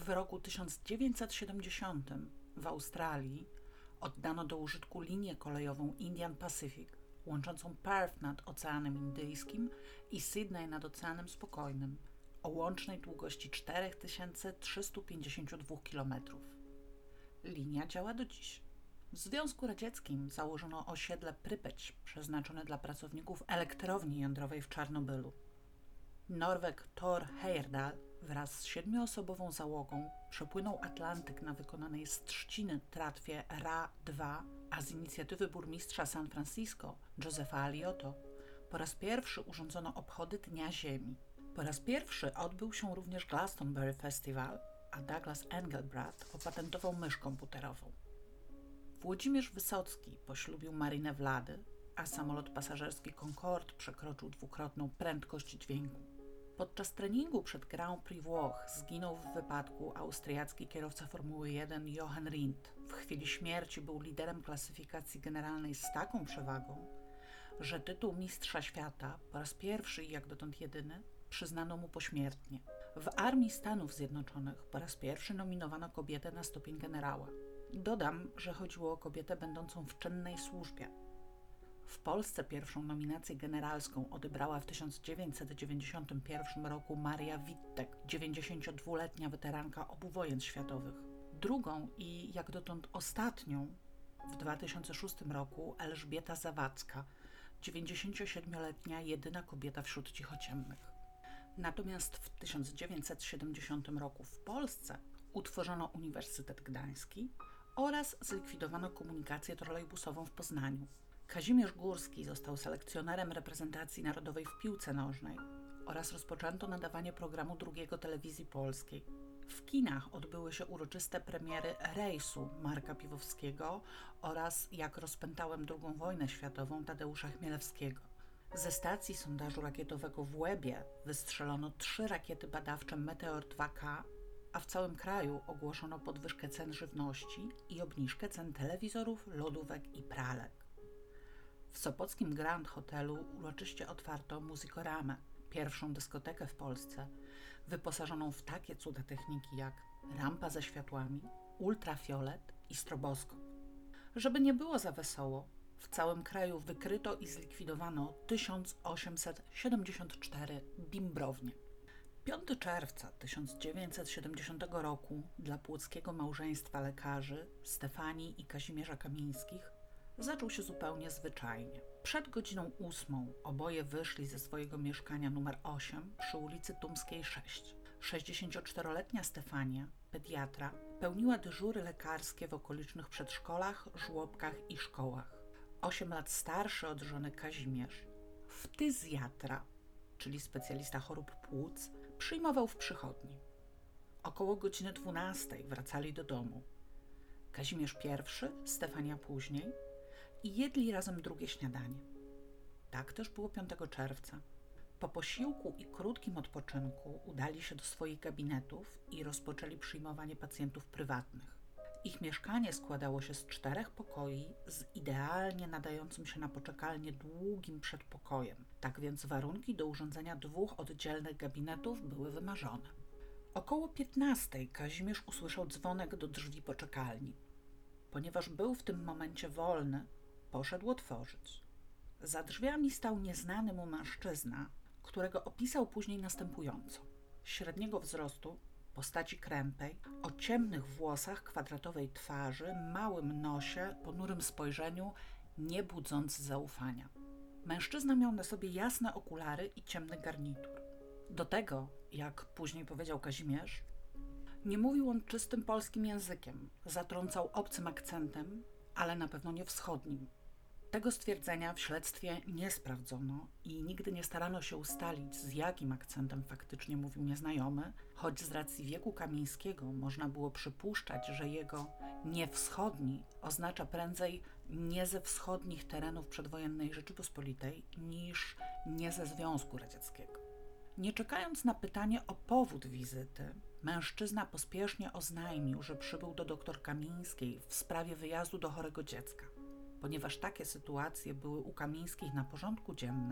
W roku 1970 w Australii oddano do użytku linię kolejową Indian Pacific, łączącą Perth nad Oceanem Indyjskim i Sydney nad Oceanem Spokojnym, o łącznej długości 4352 km. Linia działa do dziś. W Związku Radzieckim założono osiedle Prypeć, przeznaczone dla pracowników elektrowni jądrowej w Czarnobylu. Norweg Thor Heyerdahl wraz z 7-osobową załogą przepłynął Atlantyk na wykonanej z trzciny tratwie Ra-2, a z inicjatywy burmistrza San Francisco, Josepha Alioto, po raz pierwszy urządzono obchody Dnia Ziemi. Po raz pierwszy odbył się również Glastonbury Festival, a Douglas Engelbart opatentował mysz komputerową. Włodzimierz Wysocki poślubił Marinę Wlady, a samolot pasażerski Concorde przekroczył dwukrotną prędkość dźwięku. Podczas treningu przed Grand Prix Włoch zginął w wypadku austriacki kierowca Formuły 1 Jochen Rindt. W chwili śmierci był liderem klasyfikacji generalnej z taką przewagą, że tytuł mistrza świata, po raz pierwszy i jak dotąd jedyny, przyznano mu pośmiertnie. W Armii Stanów Zjednoczonych po raz pierwszy nominowano kobietę na stopień generała. Dodam, że chodziło o kobietę będącą w czynnej służbie. W Polsce pierwszą nominację generalską odebrała w 1991 roku Maria Wittek, 92-letnia weteranka obu wojen światowych. Drugą i jak dotąd ostatnią w 2006 roku Elżbieta Zawadzka, 97-letnia jedyna kobieta wśród cichociemnych. Natomiast w 1970 roku w Polsce utworzono Uniwersytet Gdański oraz zlikwidowano komunikację trolejbusową w Poznaniu. Kazimierz Górski został selekcjonerem reprezentacji narodowej w piłce nożnej oraz rozpoczęto nadawanie programu drugiego Telewizji Polskiej. W kinach odbyły się uroczyste premiery Rejsu Marka Piwowskiego oraz Jak rozpętałem II wojnę światową Tadeusza Chmielewskiego. Ze stacji sondażu rakietowego w Łebie wystrzelono 3 rakiety badawcze Meteor 2K, a w całym kraju ogłoszono podwyżkę cen żywności i obniżkę cen telewizorów, lodówek i pralek. W sopockim Grand Hotelu uroczyście otwarto Musikoramę, pierwszą dyskotekę w Polsce, wyposażoną w takie cuda techniki jak rampa ze światłami, ultrafiolet i stroboskop. Żeby nie było za wesoło, w całym kraju wykryto i zlikwidowano 1874 bimbrownie. 5 czerwca 1970 roku dla płockiego małżeństwa lekarzy Stefanii i Kazimierza Kamińskich zaczął się zupełnie zwyczajnie. Przed godziną 8 oboje wyszli ze swojego mieszkania numer 8 przy ulicy Tumskiej 6. 64-letnia Stefania, pediatra, pełniła dyżury lekarskie w okolicznych przedszkolach, żłobkach i szkołach. 8 lat starszy od żony Kazimierz, ftyzjatra, czyli specjalista chorób płuc, przyjmował w przychodni. Około godziny 12 wracali do domu. Kazimierz pierwszy, Stefania później i jedli razem drugie śniadanie. Tak też było 5 czerwca. Po posiłku i krótkim odpoczynku udali się do swoich gabinetów i rozpoczęli przyjmowanie pacjentów prywatnych. Ich mieszkanie składało się z 4 pokoi z idealnie nadającym się na poczekalnię długim przedpokojem. Tak więc warunki do urządzenia 2 oddzielnych gabinetów były wymarzone. Około 15 Kazimierz usłyszał dzwonek do drzwi poczekalni. Ponieważ był w tym momencie wolny, poszedł otworzyć. Za drzwiami stał nieznany mu mężczyzna, którego opisał później następująco. Średniego wzrostu, postaci krępej, o ciemnych włosach, kwadratowej twarzy, małym nosie, ponurym spojrzeniu, nie budząc zaufania. Mężczyzna miał na sobie jasne okulary i ciemny garnitur. Do tego, jak później powiedział Kazimierz, nie mówił on czystym polskim językiem, zatrącał obcym akcentem, ale na pewno nie wschodnim. Tego stwierdzenia w śledztwie nie sprawdzono i nigdy nie starano się ustalić, z jakim akcentem faktycznie mówił nieznajomy, choć z racji wieku Kamińskiego można było przypuszczać, że jego nie wschodni oznacza prędzej nie ze wschodnich terenów przedwojennej Rzeczypospolitej niż nie ze Związku Radzieckiego. Nie czekając na pytanie o powód wizyty, mężczyzna pospiesznie oznajmił, że przybył do dr Kamińskiej w sprawie wyjazdu do chorego dziecka. Ponieważ takie sytuacje były u Kamińskich na porządku dziennym,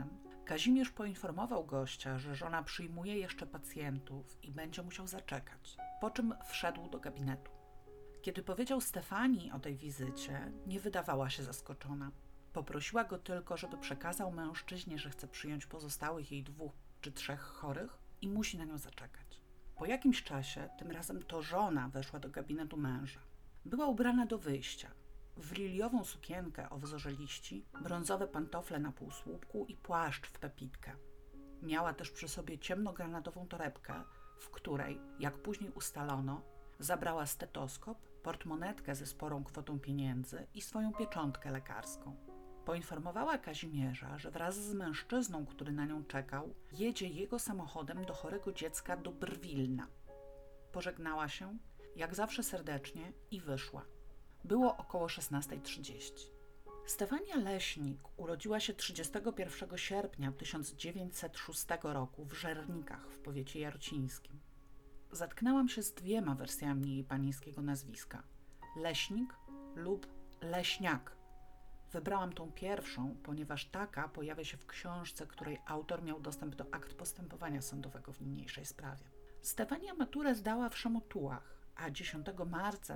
Kazimierz poinformował gościa, że żona przyjmuje jeszcze pacjentów i będzie musiał zaczekać, po czym wszedł do gabinetu. Kiedy powiedział Stefanii o tej wizycie, nie wydawała się zaskoczona. Poprosiła go tylko, żeby przekazał mężczyźnie, że chce przyjąć pozostałych jej 2 czy 3 chorych i musi na nią zaczekać. Po jakimś czasie, tym razem to żona weszła do gabinetu męża. Była ubrana do wyjścia. W liliową sukienkę o wzorze liści, brązowe pantofle na półsłupku i płaszcz w pepitkę. Miała też przy sobie ciemnogranatową torebkę, w której, jak później ustalono, zabrała stetoskop, portmonetkę ze sporą kwotą pieniędzy i swoją pieczątkę lekarską. Poinformowała Kazimierza, że wraz z mężczyzną, który na nią czekał, jedzie jego samochodem do chorego dziecka do Brwilna. Pożegnała się, jak zawsze serdecznie, i wyszła. Było około 16:30. Stefania Leśnik urodziła się 31 sierpnia 1906 roku w Żernikach w powiecie jarocińskim. Zatknęłam się z 2 wersjami jej panieńskiego nazwiska: Leśnik lub Leśniak. Wybrałam tą pierwszą, ponieważ taka pojawia się w książce, której autor miał dostęp do akt postępowania sądowego w niniejszej sprawie. Stefania maturę zdała w Szamotułach, a 10 marca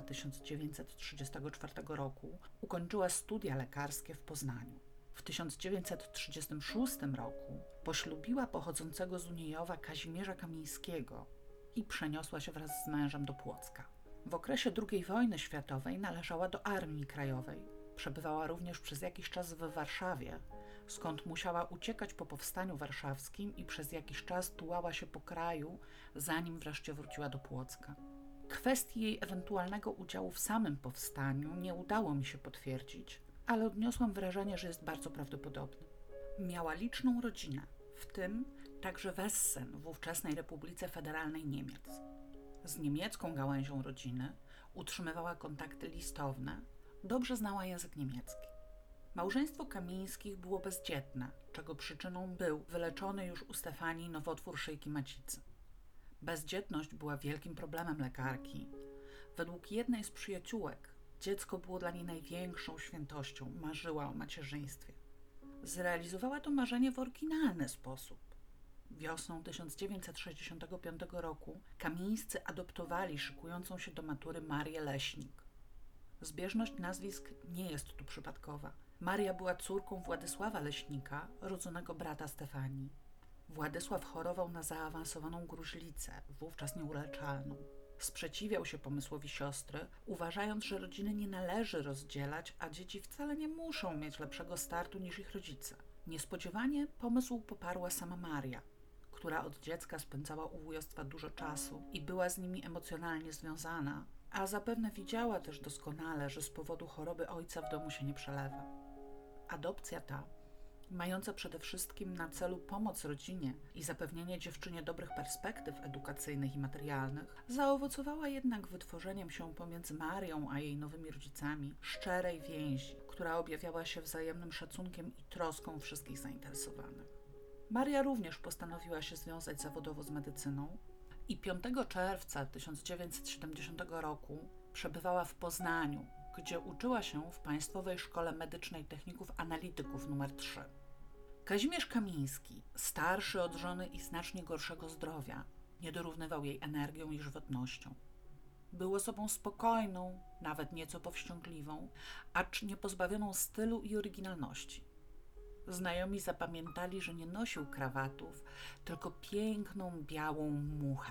1934 roku ukończyła studia lekarskie w Poznaniu. W 1936 roku poślubiła pochodzącego z Uniejowa Kazimierza Kamińskiego i przeniosła się wraz z mężem do Płocka. W okresie II wojny światowej należała do Armii Krajowej. Przebywała również przez jakiś czas w Warszawie, skąd musiała uciekać po powstaniu warszawskim i przez jakiś czas tułała się po kraju, zanim wreszcie wróciła do Płocka. Kwestii jej ewentualnego udziału w samym powstaniu nie udało mi się potwierdzić, ale odniosłam wrażenie, że jest bardzo prawdopodobny. Miała liczną rodzinę, w tym także w Essen, w ówczesnej Republice Federalnej Niemiec. Z niemiecką gałęzią rodziny utrzymywała kontakty listowne, dobrze znała język niemiecki. Małżeństwo Kamińskich było bezdzietne, czego przyczyną był wyleczony już u Stefanii nowotwór szyjki macicy. Bezdzietność była wielkim problemem lekarki. Według jednej z przyjaciółek dziecko było dla niej największą świętością, marzyła o macierzyństwie. Zrealizowała to marzenie w oryginalny sposób. Wiosną 1965 roku Kamińscy adoptowali szykującą się do matury Marię Leśnik. Zbieżność nazwisk nie jest tu przypadkowa. Maria była córką Władysława Leśnika, rodzonego brata Stefanii. Władysław chorował na zaawansowaną gruźlicę, wówczas nieuleczalną. Sprzeciwiał się pomysłowi siostry, uważając, że rodziny nie należy rozdzielać, a dzieci wcale nie muszą mieć lepszego startu niż ich rodzice. Niespodziewanie pomysł poparła sama Maria, która od dziecka spędzała u wujostwa dużo czasu i była z nimi emocjonalnie związana, a zapewne widziała też doskonale, że z powodu choroby ojca w domu się nie przelewa. Adopcja ta, mająca przede wszystkim na celu pomoc rodzinie i zapewnienie dziewczynie dobrych perspektyw edukacyjnych i materialnych, zaowocowała jednak wytworzeniem się pomiędzy Marią a jej nowymi rodzicami szczerej więzi, która objawiała się wzajemnym szacunkiem i troską wszystkich zainteresowanych. Maria również postanowiła się związać zawodowo z medycyną i 5 czerwca 1970 roku przebywała w Poznaniu, gdzie uczyła się w Państwowej Szkole Medycznej Techników Analityków nr 3. Kazimierz Kamiński, starszy od żony i znacznie gorszego zdrowia, nie dorównywał jej energią i żywotnością. Był osobą spokojną, nawet nieco powściągliwą, acz nie pozbawioną stylu i oryginalności. Znajomi zapamiętali, że nie nosił krawatów, tylko piękną, białą muchę.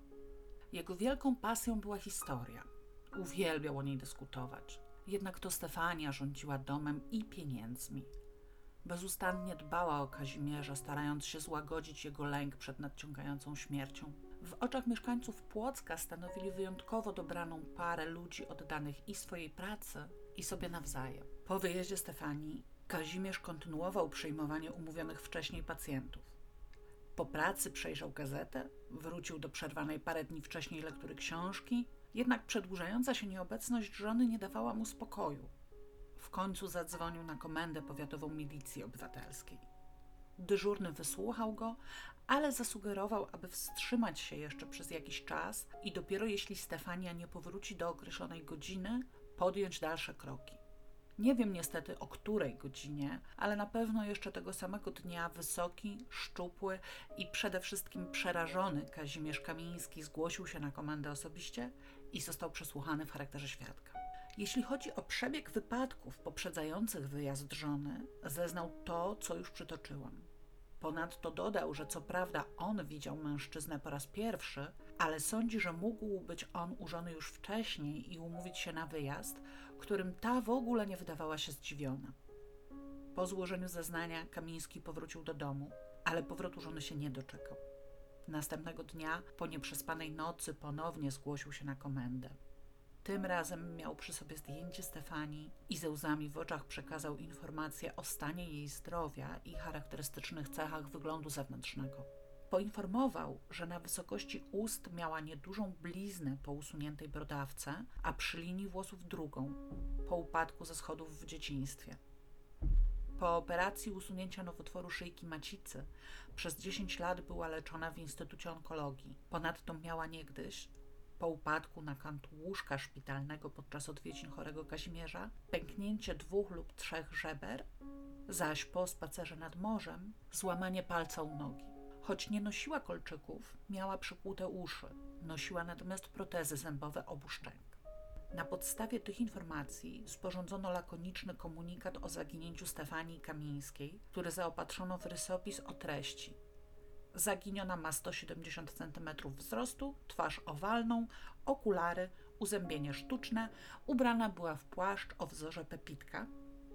Jego wielką pasją była historia. Uwielbiał o niej dyskutować. Jednak to Stefania rządziła domem i pieniędzmi. Bezustannie dbała o Kazimierza, starając się złagodzić jego lęk przed nadciągającą śmiercią. W oczach mieszkańców Płocka stanowili wyjątkowo dobraną parę ludzi oddanych i swojej pracy, i sobie nawzajem. Po wyjeździe Stefanii Kazimierz kontynuował przyjmowanie umówionych wcześniej pacjentów. Po pracy przejrzał gazetę, wrócił do przerwanej parę dni wcześniej lektury książki, jednak przedłużająca się nieobecność żony nie dawała mu spokoju. W końcu zadzwonił na komendę powiatową milicji obywatelskiej. Dyżurny wysłuchał go, ale zasugerował, aby wstrzymać się jeszcze przez jakiś czas i dopiero jeśli Stefania nie powróci do określonej godziny, podjąć dalsze kroki. Nie wiem niestety o której godzinie, ale na pewno jeszcze tego samego dnia wysoki, szczupły i przede wszystkim przerażony Kazimierz Kamiński zgłosił się na komendę osobiście i został przesłuchany w charakterze świadka. Jeśli chodzi o przebieg wypadków poprzedzających wyjazd żony, zeznał to, co już przytoczyłam. Ponadto dodał, że co prawda on widział mężczyznę po raz pierwszy, ale sądzi, że mógł być on u żony już wcześniej i umówić się na wyjazd, którym ta w ogóle nie wydawała się zdziwiona. Po złożeniu zeznania Kamiński powrócił do domu, ale powrotu żony się nie doczekał. Następnego dnia, po nieprzespanej nocy, ponownie zgłosił się na komendę. Tym razem miał przy sobie zdjęcie Stefanii i ze łzami w oczach przekazał informacje o stanie jej zdrowia i charakterystycznych cechach wyglądu zewnętrznego. Poinformował, że na wysokości ust miała niedużą bliznę po usuniętej brodawce, a przy linii włosów drugą, po upadku ze schodów w dzieciństwie. Po operacji usunięcia nowotworu szyjki macicy przez 10 lat była leczona w Instytucie Onkologii. Ponadto miała niegdyś, po upadku na kant łóżka szpitalnego podczas odwiedzin chorego Kazimierza, pęknięcie 2 lub 3 żeber, zaś po spacerze nad morzem złamanie palca u nogi. Choć nie nosiła kolczyków, miała przykłute uszy, nosiła natomiast protezy zębowe obu szczęk. Na podstawie tych informacji sporządzono lakoniczny komunikat o zaginięciu Stefanii Kamińskiej, który zaopatrzono w rysopis o treści: zaginiona ma 170 cm wzrostu, twarz owalną, okulary, uzębienie sztuczne, ubrana była w płaszcz o wzorze pepitka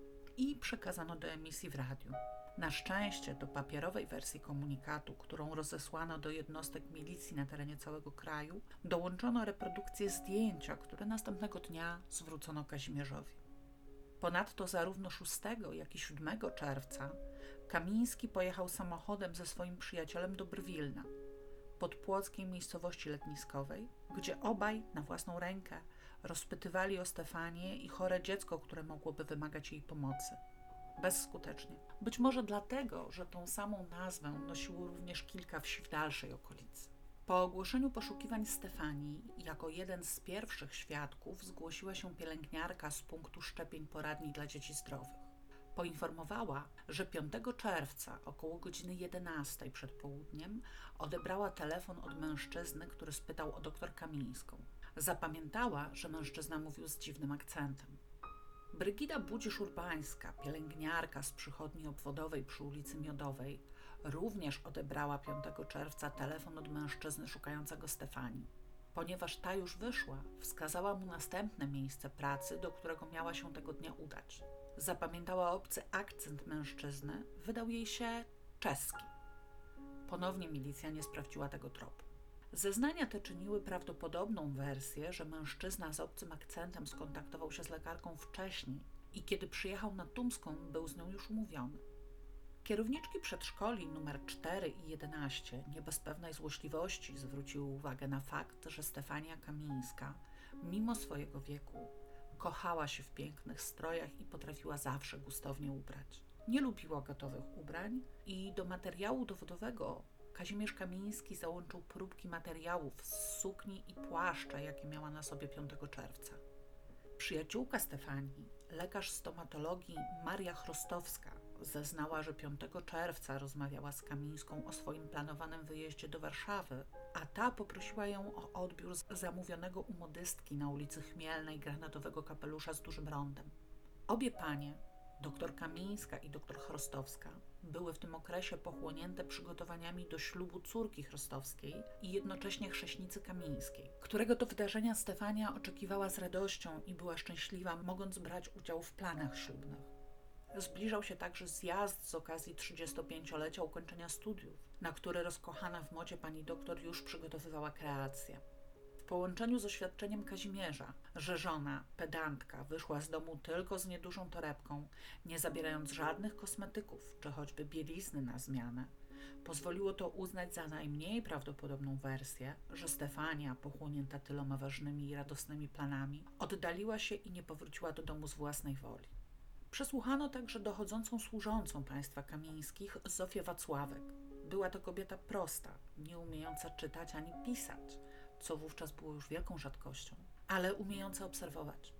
i przekazano do emisji w radiu. Na szczęście do papierowej wersji komunikatu, którą rozesłano do jednostek milicji na terenie całego kraju, dołączono reprodukcję zdjęcia, które następnego dnia zwrócono Kazimierzowi. Ponadto zarówno 6, jak i 7 czerwca Kamiński pojechał samochodem ze swoim przyjacielem do Brwilna, podpłockiej miejscowości letniskowej, gdzie obaj na własną rękę rozpytywali o Stefanię i chore dziecko, które mogłoby wymagać jej pomocy. Bezskutecznie. Być może dlatego, że tą samą nazwę nosiło również kilka wsi w dalszej okolicy. Po ogłoszeniu poszukiwań Stefanii, jako jeden z pierwszych świadków zgłosiła się pielęgniarka z punktu szczepień poradni dla dzieci zdrowych. Poinformowała, że 5 czerwca około godziny 11 przed południem odebrała telefon od mężczyzny, który spytał o dr Kamińską. Zapamiętała, że mężczyzna mówił z dziwnym akcentem. Brygida Budzisz-Urbańska, pielęgniarka z przychodni obwodowej przy ulicy Miodowej, również odebrała 5 czerwca telefon od mężczyzny szukającego Stefanii. Ponieważ ta już wyszła, wskazała mu następne miejsce pracy, do którego miała się tego dnia udać. Zapamiętała obcy akcent mężczyzny, wydał jej się czeski. Ponownie milicja nie sprawdziła tego tropu. Zeznania te czyniły prawdopodobną wersję, że mężczyzna z obcym akcentem skontaktował się z lekarką wcześniej i kiedy przyjechał na Tumską, był z nią już umówiony. Kierowniczki przedszkoli nr 4 i 11 nie bez pewnej złośliwości zwróciły uwagę na fakt, że Stefania Kamińska, mimo swojego wieku, kochała się w pięknych strojach i potrafiła zawsze gustownie ubrać. Nie lubiła gotowych ubrań i do materiału dowodowego Kazimierz Kamiński załączył próbki materiałów z sukni i płaszcza, jakie miała na sobie 5 czerwca. Przyjaciółka Stefanii, lekarz stomatologii Maria Chrostowska, zeznała, że 5 czerwca rozmawiała z Kamińską o swoim planowanym wyjeździe do Warszawy, a ta poprosiła ją o odbiór zamówionego u modystki na ulicy Chmielnej granatowego kapelusza z dużym rondem. Obie panie, dr Kamińska i dr Chrostowska, były w tym okresie pochłonięte przygotowaniami do ślubu córki Chrostowskiej i jednocześnie chrzestnicy Kamińskiej, którego to wydarzenia Stefania oczekiwała z radością i była szczęśliwa, mogąc brać udział w planach ślubnych. Zbliżał się także zjazd z okazji 35-lecia ukończenia studiów, na który rozkochana w modzie pani doktor już przygotowywała kreację. W połączeniu z oświadczeniem Kazimierza, że żona, pedantka, wyszła z domu tylko z niedużą torebką, nie zabierając żadnych kosmetyków czy choćby bielizny na zmianę, pozwoliło to uznać za najmniej prawdopodobną wersję, że Stefania, pochłonięta tyloma ważnymi i radosnymi planami, oddaliła się i nie powróciła do domu z własnej woli. Przesłuchano także dochodzącą służącą państwa Kamińskich Zofię Wacławek. Była to kobieta prosta, nie umiejąca czytać ani pisać, co wówczas było już wielką rzadkością, ale umiejąca obserwować.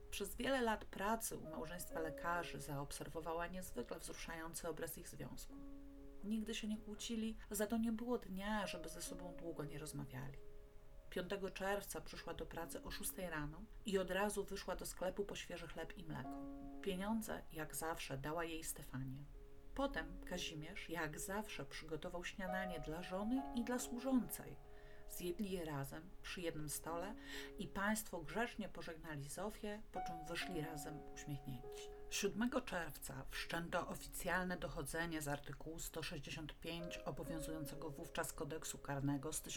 Przez wiele lat pracy u małżeństwa lekarzy zaobserwowała niezwykle wzruszający obraz ich związku. Nigdy się nie kłócili, za to nie było dnia, żeby ze sobą długo nie rozmawiali. 5 czerwca przyszła do pracy o 6 rano i od razu wyszła do sklepu po świeży chleb i mleko. Pieniądze, jak zawsze, dała jej Stefania. Potem Kazimierz, jak zawsze, przygotował śniadanie dla żony i dla służącej. Zjedli je razem przy jednym stole i państwo grzecznie pożegnali Zofię, po czym wyszli razem uśmiechnięci. 7 czerwca wszczęto oficjalne dochodzenie z artykułu 165 obowiązującego wówczas kodeksu karnego z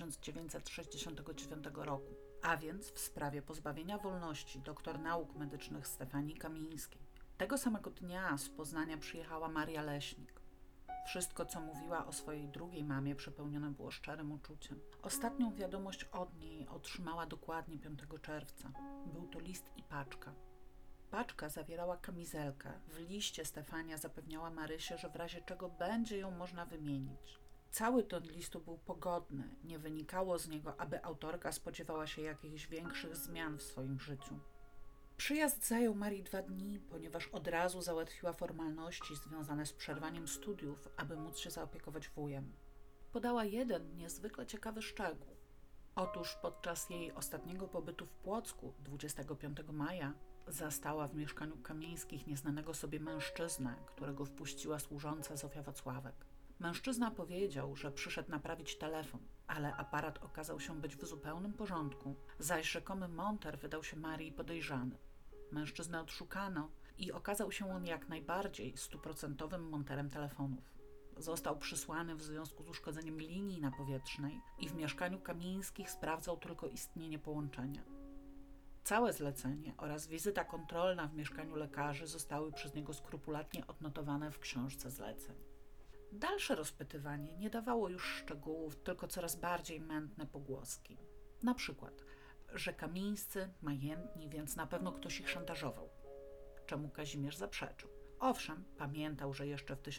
1969 roku, a więc w sprawie pozbawienia wolności doktor nauk medycznych Stefanii Kamińskiej. Tego samego dnia z Poznania przyjechała Maria Leśnik. Wszystko, co mówiła o swojej drugiej mamie, przepełnione było szczerym uczuciem. Ostatnią wiadomość od niej otrzymała dokładnie 5 czerwca. Był to list i paczka. Paczka zawierała kamizelkę. W liście Stefania zapewniała Marysie, że w razie czego będzie ją można wymienić. Cały ton listu był pogodny. Nie wynikało z niego, aby autorka spodziewała się jakichś większych zmian w swoim życiu. Przyjazd zajął Marii 2 dni, ponieważ od razu załatwiła formalności związane z przerwaniem studiów, aby móc się zaopiekować wujem. Podała jeden niezwykle ciekawy szczegół. Otóż podczas jej ostatniego pobytu w Płocku 25 maja zastała w mieszkaniu Kamińskich nieznanego sobie mężczyznę, którego wpuściła służąca Zofia Wacławek. Mężczyzna powiedział, że przyszedł naprawić telefon, ale aparat okazał się być w zupełnym porządku, zaś rzekomy monter wydał się Marii podejrzany. Mężczyznę odszukano i okazał się on jak najbardziej 100% monterem telefonów. Został przysłany w związku z uszkodzeniem linii napowietrznej i w mieszkaniu Kamińskich sprawdzał tylko istnienie połączenia. Całe zlecenie oraz wizyta kontrolna w mieszkaniu lekarzy zostały przez niego skrupulatnie odnotowane w książce zleceń. Dalsze rozpytywanie nie dawało już szczegółów, tylko coraz bardziej mętne pogłoski. Na przykład, że Kamińscy majętni, więc na pewno ktoś ich szantażował, czemu Kazimierz zaprzeczył. Owszem, pamiętał, że jeszcze w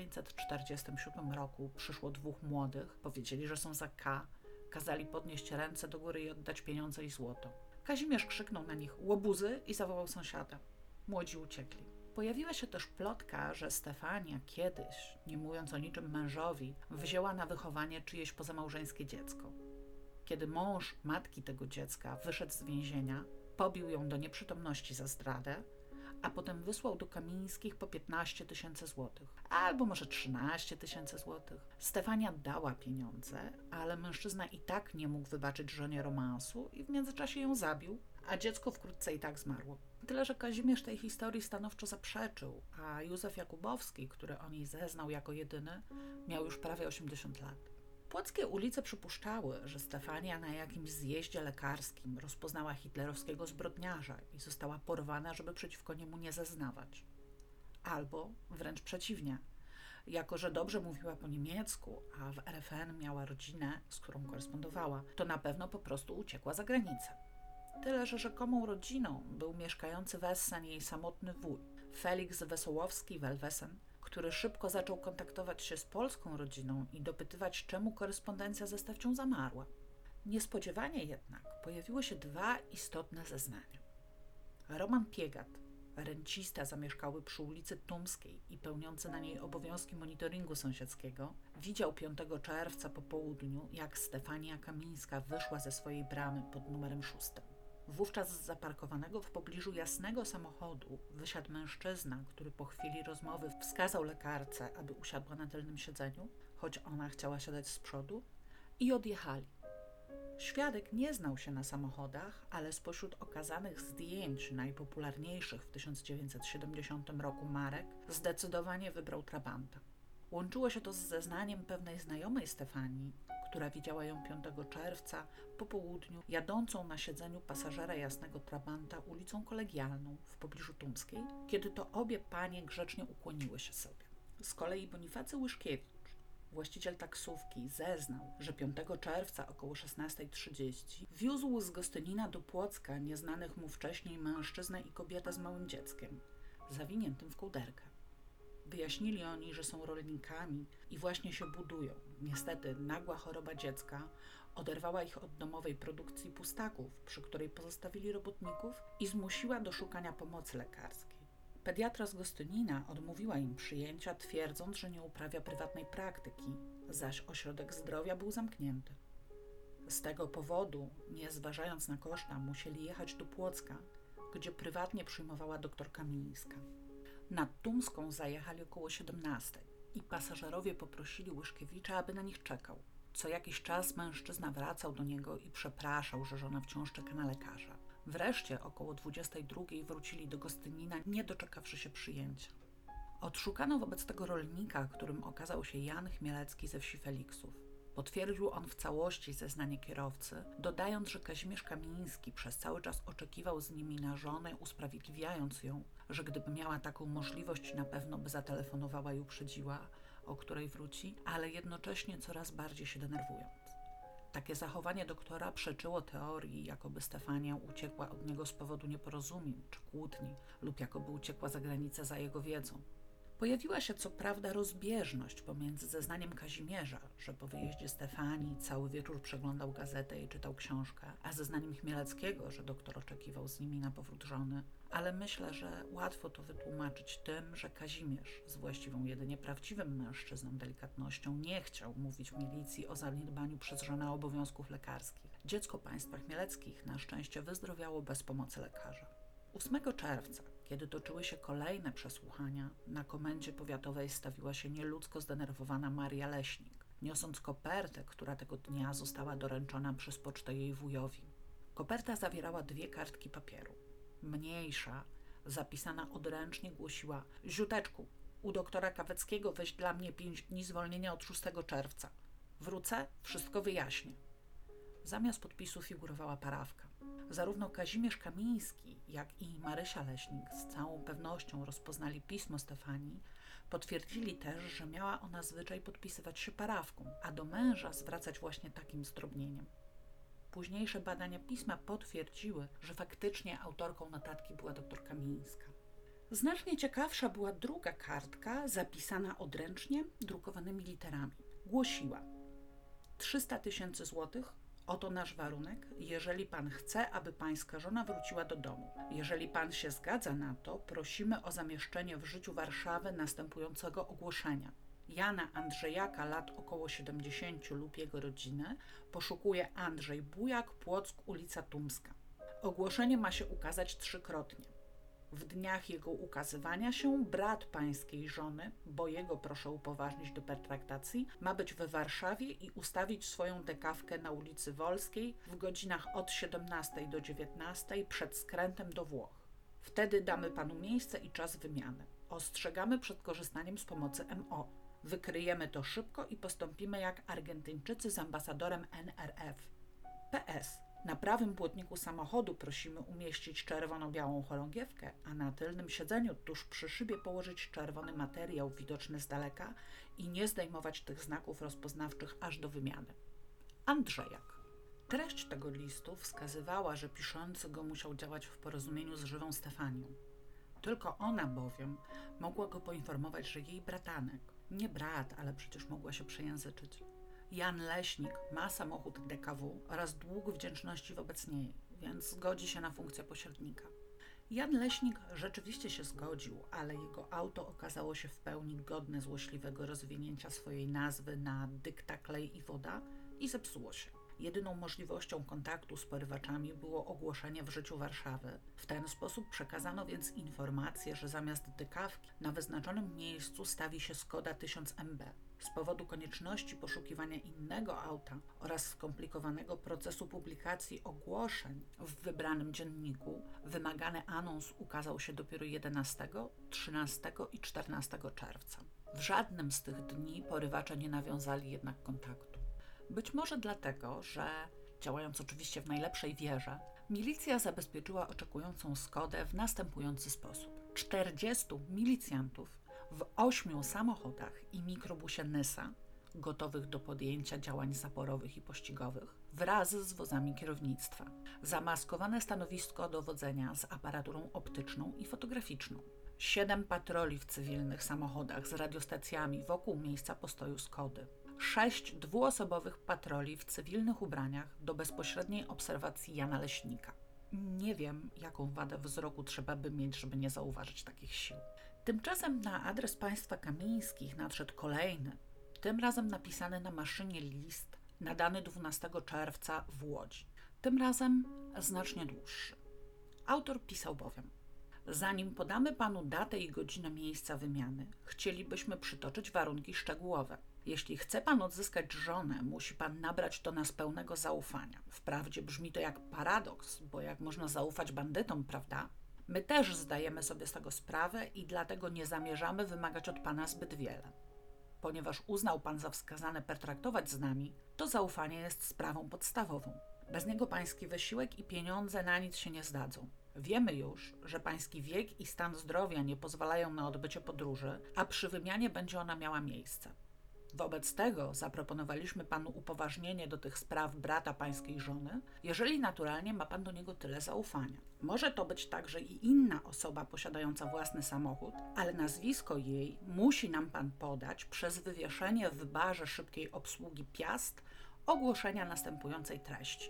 1947 roku przyszło 2 młodych, powiedzieli, że są za K, kazali podnieść ręce do góry i oddać pieniądze i złoto. Kazimierz krzyknął na nich łobuzy i zawołał sąsiada. Młodzi uciekli. Pojawiła się też plotka, że Stefania kiedyś, nie mówiąc o niczym mężowi, wzięła na wychowanie czyjeś pozamałżeńskie dziecko. Kiedy mąż matki tego dziecka wyszedł z więzienia, pobił ją do nieprzytomności za zdradę, a potem wysłał do Kamińskich po 15 000 złotych, albo może 13 000 złotych. Stefania dała pieniądze, ale mężczyzna i tak nie mógł wybaczyć żonie romansu i w międzyczasie ją zabił, a dziecko wkrótce i tak zmarło. Tyle, że Kazimierz tej historii stanowczo zaprzeczył, a Józef Jakubowski, który o niej zeznał jako jedyny, miał już prawie 80 lat. Płockie ulice przypuszczały, że Stefania na jakimś zjeździe lekarskim rozpoznała hitlerowskiego zbrodniarza i została porwana, żeby przeciwko niemu nie zeznawać. Albo wręcz przeciwnie. Jako że dobrze mówiła po niemiecku, a w RFN miała rodzinę, z którą korespondowała, to na pewno po prostu uciekła za granicę. Tyle, że rzekomą rodziną był mieszkający w Essen jej samotny wuj, Felix Wesołowski-Welwesen, który szybko zaczął kontaktować się z polską rodziną i dopytywać, czemu korespondencja ze Stefcią zamarła. Niespodziewanie jednak pojawiły się 2 istotne zeznania. Roman Piegat, rencista zamieszkały przy ulicy Tumskiej i pełniący na niej obowiązki monitoringu sąsiedzkiego, widział 5 czerwca po południu, jak Stefania Kamińska wyszła ze swojej bramy pod numerem 6. Wówczas z zaparkowanego w pobliżu jasnego samochodu wysiadł mężczyzna, który po chwili rozmowy wskazał lekarce, aby usiadła na tylnym siedzeniu, choć ona chciała siadać z przodu, i odjechali. Świadek nie znał się na samochodach, ale spośród okazanych zdjęć najpopularniejszych w 1970 roku marek zdecydowanie wybrał Trabanta. Łączyło się to z zeznaniem pewnej znajomej Stefanii, która widziała ją 5 czerwca po południu jadącą na siedzeniu pasażera jasnego Trabanta ulicą Kolegialną w pobliżu Tumskiej, kiedy to obie panie grzecznie ukłoniły się sobie. Z kolei Bonifacy Łyszkiewicz, właściciel taksówki, zeznał, że 5 czerwca około 16:30 wiózł z Gostynina do Płocka nieznanych mu wcześniej mężczyznę i kobietę z małym dzieckiem, zawiniętym w kołderkę. Wyjaśnili oni, że są rolnikami i właśnie się budują. Niestety nagła choroba dziecka Oderwała ich od domowej produkcji pustaków, przy której pozostawili robotników, i zmusiła do szukania pomocy lekarskiej. Pediatra z Gostynina odmówiła im przyjęcia, twierdząc, że nie uprawia prywatnej praktyki, zaś ośrodek zdrowia był zamknięty. Z tego powodu, nie zważając na koszta, musieli jechać do Płocka, gdzie prywatnie przyjmowała doktor Kamińska. Nad Tumską zajechali około 17 i pasażerowie poprosili Łyszkiewicza, aby na nich czekał. Co jakiś czas mężczyzna wracał do niego i przepraszał, że żona wciąż czeka na lekarza. Wreszcie około 22 wrócili do Gostynina, nie doczekawszy się przyjęcia. Odszukano wobec tego rolnika, którym okazał się Jan Chmielecki ze wsi Feliksów. Potwierdził on w całości zeznanie kierowcy, dodając, że Kazimierz Kamiński przez cały czas oczekiwał z nimi na żonę, usprawiedliwiając ją, że gdyby miała taką możliwość, na pewno by zatelefonowała i uprzedziła, o której wróci, ale jednocześnie coraz bardziej się denerwując. Takie zachowanie doktora przeczyło teorii, jakoby Stefania uciekła od niego z powodu nieporozumień czy kłótni lub jakoby uciekła za granicę za jego wiedzą. Pojawiła się co prawda rozbieżność pomiędzy zeznaniem Kazimierza, że po wyjeździe Stefanii cały wieczór przeglądał gazetę i czytał książkę, a zeznaniem Chmieleckiego, że doktor oczekiwał z nimi na powrót żony, ale myślę, że łatwo to wytłumaczyć tym, że Kazimierz, z właściwą jedynie prawdziwym mężczyzną delikatnością, nie chciał mówić w milicji o zaniedbaniu przez żonę obowiązków lekarskich. Dziecko państwa Chmieleckich na szczęście wyzdrowiało bez pomocy lekarza. 8 czerwca, kiedy toczyły się kolejne przesłuchania, na komendzie powiatowej stawiła się nieludzko zdenerwowana Maria Leśnik, niosąc kopertę, która tego dnia została doręczona przez pocztę jej wujowi. Koperta zawierała 2 kartki papieru. Mniejsza, zapisana odręcznie, głosiła: Ziuteczku, u doktora Kaweckiego weź dla mnie 5 dni zwolnienia od 6 czerwca. Wrócę, wszystko wyjaśnię. Zamiast podpisu figurowała parafka. Zarówno Kazimierz Kamiński, jak i Marysia Leśnik z całą pewnością rozpoznali pismo Stefanii, potwierdzili też, że miała ona zwyczaj podpisywać się parafką, a do męża zwracać właśnie takim zdrobnieniem. Późniejsze badania pisma potwierdziły, że faktycznie autorką notatki była doktor Kamińska. Znacznie ciekawsza była druga kartka, zapisana odręcznie, drukowanymi literami. Głosiła: 300 000 złotych. Oto nasz warunek, jeżeli pan chce, aby pańska żona wróciła do domu. Jeżeli pan się zgadza na to, prosimy o zamieszczenie w życiu Warszawy następującego ogłoszenia. Jana Andrzejaka, lat około 70 lub jego rodzinę, poszukuje Andrzej Bujak, Płock, ulica Tumska. Ogłoszenie ma się ukazać 3-krotnie. W dniach jego ukazywania się brat pańskiej żony, bo jego proszę upoważnić do pertraktacji, ma być we Warszawie i ustawić swoją dekawkę na ulicy Wolskiej w godzinach od 17 do 19 przed skrętem do Włoch. Wtedy damy panu miejsce i czas wymiany. Ostrzegamy przed korzystaniem z pomocy MO. Wykryjemy to szybko i postąpimy jak Argentyńczycy z ambasadorem NRF. PS. Na prawym płotniku samochodu prosimy umieścić czerwono-białą chorągiewkę, a na tylnym siedzeniu tuż przy szybie położyć czerwony materiał widoczny z daleka i nie zdejmować tych znaków rozpoznawczych aż do wymiany. Andrzejak. Treść tego listu wskazywała, że piszący go musiał działać w porozumieniu z żywą Stefanią. Tylko ona bowiem mogła go poinformować, że jej bratanek, nie brat, ale przecież mogła się przejęzyczyć, Jan Leśnik ma samochód DKW oraz dług wdzięczności wobec niej, więc zgodzi się na funkcję pośrednika. Jan Leśnik rzeczywiście się zgodził, ale jego auto okazało się w pełni godne złośliwego rozwinięcia swojej nazwy na dykta, klej i woda i zepsuło się. Jedyną możliwością kontaktu z porywaczami było ogłoszenie w życiu Warszawy. W ten sposób przekazano więc informację, że zamiast dykawki na wyznaczonym miejscu stawi się Skoda 1000 MB. Z powodu konieczności poszukiwania innego auta oraz skomplikowanego procesu publikacji ogłoszeń w wybranym dzienniku, wymagany anons ukazał się dopiero 11, 13 i 14 czerwca. W żadnym z tych dni porywacze nie nawiązali jednak kontaktu. Być może dlatego, że, działając oczywiście w najlepszej wierze, milicja zabezpieczyła oczekującą Skodę w następujący sposób. 40 milicjantów w 8 samochodach i mikrobusie Nysa, gotowych do podjęcia działań zaporowych i pościgowych, wraz z wozami kierownictwa. Zamaskowane stanowisko dowodzenia z aparaturą optyczną i fotograficzną. 7 patroli w cywilnych samochodach z radiostacjami wokół miejsca postoju Skody. 6 dwuosobowych patroli w cywilnych ubraniach do bezpośredniej obserwacji Jana Leśnika. Nie wiem, jaką wadę wzroku trzeba by mieć, żeby nie zauważyć takich sił. Tymczasem na adres państwa Kamińskich nadszedł kolejny, tym razem napisany na maszynie list, nadany 12 czerwca w Łodzi. Tym razem znacznie dłuższy. Autor pisał bowiem: zanim podamy panu datę i godzinę miejsca wymiany, chcielibyśmy przytoczyć warunki szczegółowe. Jeśli chce pan odzyskać żonę, musi pan nabrać do nas pełnego zaufania. Wprawdzie brzmi to jak paradoks, bo jak można zaufać bandytom, prawda? My też zdajemy sobie z tego sprawę i dlatego nie zamierzamy wymagać od pana zbyt wiele. Ponieważ uznał pan za wskazane pertraktować z nami, to zaufanie jest sprawą podstawową. Bez niego pański wysiłek i pieniądze na nic się nie zdadzą. Wiemy już, że pański wiek i stan zdrowia nie pozwalają na odbycie podróży, a przy wymianie będzie ona miała miejsce. Wobec tego zaproponowaliśmy panu upoważnienie do tych spraw brata pańskiej żony, jeżeli naturalnie ma pan do niego tyle zaufania. Może to być także i inna osoba posiadająca własny samochód, ale nazwisko jej musi nam pan podać przez wywieszenie w barze szybkiej obsługi Piast ogłoszenia następującej treści: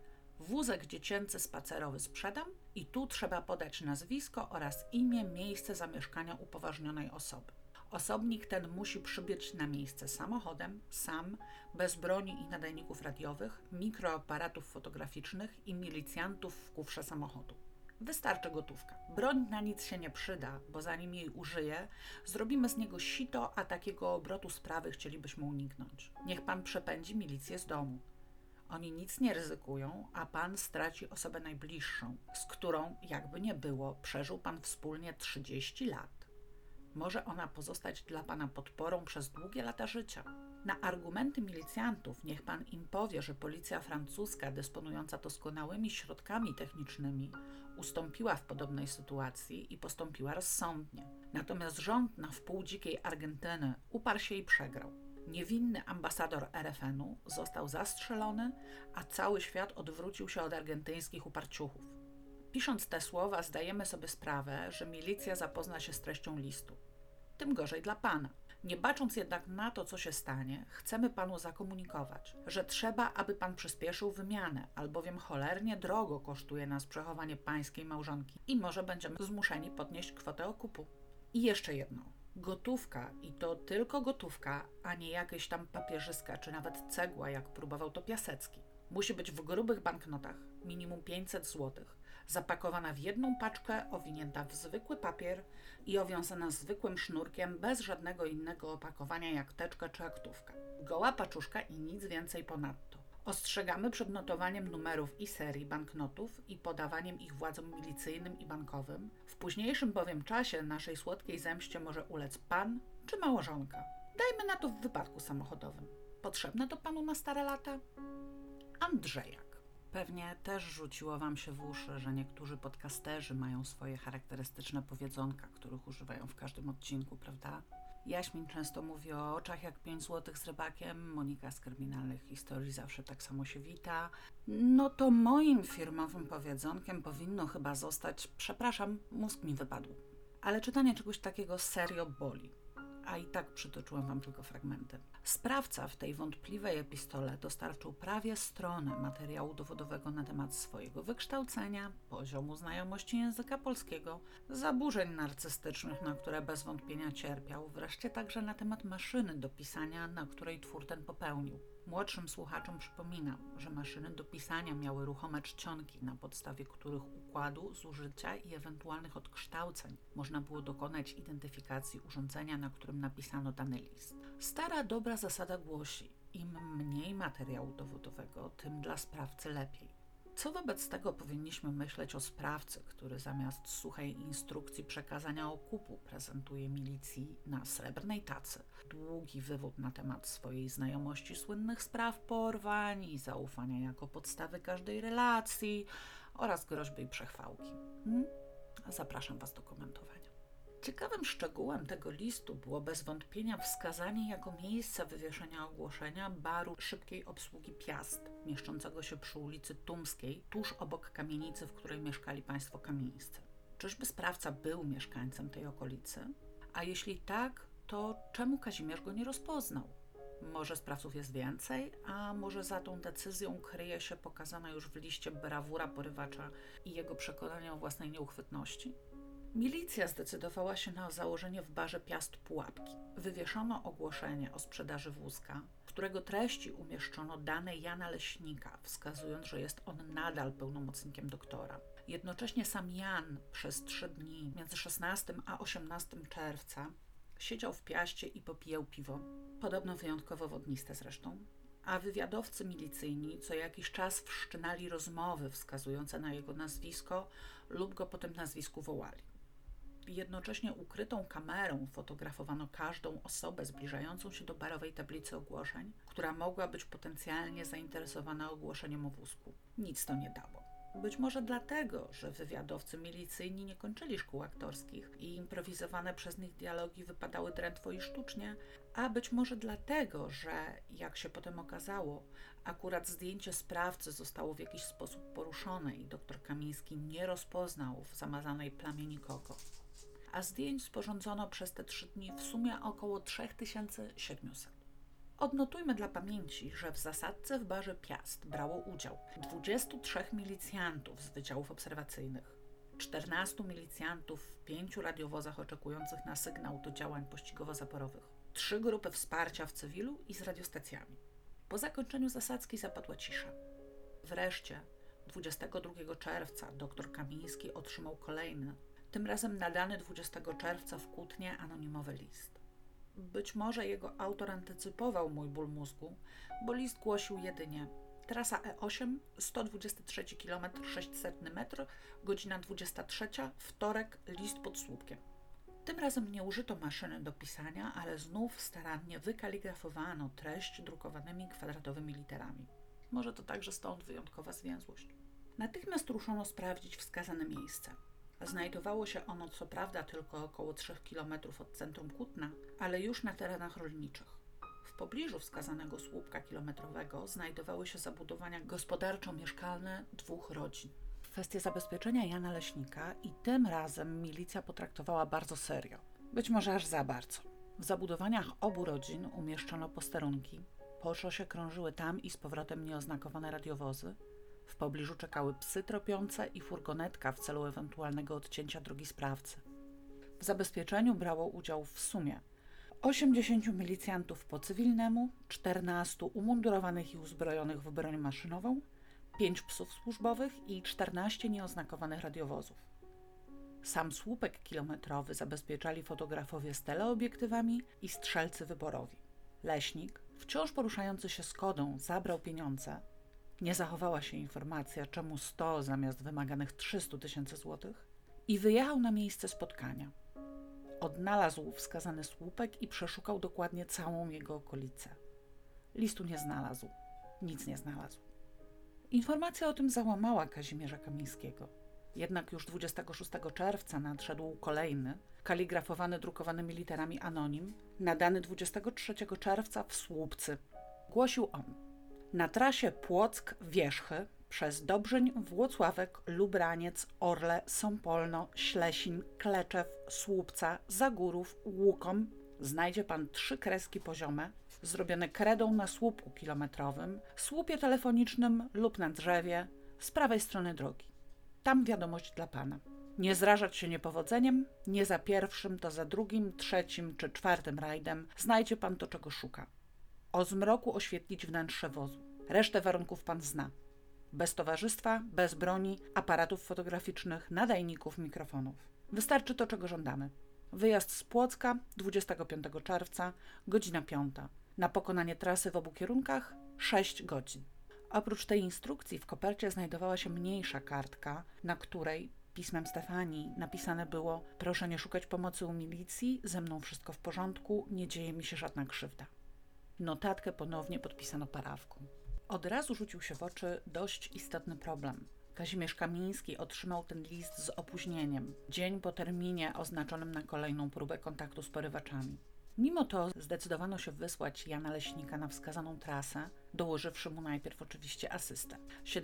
wózek dziecięcy spacerowy sprzedam i tu trzeba podać nazwisko oraz imię, miejsce zamieszkania upoważnionej osoby. Osobnik ten musi przybyć na miejsce samochodem, sam, bez broni i nadajników radiowych, mikroaparatów fotograficznych i milicjantów w kufrze samochodu. Wystarczy gotówka. Broń na nic się nie przyda, bo zanim jej użyje, zrobimy z niego sito, a takiego obrotu sprawy chcielibyśmy uniknąć. Niech pan przepędzi milicję z domu. Oni nic nie ryzykują, a pan straci osobę najbliższą, z którą, jakby nie było, przeżył pan wspólnie 30 lat. Może ona pozostać dla pana podporą przez długie lata życia. Na argumenty milicjantów niech pan im powie, że policja francuska, dysponująca doskonałymi środkami technicznymi, ustąpiła w podobnej sytuacji i postąpiła rozsądnie. Natomiast rząd na wpół dzikiej Argentyny uparł się i przegrał. Niewinny ambasador RFN-u został zastrzelony, a cały świat odwrócił się od argentyńskich uparciuchów. Pisząc te słowa, zdajemy sobie sprawę, że milicja zapozna się z treścią listu. Tym gorzej dla pana. Nie bacząc jednak na to, co się stanie, chcemy panu zakomunikować, że trzeba, aby pan przyspieszył wymianę, albowiem cholernie drogo kosztuje nas przechowanie pańskiej małżonki i może będziemy zmuszeni podnieść kwotę okupu. I jeszcze jedno. Gotówka, i to tylko gotówka, a nie jakieś tam papierzyska czy nawet cegła, jak próbował to Piasecki. Musi być w grubych banknotach, minimum 500 zł, zapakowana w jedną paczkę, owinięta w zwykły papier i owiązana zwykłym sznurkiem, bez żadnego innego opakowania jak teczka czy aktówka. Goła paczuszka i nic więcej ponadto. Ostrzegamy przed notowaniem numerów i serii banknotów i podawaniem ich władzom milicyjnym i bankowym. W późniejszym bowiem czasie naszej słodkiej zemście może ulec pan czy małżonka. Dajmy na to w wypadku samochodowym. Potrzebne to panu na stare lata? Andrzejak. Pewnie też rzuciło wam się w uszy, że niektórzy podcasterzy mają swoje charakterystyczne powiedzonka, których używają w każdym odcinku, prawda? Jaśmin często mówi o oczach jak 5 złotych z rybakiem, Monika z Kryminalnych Historii zawsze tak samo się wita. No to moim firmowym powiedzonkiem powinno chyba zostać: przepraszam, mózg mi wypadł. Ale czytanie czegoś takiego serio boli. A i tak przytoczyłam wam tylko fragmenty. Sprawca w tej wątpliwej epistole dostarczył prawie stronę materiału dowodowego na temat swojego wykształcenia, poziomu znajomości języka polskiego, zaburzeń narcystycznych, na które bez wątpienia cierpiał, wreszcie także na temat maszyny do pisania, na której twór ten popełnił. Młodszym słuchaczom przypominam, że maszyny do pisania miały ruchome czcionki, na podstawie których układu, zużycia i ewentualnych odkształceń można było dokonać identyfikacji urządzenia, na którym napisano dany list. Stara, dobra zasada głosi: im mniej materiału dowodowego, tym dla sprawcy lepiej. Co wobec tego powinniśmy myśleć o sprawcy, który zamiast suchej instrukcji przekazania okupu prezentuje milicji na srebrnej tacy długi wywód na temat swojej znajomości słynnych spraw porwań i zaufania jako podstawy każdej relacji oraz groźby i przechwałki? Zapraszam was do komentowania. Ciekawym szczegółem tego listu było bez wątpienia wskazanie jako miejsca wywieszenia ogłoszenia baru szybkiej obsługi Piast, mieszczącego się przy ulicy Tumskiej, tuż obok kamienicy, w której mieszkali państwo Kamińscy. Czyżby sprawca był mieszkańcem tej okolicy? A jeśli tak, to czemu Kazimierz go nie rozpoznał? Może sprawców jest więcej, a może za tą decyzją kryje się pokazana już w liście brawura porywacza i jego przekonanie o własnej nieuchwytności? Milicja zdecydowała się na założenie w barze Piast pułapki. Wywieszono ogłoszenie o sprzedaży wózka, w którego treści umieszczono dane Jana Leśnika, wskazując, że jest on nadal pełnomocnikiem doktora. Jednocześnie sam Jan przez 3 dni między 16 a 18 czerwca siedział w Piaście i popijał piwo, podobno wyjątkowo wodniste zresztą, a wywiadowcy milicyjni co jakiś czas wszczynali rozmowy wskazujące na jego nazwisko lub go po tym nazwisku wołali. Jednocześnie ukrytą kamerą fotografowano każdą osobę zbliżającą się do barowej tablicy ogłoszeń, która mogła być potencjalnie zainteresowana ogłoszeniem o wózku. Nic to nie dało. Być może dlatego, że wywiadowcy milicyjni nie kończyli szkół aktorskich i improwizowane przez nich dialogi wypadały drętwo i sztucznie, a być może dlatego, że, jak się potem okazało, akurat zdjęcie sprawcy zostało w jakiś sposób poruszone i dr Kamiński nie rozpoznał w zamazanej plamie nikogo. A zdjęć sporządzono przez te 3 dni w sumie około 3700. Odnotujmy dla pamięci, że w zasadce w barze Piast brało udział 23 milicjantów z wydziałów obserwacyjnych, 14 milicjantów w 5 radiowozach oczekujących na sygnał do działań pościgowo-zaporowych, 3 grupy wsparcia w cywilu i z radiostacjami. Po zakończeniu zasadzki zapadła cisza. Wreszcie 22 czerwca dr Kamiński otrzymał kolejny, tym razem nadany 20 czerwca w Kutnie anonimowy list. Być może jego autor antycypował mój ból mózgu, bo list głosił jedynie: trasa E8, 123 km, 600 metr, godzina 23, wtorek, list pod słupkiem. Tym razem nie użyto maszyny do pisania, ale znów starannie wykaligrafowano treść drukowanymi kwadratowymi literami. Może to także stąd wyjątkowa zwięzłość. Natychmiast ruszono sprawdzić wskazane miejsce. Znajdowało się ono co prawda tylko około 3 km od centrum Kutna, ale już na terenach rolniczych. W pobliżu wskazanego słupka kilometrowego znajdowały się zabudowania gospodarczo-mieszkalne 2 rodzin. Kwestię zabezpieczenia Jana Leśnika i tym razem milicja potraktowała bardzo serio. Być może aż za bardzo. W zabudowaniach obu rodzin umieszczono posterunki. Po szosie krążyły tam i z powrotem nieoznakowane radiowozy. W pobliżu czekały psy tropiące i furgonetka w celu ewentualnego odcięcia drogi sprawcy. W zabezpieczeniu brało udział w sumie 80 milicjantów po cywilnemu, 14 umundurowanych i uzbrojonych w broń maszynową, 5 psów służbowych i 14 nieoznakowanych radiowozów. Sam słupek kilometrowy zabezpieczali fotografowie z teleobiektywami i strzelcy wyborowi. Leśnik, wciąż poruszający się Skodą, zabrał pieniądze. Nie zachowała się informacja, czemu 100 zamiast wymaganych 300 000 złotych, i wyjechał na miejsce spotkania. Odnalazł wskazany słupek i przeszukał dokładnie całą jego okolicę. Listu nie znalazł, nic nie znalazł. Informacja o tym załamała Kazimierza Kamińskiego. Jednak już 26 czerwca nadszedł kolejny, kaligrafowany drukowanymi literami anonim, nadany 23 czerwca w Słupcy. Głosił on: na trasie Płock-Wierzchy przez Dobrzeń, Włocławek, Lubraniec, Orle, Sąpolno, Ślesin, Kleczew, Słupca, Zagórów, Łukom znajdzie pan 3 kreski poziome, zrobione kredą na słupku kilometrowym, słupie telefonicznym lub na drzewie z prawej strony drogi. Tam wiadomość dla pana. Nie zrażać się niepowodzeniem, nie za pierwszym, to za 2., 3. czy 4. rajdem znajdzie pan to, czego szuka. O zmroku oświetlić wnętrze wozu. Resztę warunków pan zna. Bez towarzystwa, bez broni, aparatów fotograficznych, nadajników, mikrofonów. Wystarczy to, czego żądamy. Wyjazd z Płocka 25 czerwca, godzina 5. Na pokonanie trasy w obu kierunkach 6 godzin. Oprócz tej instrukcji w kopercie znajdowała się mniejsza kartka, na której pismem Stefanii napisane było: proszę nie szukać pomocy u milicji, ze mną wszystko w porządku, nie dzieje mi się żadna krzywda. Notatkę ponownie podpisano parawką. Od razu rzucił się w oczy dość istotny problem. Kazimierz Kamiński otrzymał ten list z opóźnieniem, dzień po terminie oznaczonym na kolejną próbę kontaktu z porywaczami. Mimo to zdecydowano się wysłać Jana Leśnika na wskazaną trasę, dołożywszy mu najpierw oczywiście asystę.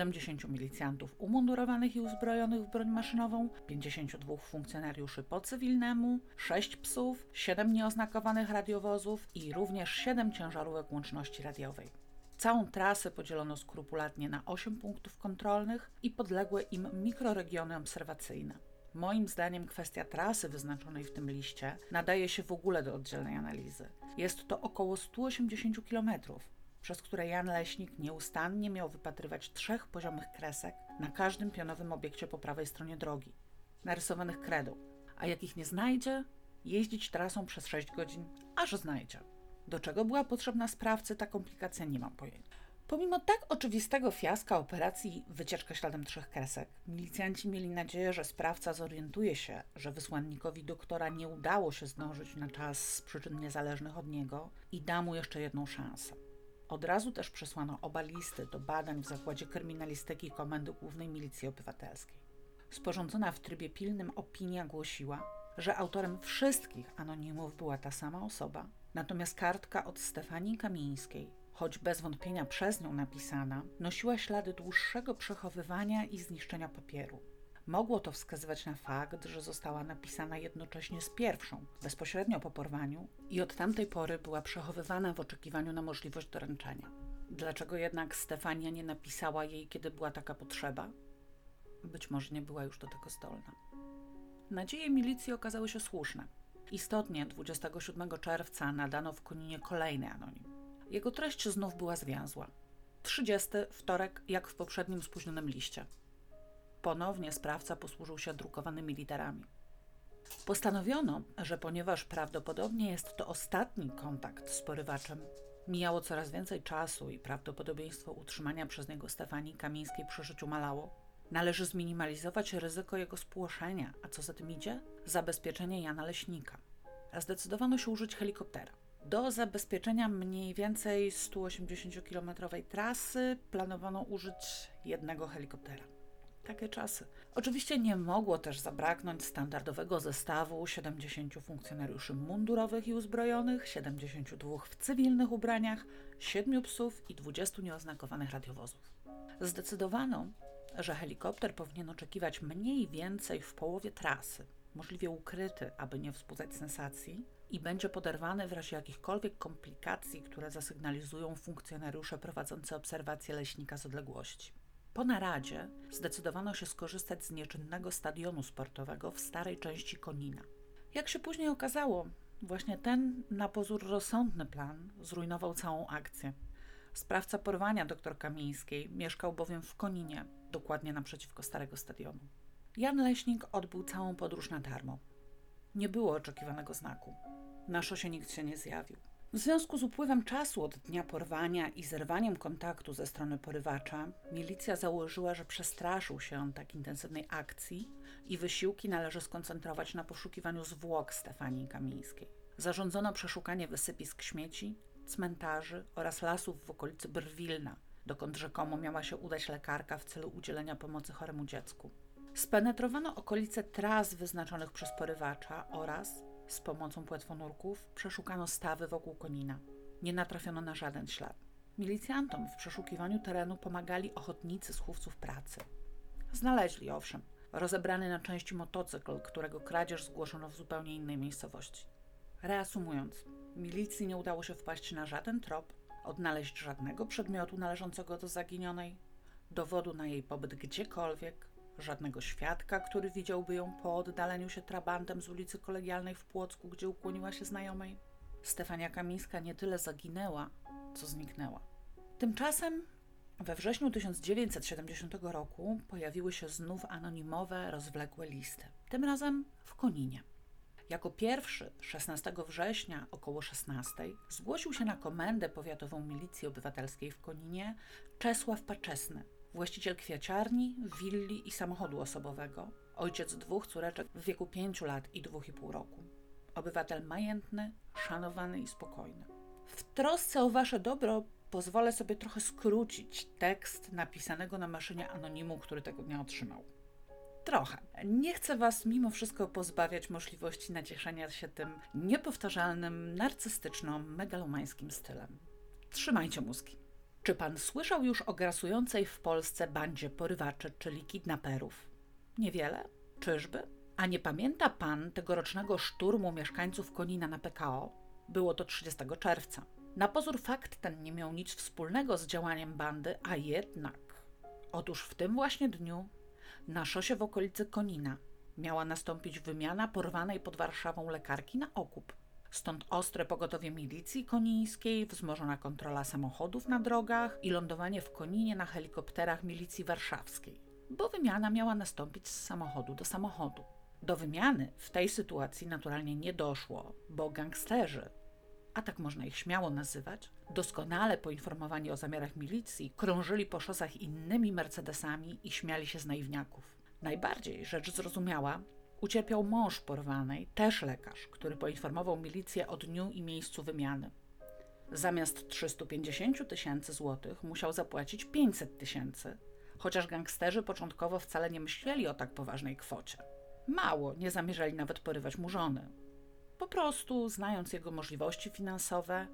70 milicjantów umundurowanych i uzbrojonych w broń maszynową, 52 funkcjonariuszy po cywilnemu, 6 psów, 7 nieoznakowanych radiowozów i również 7 ciężarówek łączności radiowej. Całą trasę podzielono skrupulatnie na 8 punktów kontrolnych i podległe im mikroregiony obserwacyjne. Moim zdaniem kwestia trasy wyznaczonej w tym liście nadaje się w ogóle do oddzielnej analizy. Jest to około 180 km, przez które Jan Leśnik nieustannie miał wypatrywać 3 poziomych kresek na każdym pionowym obiekcie po prawej stronie drogi, narysowanych kredą, a jak ich nie znajdzie, jeździć trasą przez 6 godzin, aż znajdzie. Do czego była potrzebna sprawcy, ta komplikacja nie mam pojęcia. Pomimo tak oczywistego fiaska operacji wycieczka śladem 3 kresek, milicjanci mieli nadzieję, że sprawca zorientuje się, że wysłannikowi doktora nie udało się zdążyć na czas z przyczyn niezależnych od niego i da mu jeszcze jedną szansę. Od razu też przesłano oba listy do badań w Zakładzie Kryminalistyki Komendy Głównej Milicji Obywatelskiej. Sporządzona w trybie pilnym opinia głosiła, że autorem wszystkich anonimów była ta sama osoba, natomiast kartka od Stefanii Kamińskiej, choć bez wątpienia przez nią napisana, nosiła ślady dłuższego przechowywania i zniszczenia papieru. Mogło to wskazywać na fakt, że została napisana jednocześnie z pierwszą, bezpośrednio po porwaniu i od tamtej pory była przechowywana w oczekiwaniu na możliwość doręczenia. Dlaczego jednak Stefania nie napisała jej, kiedy była taka potrzeba? Być może nie była już do tego zdolna. Nadzieje milicji okazały się słuszne. Istotnie 27 czerwca nadano w Koninie kolejny anonim. Jego treść znów była zwięzła. 30, wtorek, jak w poprzednim spóźnionym liście. Ponownie sprawca posłużył się drukowanymi literami. Postanowiono, że ponieważ prawdopodobnie jest to ostatni kontakt z porywaczem, mijało coraz więcej czasu i prawdopodobieństwo utrzymania przez niego Stefanii Kamińskiej przy życiu malało, należy zminimalizować ryzyko jego spłoszenia, a co za tym idzie? Zabezpieczenie Jana Leśnika. Zdecydowano się użyć helikoptera. Do zabezpieczenia mniej więcej 180-kilometrowej trasy planowano użyć jednego helikoptera. Takie czasy. Oczywiście nie mogło też zabraknąć standardowego zestawu 70 funkcjonariuszy mundurowych i uzbrojonych, 72 w cywilnych ubraniach, 7 psów i 20 nieoznakowanych radiowozów. Zdecydowano, że helikopter powinien oczekiwać mniej więcej w połowie trasy, możliwie ukryty, aby nie wzbudzać sensacji, i będzie poderwany w razie jakichkolwiek komplikacji, które zasygnalizują funkcjonariusze prowadzący obserwację Leśnika z odległości. Po naradzie zdecydowano się skorzystać z nieczynnego stadionu sportowego w starej części Konina. Jak się później okazało, właśnie ten na pozór rozsądny plan zrujnował całą akcję. Sprawca porwania dr Kamińskiej mieszkał bowiem w Koninie, dokładnie naprzeciwko starego stadionu. Jan Leśnik odbył całą podróż na darmo. Nie było oczekiwanego znaku. Na szosie nikt się nie zjawił. W związku z upływem czasu od dnia porwania i zerwaniem kontaktu ze strony porywacza, milicja założyła, że przestraszył się on tak intensywnej akcji i wysiłki należy skoncentrować na poszukiwaniu zwłok Stefanii Kamińskiej. Zarządzono przeszukanie wysypisk śmieci, cmentarzy oraz lasów w okolicy Brwilna, dokąd rzekomo miała się udać lekarka w celu udzielenia pomocy choremu dziecku. Spenetrowano okolice tras wyznaczonych przez porywacza oraz, z pomocą płetwonurków, przeszukano stawy wokół Konina. Nie natrafiono na żaden ślad. Milicjantom w przeszukiwaniu terenu pomagali ochotnicy z chówców pracy. Znaleźli, owszem, rozebrany na części motocykl, którego kradzież zgłoszono w zupełnie innej miejscowości. Reasumując, milicji nie udało się wpaść na żaden trop, odnaleźć żadnego przedmiotu należącego do zaginionej, dowodu na jej pobyt gdziekolwiek, żadnego świadka, który widziałby ją po oddaleniu się trabantem z ulicy Kolegialnej w Płocku, gdzie ukłoniła się znajomej. Stefania Kamińska nie tyle zaginęła, co zniknęła. Tymczasem we wrześniu 1970 roku pojawiły się znów anonimowe, rozwlekłe listy. Tym razem w Koninie. Jako pierwszy 16 września około 16 zgłosił się na komendę powiatową Milicji Obywatelskiej w Koninie Czesław Paczesny, właściciel kwiaciarni, willi i samochodu osobowego, ojciec 2 córeczek w wieku 5 lat i 2,5 roku. Obywatel majętny, szanowany i spokojny. W trosce o wasze dobro pozwolę sobie trochę skrócić tekst napisanego na maszynie anonimu, który tego dnia otrzymał. Trochę. Nie chcę was mimo wszystko pozbawiać możliwości nacieszenia się tym niepowtarzalnym, narcystyczno-megalomańskim stylem. Trzymajcie mózgi. Czy pan słyszał już o grasującej w Polsce bandzie porywaczy, czyli kidnaperów? Niewiele? Czyżby? A nie pamięta pan tegorocznego szturmu mieszkańców Konina na PKO? Było to 30 czerwca. Na pozór fakt ten nie miał nic wspólnego z działaniem bandy, a jednak. Otóż w tym właśnie dniu na szosie w okolicy Konina miała nastąpić wymiana porwanej pod Warszawą lekarki na okup. Stąd ostre pogotowie milicji konińskiej, wzmożona kontrola samochodów na drogach i lądowanie w Koninie na helikopterach milicji warszawskiej. Bo wymiana miała nastąpić z samochodu do samochodu. Do wymiany w tej sytuacji naturalnie nie doszło, bo gangsterzy, a tak można ich śmiało nazywać, doskonale poinformowani o zamiarach milicji, krążyli po szosach innymi Mercedesami i śmiali się z naiwniaków. Najbardziej, rzecz zrozumiała, ucierpiał mąż porwanej, też lekarz, który poinformował milicję o dniu i miejscu wymiany. Zamiast 350 tysięcy złotych musiał zapłacić 500 tysięcy, chociaż gangsterzy początkowo wcale nie myśleli o tak poważnej kwocie. Mało, nie zamierzali nawet porywać mu żony. Po prostu, znając jego możliwości finansowe,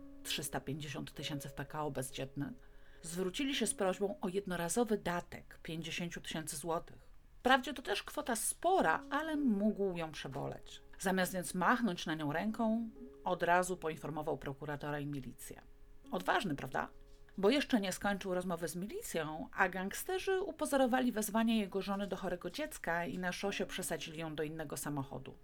350 tysięcy w PKO bezdzietny, zwrócili się z prośbą o jednorazowy datek 50 tysięcy złotych. Wprawdzie to też kwota spora, ale mógł ją przeboleć. Zamiast więc machnąć na nią ręką, od razu poinformował prokuratora i milicję. Odważny, prawda? Bo jeszcze nie skończył rozmowy z milicją, a gangsterzy upozorowali wezwanie jego żony do chorego dziecka i na szosie przesadzili ją do innego samochodu.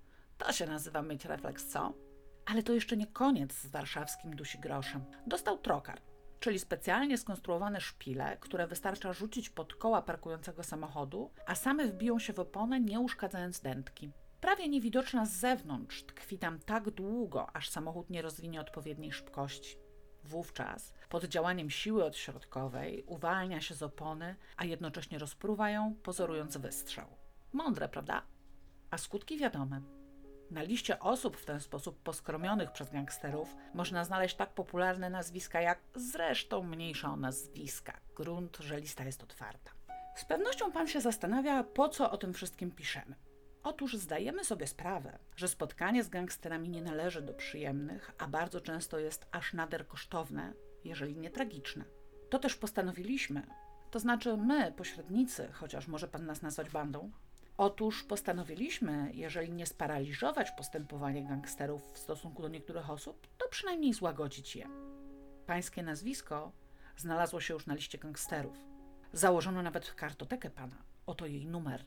To się nazywa mieć refleks, co? Ale to jeszcze nie koniec z warszawskim dusigroszem. Dostał trokar, czyli specjalnie skonstruowane szpile, które wystarcza rzucić pod koła parkującego samochodu, a same wbiją się w oponę, nie uszkadzając dętki. Prawie niewidoczna z zewnątrz, tkwi tam tak długo, aż samochód nie rozwinie odpowiedniej szybkości. Wówczas, pod działaniem siły odśrodkowej, uwalnia się z opony, a jednocześnie rozpruwa ją, pozorując wystrzał. Mądre, prawda? A skutki wiadome. Na liście osób w ten sposób poskromionych przez gangsterów można znaleźć tak popularne nazwiska jak zresztą mniejsza o nazwiska. Grunt, że lista jest otwarta. Z pewnością pan się zastanawia, po co o tym wszystkim piszemy. Otóż zdajemy sobie sprawę, że spotkanie z gangsterami nie należy do przyjemnych, a bardzo często jest aż nader kosztowne, jeżeli nie tragiczne. To też postanowiliśmy, to znaczy my, pośrednicy, chociaż może pan nas nazwać bandą, otóż postanowiliśmy, jeżeli nie sparaliżować postępowanie gangsterów w stosunku do niektórych osób, to przynajmniej złagodzić je. Pańskie nazwisko znalazło się już na liście gangsterów. Założono nawet kartotekę pana. Oto jej numer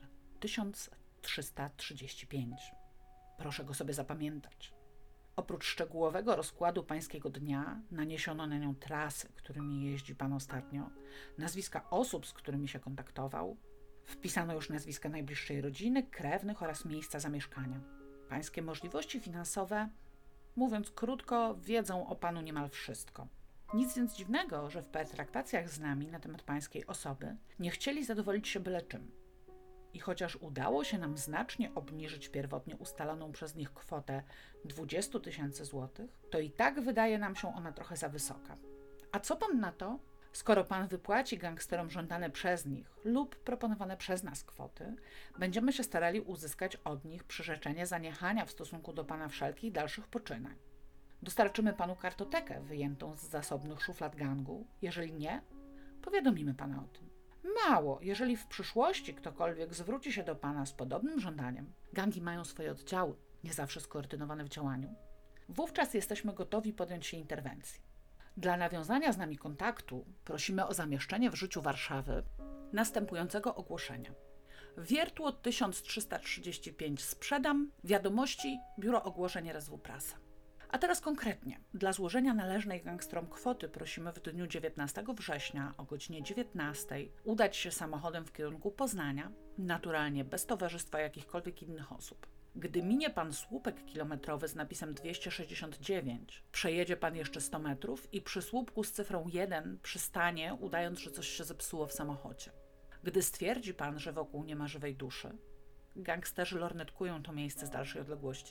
1335. Proszę go sobie zapamiętać. Oprócz szczegółowego rozkładu pańskiego dnia naniesiono na nią trasy, którymi jeździ pan ostatnio, nazwiska osób, z którymi się kontaktował. Wpisano już nazwiska najbliższej rodziny, krewnych oraz miejsca zamieszkania. Pańskie możliwości finansowe, mówiąc krótko, wiedzą o panu niemal wszystko. Nic więc dziwnego, że w pertraktacjach z nami na temat pańskiej osoby nie chcieli zadowolić się byle czym. I chociaż udało się nam znacznie obniżyć pierwotnie ustaloną przez nich kwotę 20 tysięcy złotych, to i tak wydaje nam się ona trochę za wysoka. A co pan na to? Skoro pan wypłaci gangsterom żądane przez nich lub proponowane przez nas kwoty, będziemy się starali uzyskać od nich przyrzeczenie zaniechania w stosunku do pana wszelkich dalszych poczynań. Dostarczymy panu kartotekę wyjętą z zasobnych szuflad gangu. Jeżeli nie, powiadomimy pana o tym. Mało, jeżeli w przyszłości ktokolwiek zwróci się do pana z podobnym żądaniem, gangi mają swoje oddziały, nie zawsze skoordynowane w działaniu, wówczas jesteśmy gotowi podjąć się interwencji. Dla nawiązania z nami kontaktu prosimy o zamieszczenie w życiu Warszawy następującego ogłoszenia. Wiertło 1335 sprzedam, wiadomości Biuro Ogłoszeń RSW Prasa. A teraz konkretnie, dla złożenia należnej gangsterom kwoty prosimy w dniu 19 września o godzinie 19 udać się samochodem w kierunku Poznania, naturalnie bez towarzystwa jakichkolwiek innych osób. Gdy minie pan słupek kilometrowy z napisem 269, przejedzie pan jeszcze 100 metrów i przy słupku z cyfrą 1 przystanie, udając, że coś się zepsuło w samochodzie. Gdy stwierdzi pan, że wokół nie ma żywej duszy, gangsterzy lornetkują to miejsce z dalszej odległości,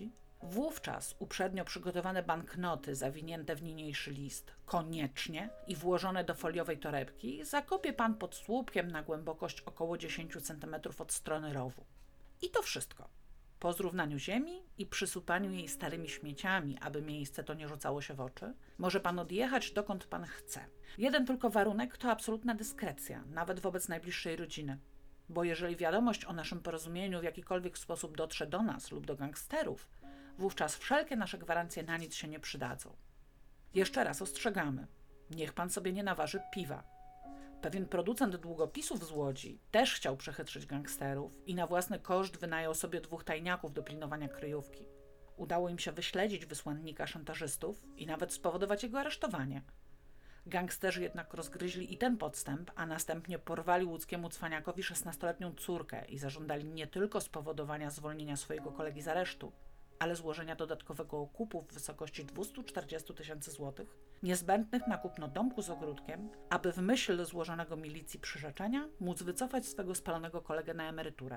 Wówczas uprzednio przygotowane banknoty zawinięte w niniejszy list, koniecznie i włożone do foliowej torebki, zakopie pan pod słupkiem na głębokość około 10 cm od strony rowu. I to wszystko. Po zrównaniu ziemi i przysypaniu jej starymi śmieciami, aby miejsce to nie rzucało się w oczy, może pan odjechać dokąd pan chce. Jeden tylko warunek to absolutna dyskrecja, nawet wobec najbliższej rodziny. Bo jeżeli wiadomość o naszym porozumieniu w jakikolwiek sposób dotrze do nas lub do gangsterów, wówczas wszelkie nasze gwarancje na nic się nie przydadzą. Jeszcze raz ostrzegamy. Niech pan sobie nie naważy piwa. Pewien producent długopisów z Łodzi też chciał przechytrzyć gangsterów i na własny koszt wynajął sobie 2 tajniaków do pilnowania kryjówki. Udało im się wyśledzić wysłannika szantażystów i nawet spowodować jego aresztowanie. Gangsterzy jednak rozgryźli i ten podstęp, a następnie porwali łódzkiemu cwaniakowi 16-letnią córkę i zażądali nie tylko spowodowania zwolnienia swojego kolegi z aresztu, ale złożenia dodatkowego okupu w wysokości 240 000 złotych, niezbędnych na kupno domku z ogródkiem, aby w myśl złożonego milicji przyrzeczenia móc wycofać swego spalonego kolegę na emeryturę.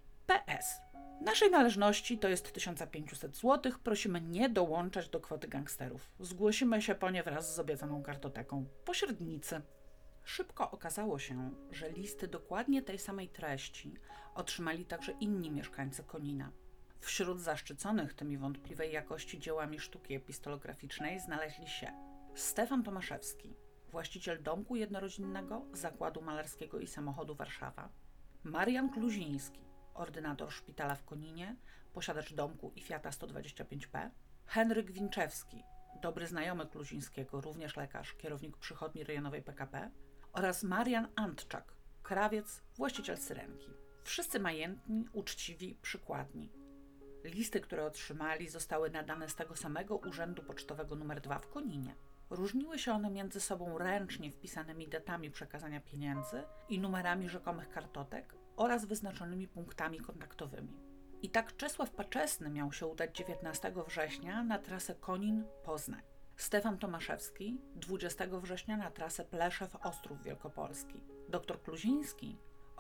PS. Naszej należności to jest 1500 zł, prosimy nie dołączać do kwoty gangsterów. Zgłosimy się po nie wraz z obiecaną kartoteką. Pośrednicy. Szybko okazało się, że listy dokładnie tej samej treści otrzymali także inni mieszkańcy Konina. Wśród zaszczyconych tymi wątpliwej jakości dziełami sztuki epistolograficznej znaleźli się Stefan Tomaszewski, właściciel domku jednorodzinnego, zakładu malarskiego i samochodu Warszawa, Marian Kluziński, ordynator szpitala w Koninie, posiadacz domku i Fiata 125P, Henryk Winczewski, dobry znajomy Kluzińskiego, również lekarz, kierownik przychodni rejonowej PKP, oraz Marian Antczak, krawiec, właściciel Syrenki. Wszyscy majętni, uczciwi, przykładni. Listy, które otrzymali, zostały nadane z tego samego urzędu pocztowego nr 2 w Koninie. Różniły się one między sobą ręcznie wpisanymi datami przekazania pieniędzy i numerami rzekomych kartotek oraz wyznaczonymi punktami kontaktowymi. I tak Czesław Paczesny miał się udać 19 września na trasę Konin-Poznań. Stefan Tomaszewski 20 września na trasę Pleszew-Ostrów Wielkopolski. Dr Kluziński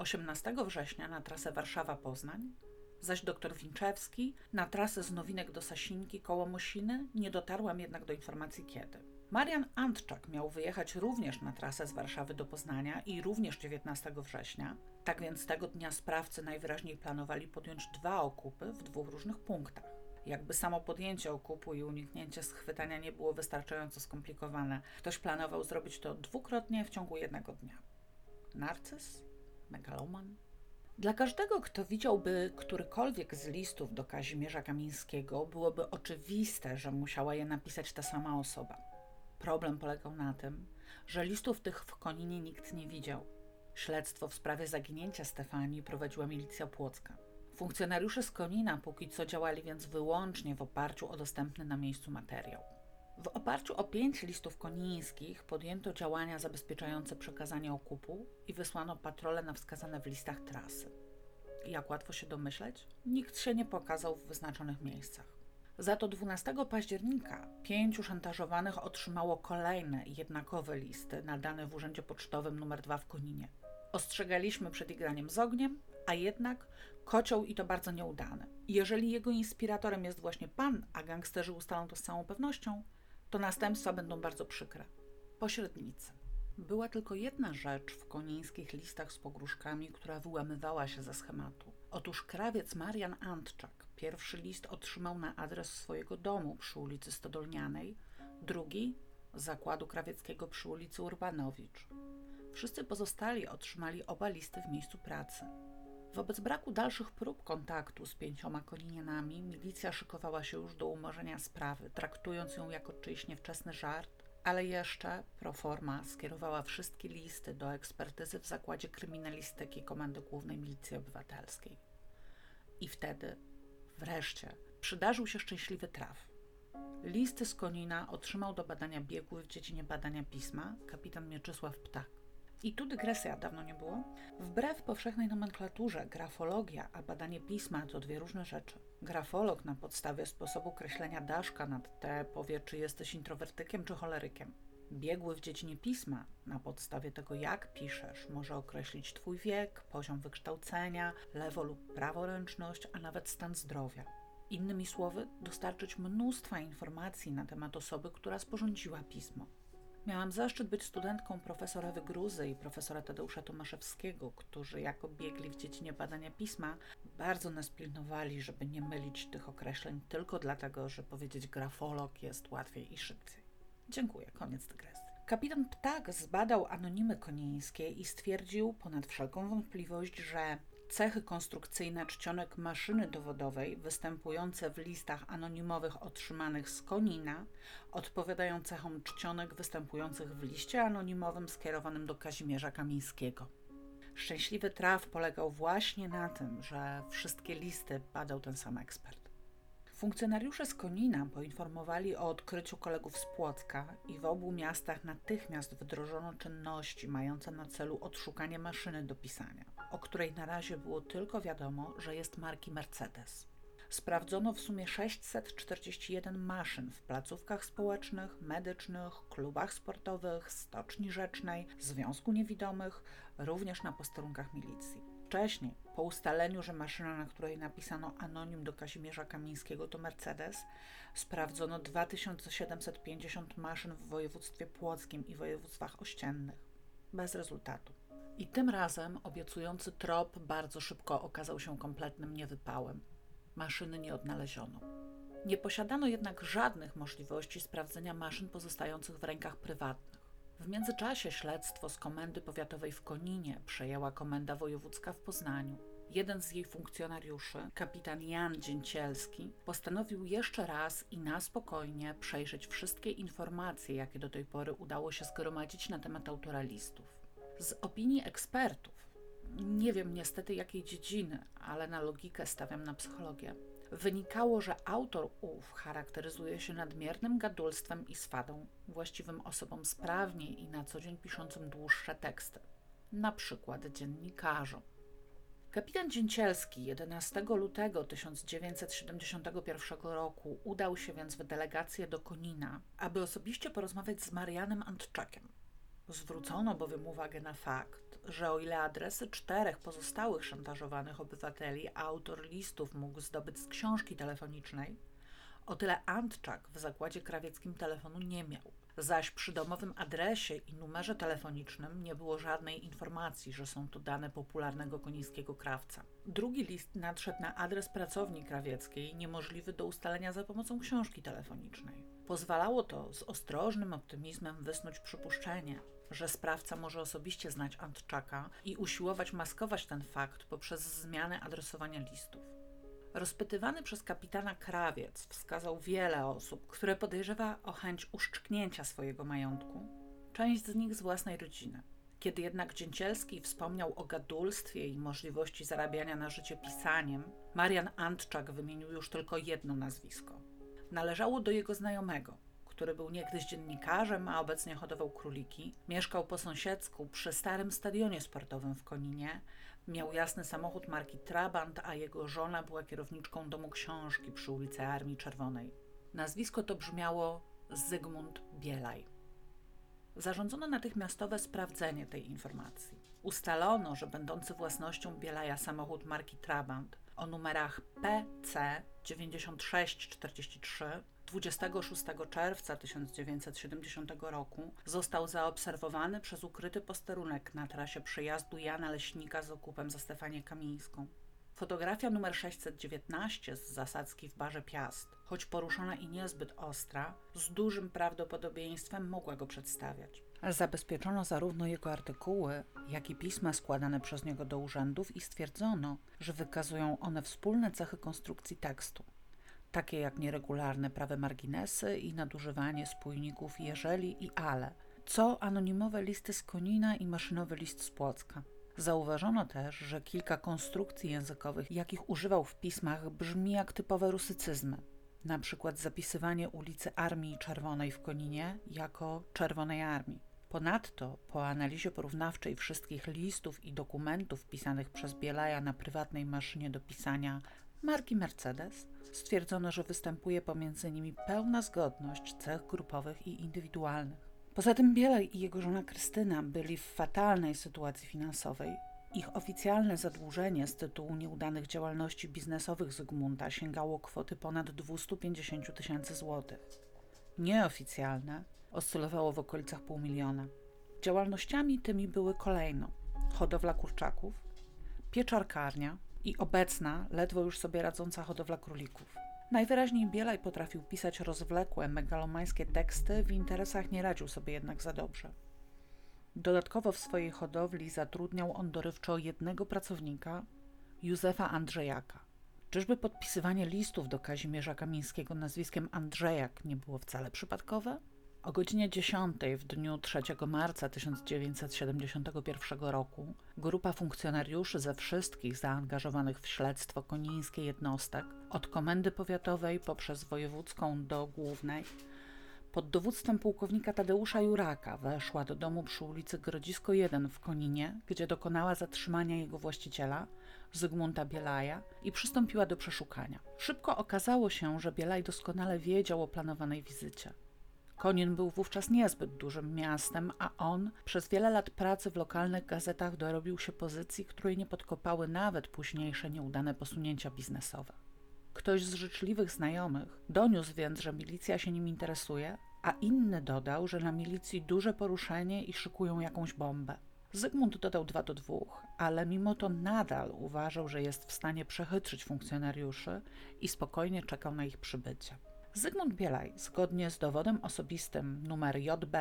18 września na trasę Warszawa-Poznań, zaś dr Winczewski na trasę z Nowinek do Sasinki koło Mosiny, nie dotarłam jednak do informacji kiedy. Marian Antczak miał wyjechać również na trasę z Warszawy do Poznania i również 19 września, tak więc tego dnia sprawcy najwyraźniej planowali podjąć 2 okupy w 2 różnych punktach. Jakby samo podjęcie okupu i uniknięcie schwytania nie było wystarczająco skomplikowane, ktoś planował zrobić to dwukrotnie w ciągu jednego dnia. Narcyz? Megaloman? Dla każdego, kto widziałby którykolwiek z listów do Kazimierza Kamińskiego, byłoby oczywiste, że musiała je napisać ta sama osoba. Problem polegał na tym, że listów tych w Koninie nikt nie widział. Śledztwo w sprawie zaginięcia Stefanii prowadziła milicja płocka. Funkcjonariusze z Konina póki co działali więc wyłącznie w oparciu o dostępny na miejscu materiał. W oparciu o 5 listów konińskich podjęto działania zabezpieczające przekazanie okupu i wysłano patrole na wskazane w listach trasy. Jak łatwo się domyśleć, nikt się nie pokazał w wyznaczonych miejscach. Za to 12 października 5 szantażowanych otrzymało kolejne jednakowe listy nadane w urzędzie pocztowym nr 2 w Koninie. Ostrzegaliśmy przed igraniem z ogniem, a jednak kocioł i to bardzo nieudany. Jeżeli jego inspiratorem jest właśnie pan, a gangsterzy ustalą to z całą pewnością, to następstwa będą bardzo przykre. Pośrednicy. Była tylko jedna rzecz w konińskich listach z pogróżkami, która wyłamywała się ze schematu. Otóż krawiec Marian Antczak pierwszy list otrzymał na adres swojego domu przy ulicy Stodolnianej, drugi zakładu krawieckiego przy ulicy Urbanowicz. Wszyscy pozostali otrzymali oba listy w miejscu pracy. Wobec braku dalszych prób kontaktu z 5 koninianami milicja szykowała się już do umorzenia sprawy, traktując ją jako czyjś niewczesny żart, ale jeszcze pro forma skierowała wszystkie listy do ekspertyzy w Zakładzie Kryminalistyki Komendy Głównej Milicji Obywatelskiej. I wtedy, wreszcie, przydarzył się szczęśliwy traf. Listy z Konina otrzymał do badania biegły w dziedzinie badania pisma kapitan Mieczysław Ptak. I tu dygresja, dawno nie było. Wbrew powszechnej nomenklaturze, grafologia a badanie pisma to 2 różne rzeczy. Grafolog na podstawie sposobu kreślenia daszka nad T powie, czy jesteś introwertykiem czy cholerykiem. Biegły w dziedzinie pisma na podstawie tego, jak piszesz, może określić twój wiek, poziom wykształcenia, lewo lub praworęczność, a nawet stan zdrowia. Innymi słowy, dostarczyć mnóstwa informacji na temat osoby, która sporządziła pismo. Miałam zaszczyt być studentką profesora Ewy Gruzy i profesora Tadeusza Tomaszewskiego, którzy jako biegli w dziedzinie badania pisma bardzo nas pilnowali, żeby nie mylić tych określeń tylko dlatego, że powiedzieć grafolog jest łatwiej i szybciej. Dziękuję, koniec dygresji. Kapitan Ptak zbadał anonimy konińskie i stwierdził ponad wszelką wątpliwość, że cechy konstrukcyjne czcionek maszyny dowodowej występujące w listach anonimowych otrzymanych z Konina odpowiadają cechom czcionek występujących w liście anonimowym skierowanym do Kazimierza Kamińskiego. Szczęśliwy traf polegał właśnie na tym, że wszystkie listy badał ten sam ekspert. Funkcjonariusze z Konina poinformowali o odkryciu kolegów z Płocka i w obu miastach natychmiast wdrożono czynności mające na celu odszukanie maszyny do pisania, o której na razie było tylko wiadomo, że jest marki Mercedes. Sprawdzono w sumie 641 maszyn w placówkach społecznych, medycznych, klubach sportowych, stoczni rzecznej, Związku Niewidomych, również na posterunkach milicji. Wcześniej, po ustaleniu, że maszyna, na której napisano anonim do Kazimierza Kamińskiego to Mercedes, sprawdzono 2750 maszyn w województwie płockim i województwach ościennych. Bez rezultatu. I tym razem obiecujący trop bardzo szybko okazał się kompletnym niewypałem. Maszyny nie odnaleziono. Nie posiadano jednak żadnych możliwości sprawdzenia maszyn pozostających w rękach prywatnych. W międzyczasie śledztwo z Komendy Powiatowej w Koninie przejęła Komenda Wojewódzka w Poznaniu. Jeden z jej funkcjonariuszy, kapitan Jan Dzięcielski, postanowił jeszcze raz i na spokojnie przejrzeć wszystkie informacje, jakie do tej pory udało się zgromadzić na temat autora listów. Z opinii ekspertów, nie wiem niestety jakiej dziedziny, ale na logikę stawiam na psychologię, wynikało, że autor ów charakteryzuje się nadmiernym gadulstwem i swadą, właściwym osobom sprawnie i na co dzień piszącym dłuższe teksty, na przykład dziennikarzom. Kapitan Dzięcielski 11 lutego 1971 roku udał się więc w delegację do Konina, aby osobiście porozmawiać z Marianem Antczakiem. Zwrócono bowiem uwagę na fakt, że o ile adresy 4 pozostałych szantażowanych obywateli autor listów mógł zdobyć z książki telefonicznej, o tyle Antczak w zakładzie krawieckim telefonu nie miał, zaś przy domowym adresie i numerze telefonicznym nie było żadnej informacji, że są to dane popularnego konińskiego krawca. Drugi list nadszedł na adres pracowni krawieckiej, niemożliwy do ustalenia za pomocą książki telefonicznej. Pozwalało to z ostrożnym optymizmem wysnuć przypuszczenie, że sprawca może osobiście znać Antczaka i usiłować maskować ten fakt poprzez zmianę adresowania listów. Rozpytywany przez kapitana krawiec wskazał wiele osób, które podejrzewa o chęć uszczknięcia swojego majątku, część z nich z własnej rodziny. Kiedy jednak Dzięcielski wspomniał o gadulstwie i możliwości zarabiania na życie pisaniem, Marian Antczak wymienił już tylko jedno nazwisko. Należało do jego znajomego, który był niegdyś dziennikarzem, a obecnie hodował króliki, mieszkał po sąsiedzku przy starym stadionie sportowym w Koninie, miał jasny samochód marki Trabant, a jego żona była kierowniczką domu książki przy ulicy Armii Czerwonej. Nazwisko to brzmiało Zygmunt Bielaj. Zarządzono natychmiastowe sprawdzenie tej informacji. Ustalono, że będący własnością Bielaja samochód marki Trabant o numerach PC 9643 26 czerwca 1970 roku został zaobserwowany przez ukryty posterunek na trasie przejazdu Jana Leśnika z okupem za Stefanię Kamińską. Fotografia numer 619 z zasadzki w barze Piast, choć poruszona i niezbyt ostra, z dużym prawdopodobieństwem mogła go przedstawiać. Zabezpieczono zarówno jego artykuły, jak i pisma składane przez niego do urzędów i stwierdzono, że wykazują one wspólne cechy konstrukcji tekstu, takie jak nieregularne prawe marginesy i nadużywanie spójników jeżeli i ale, co anonimowe listy z Konina i maszynowy list z Płocka. Zauważono też, że kilka konstrukcji językowych, jakich używał w pismach, brzmi jak typowe rusycyzmy. Na przykład zapisywanie ulicy Armii Czerwonej w Koninie jako Czerwonej Armii. Ponadto, po analizie porównawczej wszystkich listów i dokumentów pisanych przez Bielaja na prywatnej maszynie do pisania marki Mercedes, stwierdzono, że występuje pomiędzy nimi pełna zgodność cech grupowych i indywidualnych. Poza tym Bielaj i jego żona Krystyna byli w fatalnej sytuacji finansowej, Ich oficjalne zadłużenie z tytułu nieudanych działalności biznesowych Zygmunta sięgało kwoty ponad 250 tysięcy złotych. Nieoficjalne oscylowało w okolicach 500 000. Działalnościami tymi były kolejno hodowla kurczaków, pieczarkarnia i obecna, ledwo już sobie radząca hodowla królików. Najwyraźniej Bielaj potrafił pisać rozwlekłe, megalomańskie teksty, w interesach nie radził sobie jednak za dobrze. Dodatkowo w swojej hodowli zatrudniał on dorywczo jednego pracownika, Józefa Andrzejaka. Czyżby podpisywanie listów do Kazimierza Kamińskiego nazwiskiem Andrzejak nie było wcale przypadkowe? O godzinie 10 w dniu 3 marca 1971 roku grupa funkcjonariuszy ze wszystkich zaangażowanych w śledztwo konińskie jednostek, od komendy powiatowej poprzez wojewódzką do głównej, pod dowództwem pułkownika Tadeusza Juraka weszła do domu przy ulicy Grodzisko 1 w Koninie, gdzie dokonała zatrzymania jego właściciela, Zygmunta Bielaja, i przystąpiła do przeszukania. Szybko okazało się, że Bielaj doskonale wiedział o planowanej wizycie. Konin był wówczas niezbyt dużym miastem, a on przez wiele lat pracy w lokalnych gazetach dorobił się pozycji, której nie podkopały nawet późniejsze nieudane posunięcia biznesowe. Ktoś z życzliwych znajomych doniósł więc, że milicja się nim interesuje, a inny dodał, że na milicji duże poruszenie i szykują jakąś bombę. Zygmunt dodał 2 do 2, ale mimo to nadal uważał, że jest w stanie przechytrzyć funkcjonariuszy i spokojnie czekał na ich przybycie. Zygmunt Bielaj, zgodnie z dowodem osobistym nr JB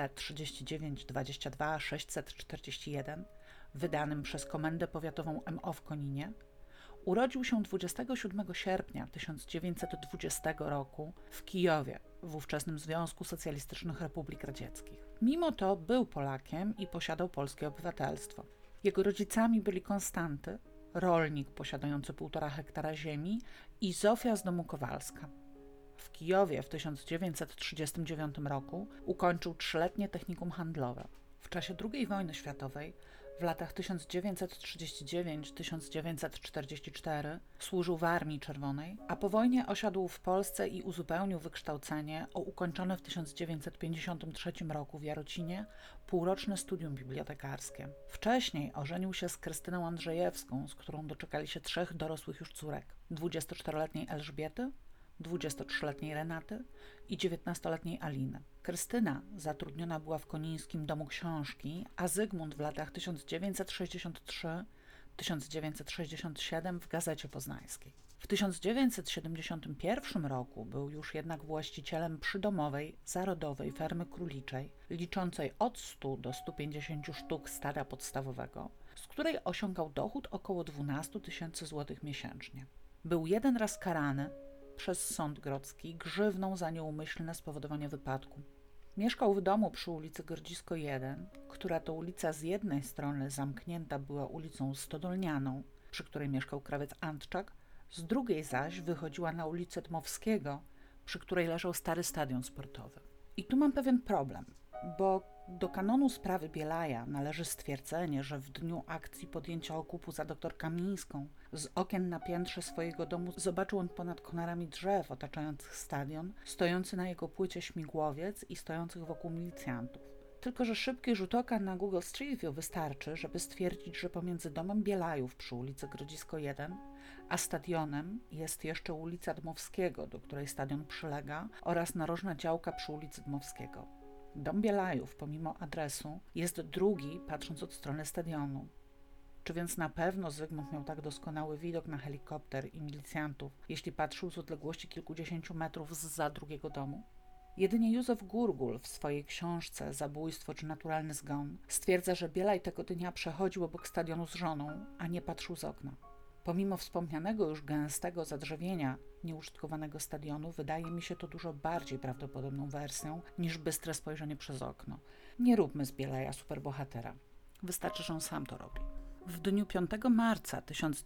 3922 641, wydanym przez Komendę Powiatową MO w Koninie, urodził się 27 sierpnia 1920 roku w Kijowie, w ówczesnym Związku Socjalistycznych Republik Radzieckich. Mimo to był Polakiem i posiadał polskie obywatelstwo. Jego rodzicami byli Konstanty, rolnik posiadający 1,5 hektara ziemi, i Zofia z domu Kowalska. W Kijowie w 1939 roku ukończył 3-letnie technikum handlowe. W czasie II wojny światowej w latach 1939–1944 służył w Armii Czerwonej, a po wojnie osiadł w Polsce i uzupełnił wykształcenie o ukończone w 1953 roku w Jarocinie półroczne studium bibliotekarskie. Wcześniej ożenił się z Krystyną Andrzejewską, z którą doczekali się 3 dorosłych już córek: 24-letniej Elżbiety, 23-letniej Renaty i 19-letniej Aliny. Krystyna zatrudniona była w Konińskim Domu Książki, a Zygmunt w latach 1963–1967 w Gazecie Poznańskiej. W 1971 roku był już jednak właścicielem przydomowej, zarodowej fermy króliczej, liczącej od 100 do 150 sztuk stada podstawowego, z której osiągał dochód około 12 tysięcy złotych miesięcznie. Był jeden raz karany przez sąd grodzki grzywną za nieumyślne spowodowanie wypadku. Mieszkał w domu przy ulicy Grodzisko 1, która to ulica z jednej strony zamknięta była ulicą Stodolnianą, przy której mieszkał krawiec Antczak, z drugiej zaś wychodziła na ulicę Dmowskiego, przy której leżał stary stadion sportowy. I tu mam pewien problem, bo do kanonu sprawy Bielaja należy stwierdzenie, że w dniu akcji podjęcia okupu za dr Kamińską z okien na piętrze swojego domu zobaczył on ponad konarami drzew otaczających stadion, stojący na jego płycie śmigłowiec i stojących wokół milicjantów. Tylko że szybki rzut oka na Google Street View wystarczy, żeby stwierdzić, że pomiędzy domem Bielajów przy ulicy Grodzisko 1 a stadionem jest jeszcze ulica Dmowskiego, do której stadion przylega, oraz narożna działka przy ulicy Dmowskiego. Dom Bielajów, pomimo adresu, jest drugi, patrząc od strony stadionu. Czy więc na pewno Zygmunt miał tak doskonały widok na helikopter i milicjantów, jeśli patrzył z odległości kilkudziesięciu metrów zza drugiego domu? Jedynie Józef Gurgul w swojej książce Zabójstwo czy naturalny zgon stwierdza, że Bielaj tego dnia przechodził obok stadionu z żoną, a nie patrzył z okna. Pomimo wspomnianego już gęstego zadrzewienia nieużytkowanego stadionu, wydaje mi się to dużo bardziej prawdopodobną wersją niż bystre spojrzenie przez okno. Nie róbmy z Bielaja superbohatera. Wystarczy, że on sam to robi. W dniu 5 marca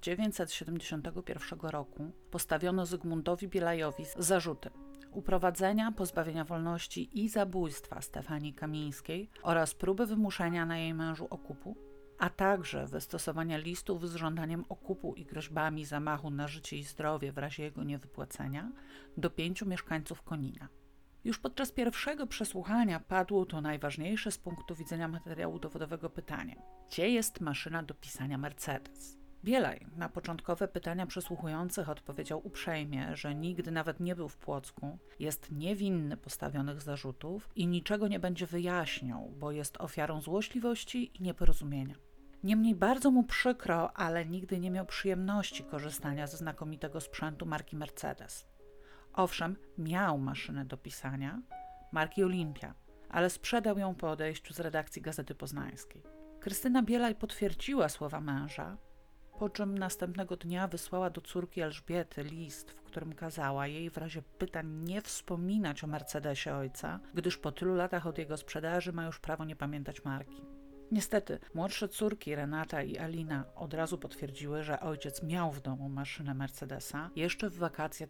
1971 roku postawiono Zygmuntowi Bielajowi zarzuty uprowadzenia, pozbawienia wolności i zabójstwa Stefanii Kamińskiej oraz próby wymuszenia na jej mężu okupu, a także wystosowania listów z żądaniem okupu i groźbami zamachu na życie i zdrowie w razie jego niewypłacenia do 5 mieszkańców Konina. Już podczas pierwszego przesłuchania padło to najważniejsze z punktu widzenia materiału dowodowego pytanie: gdzie jest maszyna do pisania Mercedes? Bielaj na początkowe pytania przesłuchujących odpowiedział uprzejmie, że nigdy nawet nie był w Płocku, jest niewinny postawionych zarzutów i niczego nie będzie wyjaśniał, bo jest ofiarą złośliwości i nieporozumienia. Niemniej bardzo mu przykro, ale nigdy nie miał przyjemności korzystania ze znakomitego sprzętu marki Mercedes. Owszem, miał maszynę do pisania marki Olimpia, ale sprzedał ją po odejściu z redakcji Gazety Poznańskiej. Krystyna Bielaj potwierdziła słowa męża, po czym następnego dnia wysłała do córki Elżbiety list, w którym kazała jej w razie pytań nie wspominać o Mercedesie ojca, gdyż po tylu latach od jego sprzedaży ma już prawo nie pamiętać marki. Niestety, młodsze córki Renata i Alina od razu potwierdziły, że ojciec miał w domu maszynę Mercedesa jeszcze w wakacje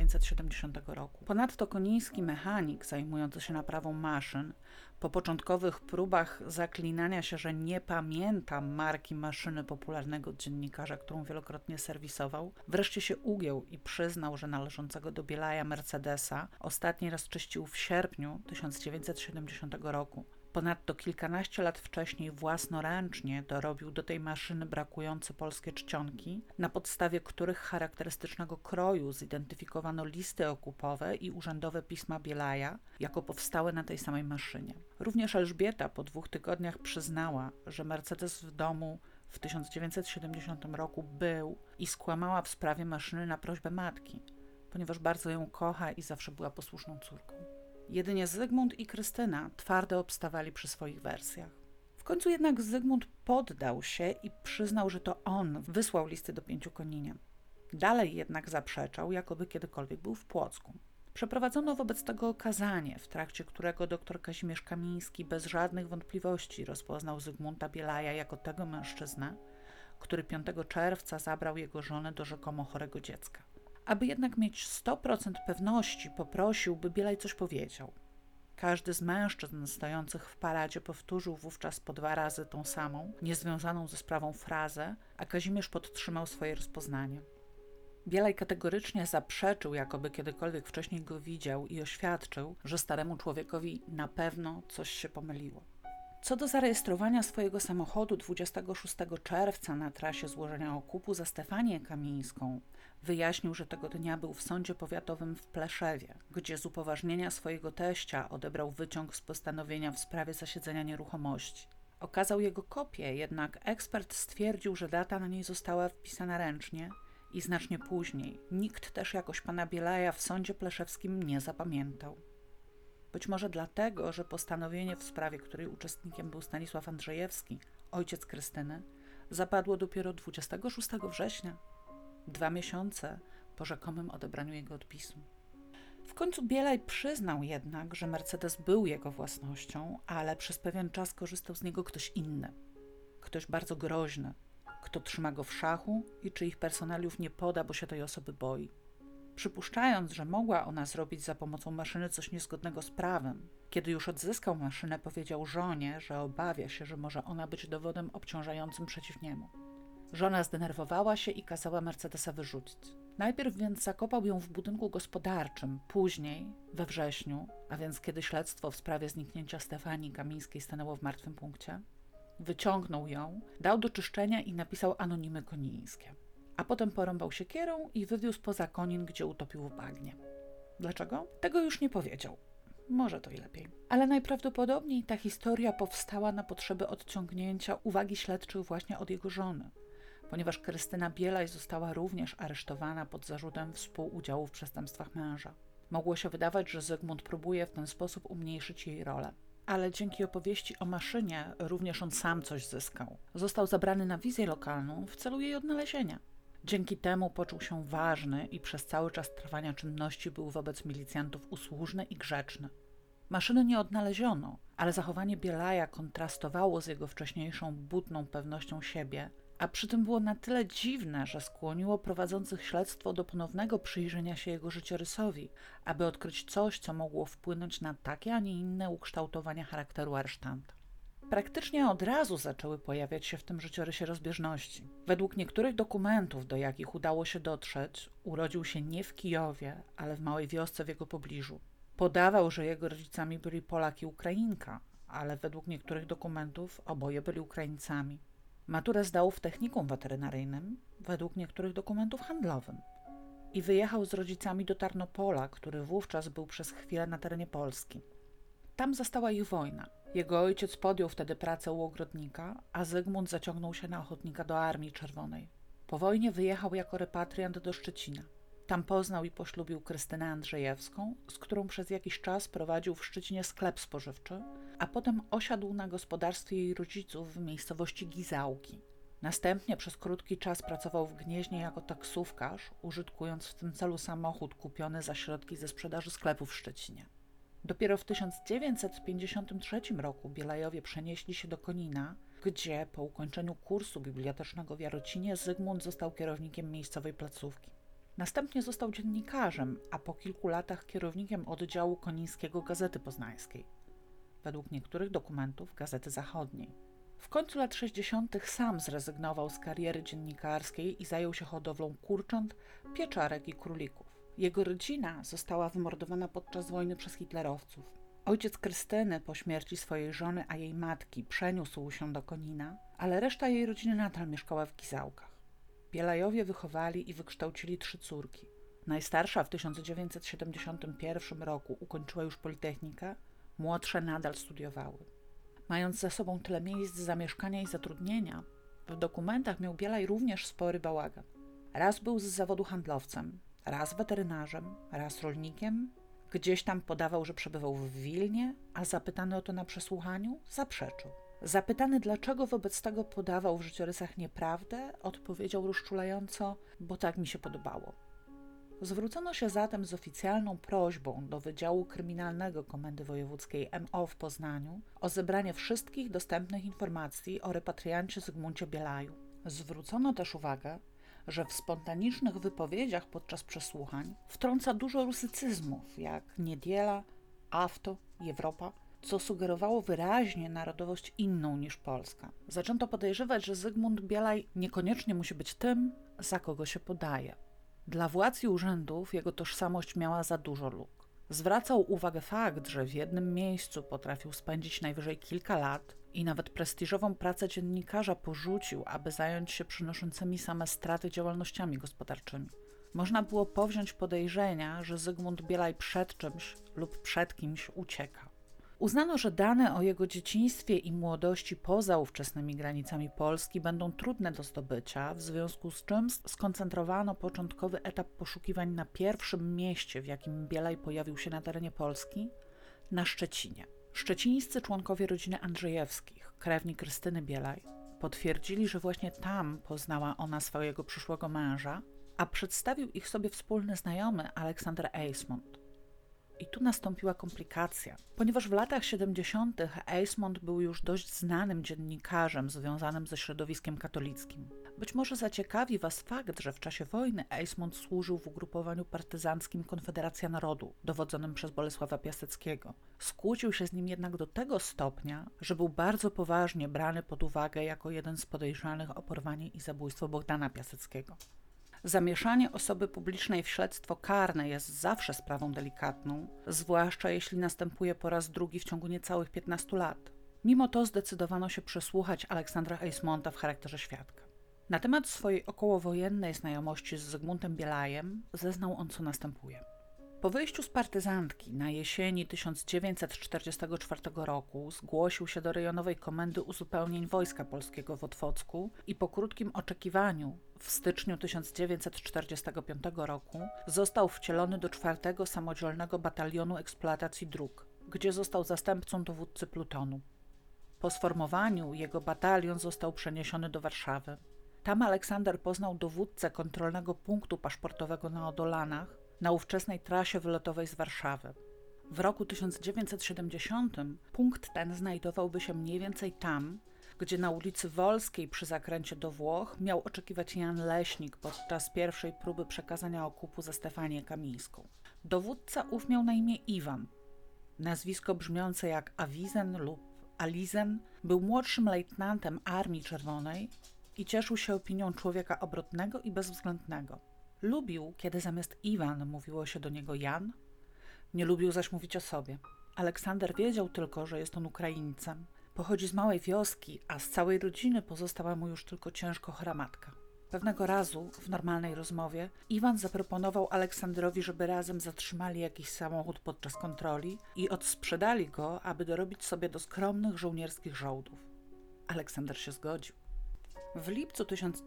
1970 roku. Ponadto koniński mechanik zajmujący się naprawą maszyn, po początkowych próbach zaklinania się, że nie pamięta marki maszyny popularnego dziennikarza, którą wielokrotnie serwisował, wreszcie się ugiął i przyznał, że należącego do Bielaja Mercedesa ostatni raz czyścił w sierpniu 1970 roku. Ponadto kilkanaście lat wcześniej własnoręcznie dorobił do tej maszyny brakujące polskie czcionki, na podstawie których charakterystycznego kroju zidentyfikowano listy okupowe i urzędowe pisma Bielaja jako powstałe na tej samej maszynie. Również Elżbieta po 2 tygodniach przyznała, że Mercedes w domu w 1970 roku był i skłamała w sprawie maszyny na prośbę matki, ponieważ bardzo ją kocha i zawsze była posłuszną córką. Jedynie Zygmunt i Krystyna twardo obstawali przy swoich wersjach. W końcu jednak Zygmunt poddał się i przyznał, że to on wysłał listy do 5 Konina. Dalej jednak zaprzeczał, jakoby kiedykolwiek był w Płocku. Przeprowadzono wobec tego okazanie, w trakcie którego dr Kazimierz Kamiński bez żadnych wątpliwości rozpoznał Zygmunta Bielaja jako tego mężczyznę, który 5 czerwca zabrał jego żonę do rzekomo chorego dziecka. Aby jednak mieć 100% pewności, poprosił, by Bielaj coś powiedział. Każdy z mężczyzn stojących w paradzie powtórzył wówczas po 2 razy tą samą, niezwiązaną ze sprawą frazę, a Kazimierz podtrzymał swoje rozpoznanie. Bielaj kategorycznie zaprzeczył, jakoby kiedykolwiek wcześniej go widział i oświadczył, że staremu człowiekowi na pewno coś się pomyliło. Co do zarejestrowania swojego samochodu 26 czerwca na trasie złożenia okupu za Stefanię Kamińską, wyjaśnił, że tego dnia był w sądzie powiatowym w Pleszewie, gdzie z upoważnienia swojego teścia odebrał wyciąg z postanowienia w sprawie zasiedzenia nieruchomości. Okazał jego kopię, jednak ekspert stwierdził, że data na niej została wpisana ręcznie i znacznie później. Nikt też jakoś pana Bielaja w sądzie pleszewskim nie zapamiętał. Być może dlatego, że postanowienie w sprawie, której uczestnikiem był Stanisław Andrzejewski, ojciec Krystyny, zapadło dopiero 26 września, 2 miesiące po rzekomym odebraniu jego odpisu. W końcu Bielaj przyznał jednak, że Mercedes był jego własnością, ale przez pewien czas korzystał z niego ktoś inny. Ktoś bardzo groźny, kto trzyma go w szachu i czyich personaliów nie poda, bo się tej osoby boi. Przypuszczając, że mogła ona zrobić za pomocą maszyny coś niezgodnego z prawem, kiedy już odzyskał maszynę, powiedział żonie, że obawia się, że może ona być dowodem obciążającym przeciw niemu. Żona zdenerwowała się i kazała Mercedesa wyrzucić. Najpierw więc zakopał ją w budynku gospodarczym, później, we wrześniu, a więc kiedy śledztwo w sprawie zniknięcia Stefanii Kamińskiej stanęło w martwym punkcie, wyciągnął ją, dał do czyszczenia i napisał anonimy konińskie. A potem porąbał siekierą i wywiózł poza Konin, gdzie utopił w bagnie. Dlaczego? Tego już nie powiedział. Może to i lepiej. Ale najprawdopodobniej ta historia powstała na potrzeby odciągnięcia uwagi śledczych właśnie od jego żony, ponieważ Krystyna Bielaj została również aresztowana pod zarzutem współudziału w przestępstwach męża. Mogło się wydawać, że Zygmunt próbuje w ten sposób umniejszyć jej rolę. Ale dzięki opowieści o maszynie również on sam coś zyskał. Został zabrany na wizję lokalną w celu jej odnalezienia. Dzięki temu poczuł się ważny i przez cały czas trwania czynności był wobec milicjantów usłużny i grzeczny. Maszyny nie odnaleziono, ale zachowanie Bielaja kontrastowało z jego wcześniejszą butną pewnością siebie, a przy tym było na tyle dziwne, że skłoniło prowadzących śledztwo do ponownego przyjrzenia się jego życiorysowi, aby odkryć coś, co mogło wpłynąć na takie, a nie inne ukształtowania charakteru aresztanta. Praktycznie od razu zaczęły pojawiać się w tym życiorysie rozbieżności. Według niektórych dokumentów, do jakich udało się dotrzeć, urodził się nie w Kijowie, ale w małej wiosce w jego pobliżu. Podawał, że jego rodzicami byli Polak i Ukrainka, ale według niektórych dokumentów oboje byli Ukraińcami. Maturę zdał w technikum weterynaryjnym, według niektórych dokumentów handlowym. I wyjechał z rodzicami do Tarnopola, który wówczas był przez chwilę na terenie Polski. Tam zastała ich wojna. Jego ojciec podjął wtedy pracę u ogrodnika, a Zygmunt zaciągnął się na ochotnika do Armii Czerwonej. Po wojnie wyjechał jako repatriant do Szczecina. Tam poznał i poślubił Krystynę Andrzejewską, z którą przez jakiś czas prowadził w Szczecinie sklep spożywczy, a potem osiadł na gospodarstwie jej rodziców w miejscowości Gizałki. Następnie przez krótki czas pracował w Gnieźnie jako taksówkarz, użytkując w tym celu samochód kupiony za środki ze sprzedaży sklepu w Szczecinie. Dopiero w 1953 roku Bielajowie przenieśli się do Konina, gdzie po ukończeniu kursu bibliotecznego w Jarocinie Zygmunt został kierownikiem miejscowej placówki. Następnie został dziennikarzem, a po kilku latach kierownikiem oddziału konińskiego Gazety Poznańskiej. Według niektórych dokumentów Gazety Zachodniej. W końcu lat 60. sam zrezygnował z kariery dziennikarskiej i zajął się hodowlą kurcząt, pieczarek i królików. Jego rodzina została wymordowana podczas wojny przez hitlerowców. Ojciec Krystyny po śmierci swojej żony, a jej matki przeniósł się do Konina, ale reszta jej rodziny nadal mieszkała w Gizałkach. Bielajowie wychowali i wykształcili 3 córki. Najstarsza w 1971 roku ukończyła już Politechnikę, młodsze nadal studiowały. Mając za sobą tyle miejsc zamieszkania i zatrudnienia, w dokumentach miał Bielaj również spory bałagan. Raz był z zawodu handlowcem, raz weterynarzem, raz rolnikiem. Gdzieś tam podawał, że przebywał w Wilnie, a zapytany o to na przesłuchaniu zaprzeczył. Zapytany, dlaczego wobec tego podawał w życiorysach nieprawdę, odpowiedział rozczulająco, bo tak mi się podobało. Zwrócono się zatem z oficjalną prośbą do Wydziału Kryminalnego Komendy Wojewódzkiej MO w Poznaniu o zebranie wszystkich dostępnych informacji o repatriancie Zygmuncie Bielaju. Zwrócono też uwagę, że w spontanicznych wypowiedziach podczas przesłuchań wtrąca dużo rusycyzmów, jak niedziela, awto i Europa, co sugerowało wyraźnie narodowość inną niż polska. Zaczęto podejrzewać, że Zygmunt Bielaj niekoniecznie musi być tym, za kogo się podaje. Dla władz i urzędów jego tożsamość miała za dużo luk. Zwracał uwagę fakt, że w jednym miejscu potrafił spędzić najwyżej kilka lat i nawet prestiżową pracę dziennikarza porzucił, aby zająć się przynoszącymi same straty działalnościami gospodarczymi. Można było powziąć podejrzenia, że Zygmunt Bielaj przed czymś lub przed kimś ucieka. Uznano, że dane o jego dzieciństwie i młodości poza ówczesnymi granicami Polski będą trudne do zdobycia, w związku z czym skoncentrowano początkowy etap poszukiwań na pierwszym mieście, w jakim Bielaj pojawił się na terenie Polski, na Szczecinie. Szczecińscy członkowie rodziny Andrzejewskich, krewni Krystyny Bielaj, potwierdzili, że właśnie tam poznała ona swojego przyszłego męża, a przedstawił ich sobie wspólny znajomy Aleksander Eismont. I tu nastąpiła komplikacja, ponieważ w latach 70. Eismont był już dość znanym dziennikarzem związanym ze środowiskiem katolickim. Być może zaciekawi Was fakt, że w czasie wojny Eismont służył w ugrupowaniu partyzanckim Konfederacja Narodu, dowodzonym przez Bolesława Piaseckiego. Skłócił się z nim jednak do tego stopnia, że był bardzo poważnie brany pod uwagę jako jeden z podejrzanych o porwanie i zabójstwo Bogdana Piaseckiego. Zamieszanie osoby publicznej w śledztwo karne jest zawsze sprawą delikatną, zwłaszcza jeśli następuje po raz drugi w ciągu niecałych 15 lat. Mimo to zdecydowano się przesłuchać Aleksandra Eismonta w charakterze świadka. Na temat swojej okołowojennej znajomości z Zygmuntem Bielajem zeznał on, co następuje. Po wyjściu z partyzantki na jesieni 1944 roku zgłosił się do rejonowej komendy uzupełnień Wojska Polskiego w Otwocku i po krótkim oczekiwaniu w styczniu 1945 roku został wcielony do 4. Samodzielnego Batalionu Eksploatacji Dróg, gdzie został zastępcą dowódcy plutonu. Po sformowaniu jego batalion został przeniesiony do Warszawy. Tam Aleksander poznał dowódcę kontrolnego punktu paszportowego na Odolanach, na ówczesnej trasie wylotowej z Warszawy. W roku 1970 punkt ten znajdowałby się mniej więcej tam, gdzie na ulicy Wolskiej przy zakręcie do Włoch miał oczekiwać Jan Leśnik podczas pierwszej próby przekazania okupu za Stefanię Kamińską. Dowódca ów miał na imię Iwan. Nazwisko brzmiące jak Awizen lub Alizen, był młodszym lejtnantem Armii Czerwonej i cieszył się opinią człowieka obrotnego i bezwzględnego. Lubił, kiedy zamiast Iwan mówiło się do niego Jan, Nie lubił zaś mówić o sobie. Aleksander wiedział tylko, że jest on Ukraińcem. Pochodzi z małej wioski, a z całej rodziny pozostała mu już tylko ciężko chora matka. Pewnego razu, w normalnej rozmowie, Iwan zaproponował Aleksandrowi, żeby razem zatrzymali jakiś samochód podczas kontroli i odsprzedali go, aby dorobić sobie do skromnych żołnierskich żołdów. Aleksander się zgodził. W lipcu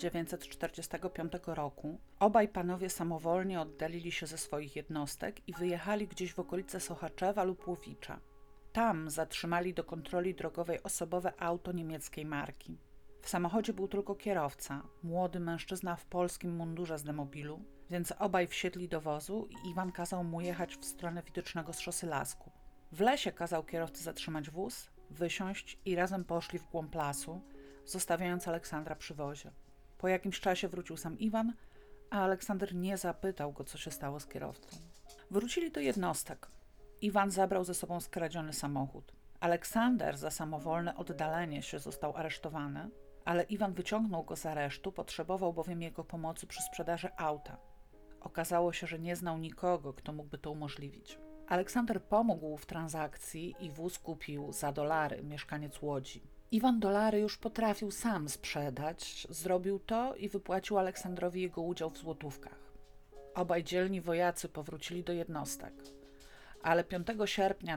1945 roku obaj panowie samowolnie oddalili się ze swoich jednostek i wyjechali gdzieś w okolice Sochaczewa lub Łowicza. Tam zatrzymali do kontroli drogowej osobowe auto niemieckiej marki. W samochodzie był tylko kierowca, młody mężczyzna w polskim mundurze z demobilu, więc obaj wsiedli do wozu i Iwan kazał mu jechać w stronę widocznego z szosy lasku. W lesie kazał kierowcy zatrzymać wóz, wysiąść i razem poszli w głąb lasu, zostawiając Aleksandra przy wozie. Po jakimś czasie wrócił sam Iwan, a Aleksander nie zapytał go, co się stało z kierowcą. Wrócili do jednostek. Iwan zabrał ze sobą skradziony samochód. Aleksander za samowolne oddalenie się został aresztowany, ale Iwan wyciągnął go z aresztu, potrzebował bowiem jego pomocy przy sprzedaży auta. Okazało się, że nie znał nikogo, kto mógłby to umożliwić. Aleksander pomógł w transakcji i wóz kupił za $, mieszkaniec Łodzi. Iwan dolary już potrafił sam sprzedać, zrobił to i wypłacił Aleksandrowi jego udział w złotówkach. Obaj dzielni wojacy powrócili do jednostek. Ale 5 sierpnia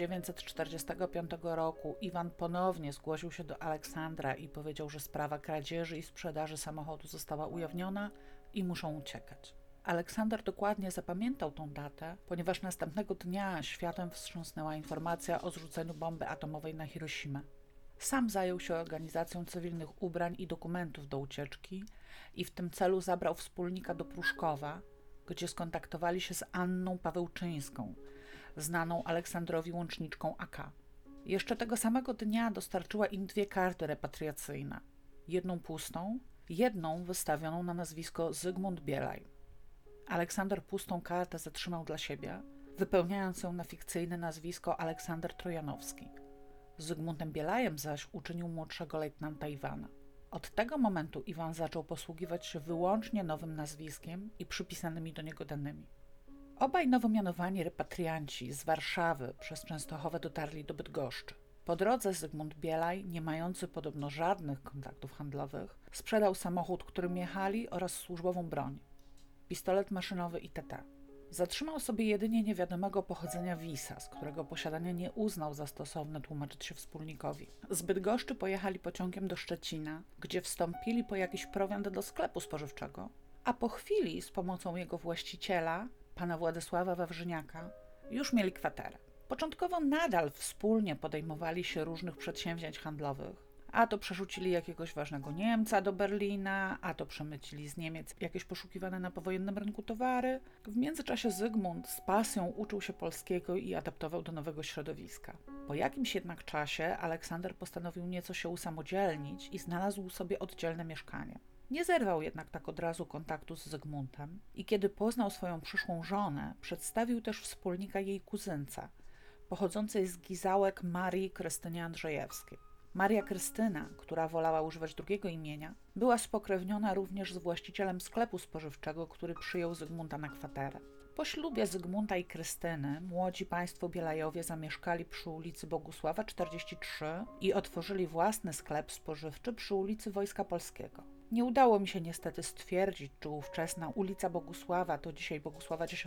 1945 roku Iwan ponownie zgłosił się do Aleksandra i powiedział, że sprawa kradzieży i sprzedaży samochodu została ujawniona i muszą uciekać. Aleksander dokładnie zapamiętał tą datę, ponieważ następnego dnia światem wstrząsnęła informacja o zrzuceniu bomby atomowej na Hiroshimę. Sam zajął się organizacją cywilnych ubrań i dokumentów do ucieczki i w tym celu zabrał wspólnika do Pruszkowa, gdzie skontaktowali się z Anną Pawełczyńską, znaną Aleksandrowi łączniczką AK. Jeszcze tego samego dnia dostarczyła im 2 karty repatriacyjne. Jedną pustą, jedną wystawioną na nazwisko Zygmunt Bielaj. Aleksander pustą kartę zatrzymał dla siebie, wypełniając ją na fikcyjne nazwisko Aleksander Trojanowski. Zygmuntem Bielajem zaś uczynił młodszego lejtnanta Iwana. Od tego momentu Iwan zaczął posługiwać się wyłącznie nowym nazwiskiem i przypisanymi do niego danymi. Obaj nowo mianowani repatrianci z Warszawy przez Częstochowę dotarli do Bydgoszczy. Po drodze Zygmunt Bielaj, nie mający podobno żadnych kontaktów handlowych, sprzedał samochód, którym jechali, oraz służbową broń, pistolet maszynowy i TT. Zatrzymał sobie jedynie niewiadomego pochodzenia Wisa, z którego posiadania nie uznał za stosowne tłumaczyć się wspólnikowi. Z Bydgoszczy pojechali pociągiem do Szczecina, gdzie wstąpili po jakiś prowiant do sklepu spożywczego, a po chwili z pomocą jego właściciela, pana Władysława Wawrzyniaka, już mieli kwaterę. Początkowo nadal wspólnie podejmowali się różnych przedsięwzięć handlowych. A to przerzucili jakiegoś ważnego Niemca do Berlina, a to przemycili z Niemiec jakieś poszukiwane na powojennym rynku towary. W międzyczasie Zygmunt z pasją uczył się polskiego i adaptował do nowego środowiska. Po jakimś jednak czasie Aleksander postanowił nieco się usamodzielnić i znalazł sobie oddzielne mieszkanie. Nie zerwał jednak tak od razu kontaktu z Zygmuntem i kiedy poznał swoją przyszłą żonę, przedstawił też wspólnika jej kuzynce, pochodzącej z Gizałek Marii Krystynie Andrzejewskiej. Maria Krystyna, która wolała używać drugiego imienia, była spokrewniona również z właścicielem sklepu spożywczego, który przyjął Zygmunta na kwaterę. Po ślubie Zygmunta i Krystyny młodzi państwo Bielajowie zamieszkali przy ulicy Bogusława 43 i otworzyli własny sklep spożywczy przy ulicy Wojska Polskiego. Nie udało mi się niestety stwierdzić, czy ówczesna ulica Bogusława to dzisiaj Bogusława X,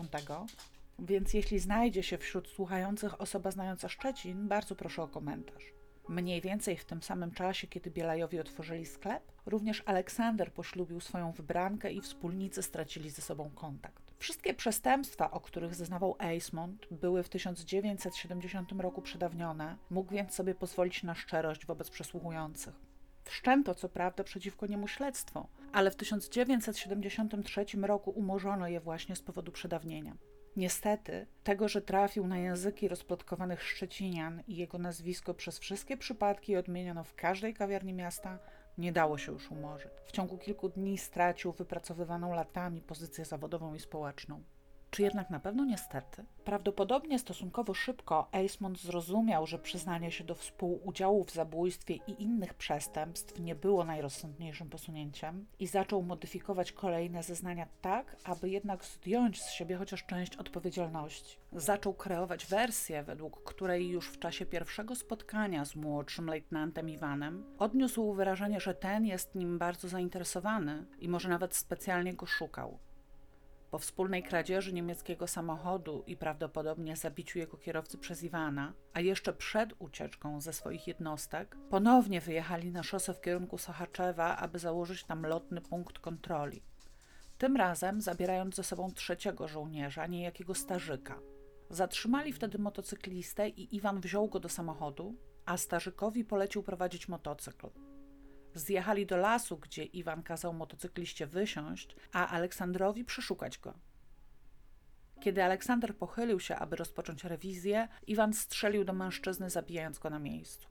więc jeśli znajdzie się wśród słuchających osoba znająca Szczecin, bardzo proszę o komentarz. Mniej więcej w tym samym czasie, kiedy Bielajowie otworzyli sklep, również Aleksander poślubił swoją wybrankę i wspólnicy stracili ze sobą kontakt. Wszystkie przestępstwa, o których zeznawał Eysmont, były w 1970 roku przedawnione, mógł więc sobie pozwolić na szczerość wobec przesłuchujących. Wszczęto co prawda przeciwko niemu śledztwo, ale w 1973 roku umorzono je właśnie z powodu przedawnienia. Niestety, tego, że trafił na języki rozplotkowanych Szczecinian i jego nazwisko przez wszystkie przypadki odmieniono w każdej kawiarni miasta, nie dało się już umorzyć. W ciągu kilku dni stracił wypracowywaną latami pozycję zawodową i społeczną. Czy jednak na pewno niestety? Prawdopodobnie stosunkowo szybko Eastmont zrozumiał, że przyznanie się do współudziału w zabójstwie i innych przestępstw nie było najrozsądniejszym posunięciem i zaczął modyfikować kolejne zeznania tak, aby jednak zdjąć z siebie chociaż część odpowiedzialności. Zaczął kreować wersję, według której już w czasie pierwszego spotkania z młodszym lejtnantem Iwanem odniósł wrażenie, że ten jest nim bardzo zainteresowany i może nawet specjalnie go szukał. Po wspólnej kradzieży niemieckiego samochodu i prawdopodobnie zabiciu jego kierowcy przez Iwana, a jeszcze przed ucieczką ze swoich jednostek, ponownie wyjechali na szosę w kierunku Sochaczewa, aby założyć tam lotny punkt kontroli. Tym razem zabierając ze sobą trzeciego żołnierza, niejakiego Starzyka. Zatrzymali wtedy motocyklistę i Iwan wziął go do samochodu, a Starzykowi polecił prowadzić motocykl. Zjechali do lasu, gdzie Iwan kazał motocykliście wysiąść, a Aleksandrowi przeszukać go. Kiedy Aleksander pochylił się, aby rozpocząć rewizję, Iwan strzelił do mężczyzny, zabijając go na miejscu.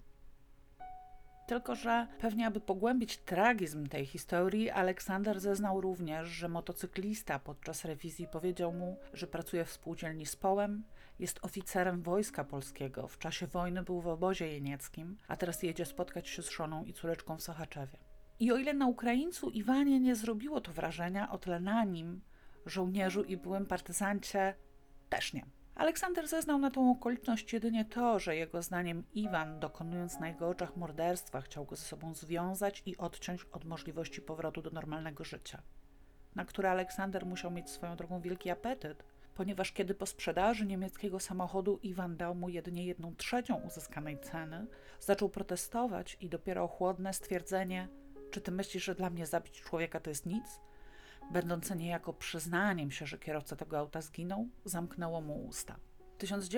Tylko że pewnie aby pogłębić tragizm tej historii, Aleksander zeznał również, że motocyklista podczas rewizji powiedział mu, że pracuje w spółdzielni z Połem, jest oficerem Wojska Polskiego, w czasie wojny był w obozie jenieckim, a teraz jedzie spotkać się z żoną i córeczką w Sochaczewie. I o ile na Ukraińcu Iwanie nie zrobiło to wrażenia, o tyle na nim, żołnierzu i byłym partyzancie, też nie. Aleksander zeznał na tą okoliczność jedynie to, że jego zdaniem Iwan, dokonując na jego oczach morderstwa, chciał go ze sobą związać i odciąć od możliwości powrotu do normalnego życia, na które Aleksander musiał mieć swoją drogą wielki apetyt, ponieważ kiedy po sprzedaży niemieckiego samochodu Iwan dał mu jedynie 1/3 uzyskanej ceny, zaczął protestować i dopiero chłodne stwierdzenie: czy ty myślisz, że dla mnie zabić człowieka to jest nic? Będące niejako przyznaniem się, że kierowca tego auta zginął, zamknęło mu usta. W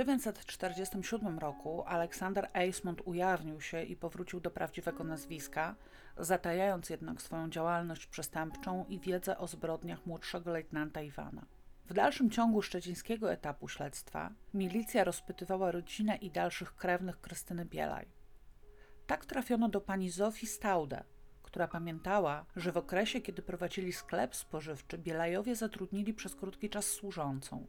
1947 roku Aleksander Eastmont ujawnił się i powrócił do prawdziwego nazwiska, zatajając jednak swoją działalność przestępczą i wiedzę o zbrodniach młodszego lejtnanta Iwana. W dalszym ciągu szczecińskiego etapu śledztwa milicja rozpytywała rodzinę i dalszych krewnych Krystyny Bielaj. Tak trafiono do pani Zofii Staudę, która pamiętała, że w okresie, kiedy prowadzili sklep spożywczy, Bielajowie zatrudnili przez krótki czas służącą,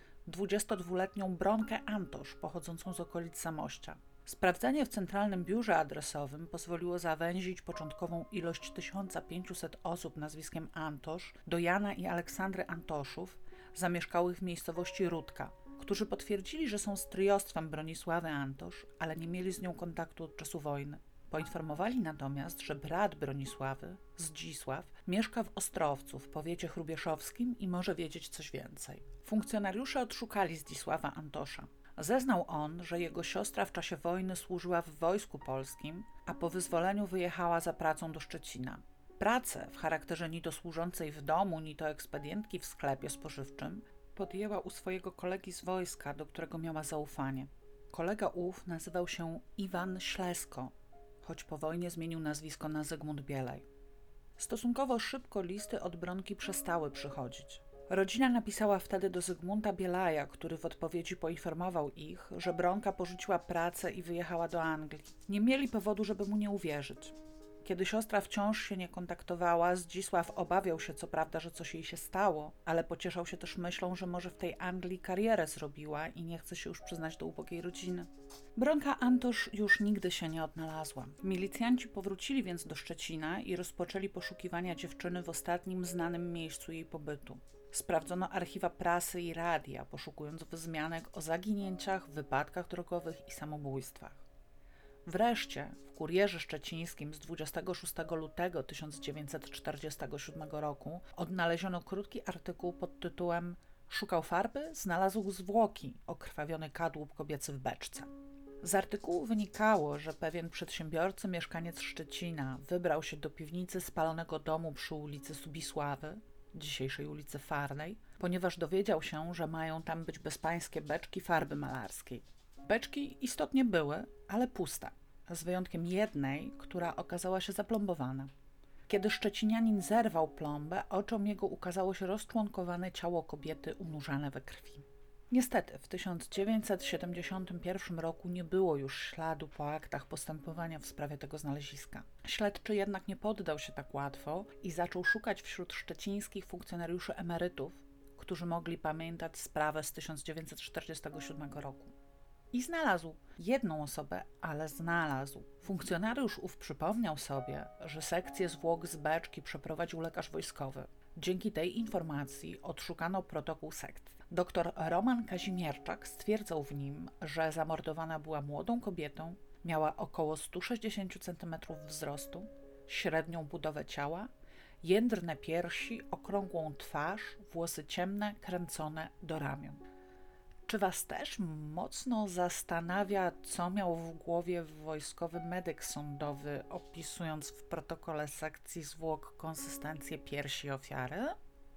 22-letnią Bronkę Antosz, pochodzącą z okolic Zamościa. Sprawdzenie w Centralnym Biurze Adresowym pozwoliło zawęzić początkową ilość 1500 osób nazwiskiem Antosz do Jana i Aleksandry Antoszów, zamieszkałych w miejscowości Rudka, którzy potwierdzili, że są stryjostwem Bronisławy Antosz, ale nie mieli z nią kontaktu od czasu wojny. Poinformowali natomiast, że brat Bronisławy, Zdzisław, mieszka w Ostrowcu w powiecie chrubieszowskim i może wiedzieć coś więcej. Funkcjonariusze odszukali Zdzisława Antosza. Zeznał on, że jego siostra w czasie wojny służyła w Wojsku Polskim, a po wyzwoleniu wyjechała za pracą do Szczecina. Pracę w charakterze ni to służącej w domu, ni to ekspedientki w sklepie spożywczym podjęła u swojego kolegi z wojska, do którego miała zaufanie. Kolega ów nazywał się Iwan Ślesko, choć po wojnie zmienił nazwisko na Zygmunt Bielaj. Stosunkowo szybko listy od Bronki przestały przychodzić. Rodzina napisała wtedy do Zygmunta Bielaja, który w odpowiedzi poinformował ich, że Bronka porzuciła pracę i wyjechała do Anglii. Nie mieli powodu, żeby mu nie uwierzyć. Kiedy siostra wciąż się nie kontaktowała, Zdzisław obawiał się co prawda, że coś jej się stało, ale pocieszał się też myślą, że może w tej Anglii karierę zrobiła i nie chce się już przyznać do ubogiej rodziny. Bronka Antosz już nigdy się nie odnalazła. Milicjanci powrócili więc do Szczecina i rozpoczęli poszukiwania dziewczyny w ostatnim znanym miejscu jej pobytu. Sprawdzono archiwa prasy i radia, poszukując wzmianek o zaginięciach, wypadkach drogowych i samobójstwach. Wreszcie w Kurierze Szczecińskim z 26 lutego 1947 roku odnaleziono krótki artykuł pod tytułem „Szukał farby, znalazł zwłoki, okrwawiony kadłub kobiecy w beczce”. Z artykułu wynikało, że pewien przedsiębiorcy, mieszkaniec Szczecina, wybrał się do piwnicy spalonego domu przy ulicy Subisławy, dzisiejszej ulicy Farnej, ponieważ dowiedział się, że mają tam być bezpańskie beczki farby malarskiej. Beczki istotnie były, ale puste, z wyjątkiem jednej, która okazała się zaplombowana. Kiedy szczecinianin zerwał plombę, oczom jego ukazało się rozczłonkowane ciało kobiety unurzane we krwi. Niestety, w 1971 roku nie było już śladu po aktach postępowania w sprawie tego znaleziska. Śledczy jednak nie poddał się tak łatwo i zaczął szukać wśród szczecińskich funkcjonariuszy emerytów, którzy mogli pamiętać sprawę z 1947 roku. I znalazł jedną osobę, ale znalazł. Funkcjonariusz ów przypomniał sobie, że sekcję zwłok z beczki przeprowadził lekarz wojskowy. Dzięki tej informacji odszukano protokół sekcji. Dr Roman Kazimierczak stwierdzał w nim, że zamordowana była młodą kobietą, miała około 160 cm wzrostu, średnią budowę ciała, jędrne piersi, okrągłą twarz, włosy ciemne, kręcone do ramion. Czy was też mocno zastanawia, co miał w głowie wojskowy medyk sądowy, opisując w protokole sekcji zwłok konsystencję piersi ofiary?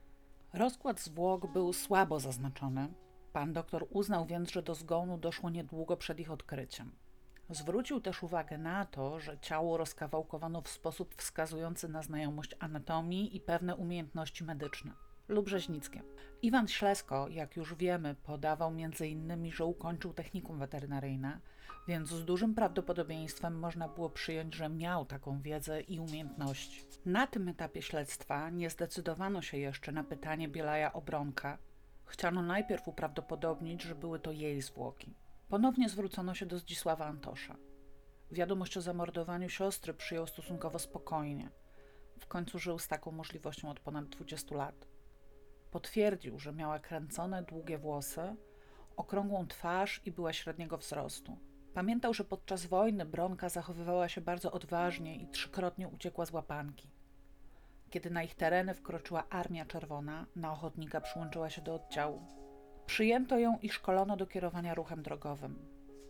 Rozkład zwłok był słabo zaznaczony. Pan doktor uznał więc, że do zgonu doszło niedługo przed ich odkryciem. Zwrócił też uwagę na to, że ciało rozkawałkowano w sposób wskazujący na znajomość anatomii i pewne umiejętności medyczne lub rzeźnickie. Iwan Ślesko, jak już wiemy, podawał m.in., że ukończył technikum weterynaryjne, więc z dużym prawdopodobieństwem można było przyjąć, że miał taką wiedzę i umiejętności. Na tym etapie śledztwa nie zdecydowano się jeszcze na pytanie Bielaja o Bronka. Chciano najpierw uprawdopodobnić, że były to jej zwłoki. Ponownie zwrócono się do Zdzisława Antosza. Wiadomość o zamordowaniu siostry przyjął stosunkowo spokojnie. W końcu żył z taką możliwością od ponad 20 lat. Potwierdził, że miała kręcone, długie włosy, okrągłą twarz i była średniego wzrostu. Pamiętał, że podczas wojny Bronka zachowywała się bardzo odważnie i 3-krotnie uciekła z łapanki. Kiedy na ich tereny wkroczyła Armia Czerwona, na ochotnika przyłączyła się do oddziału. Przyjęto ją i szkolono do kierowania ruchem drogowym.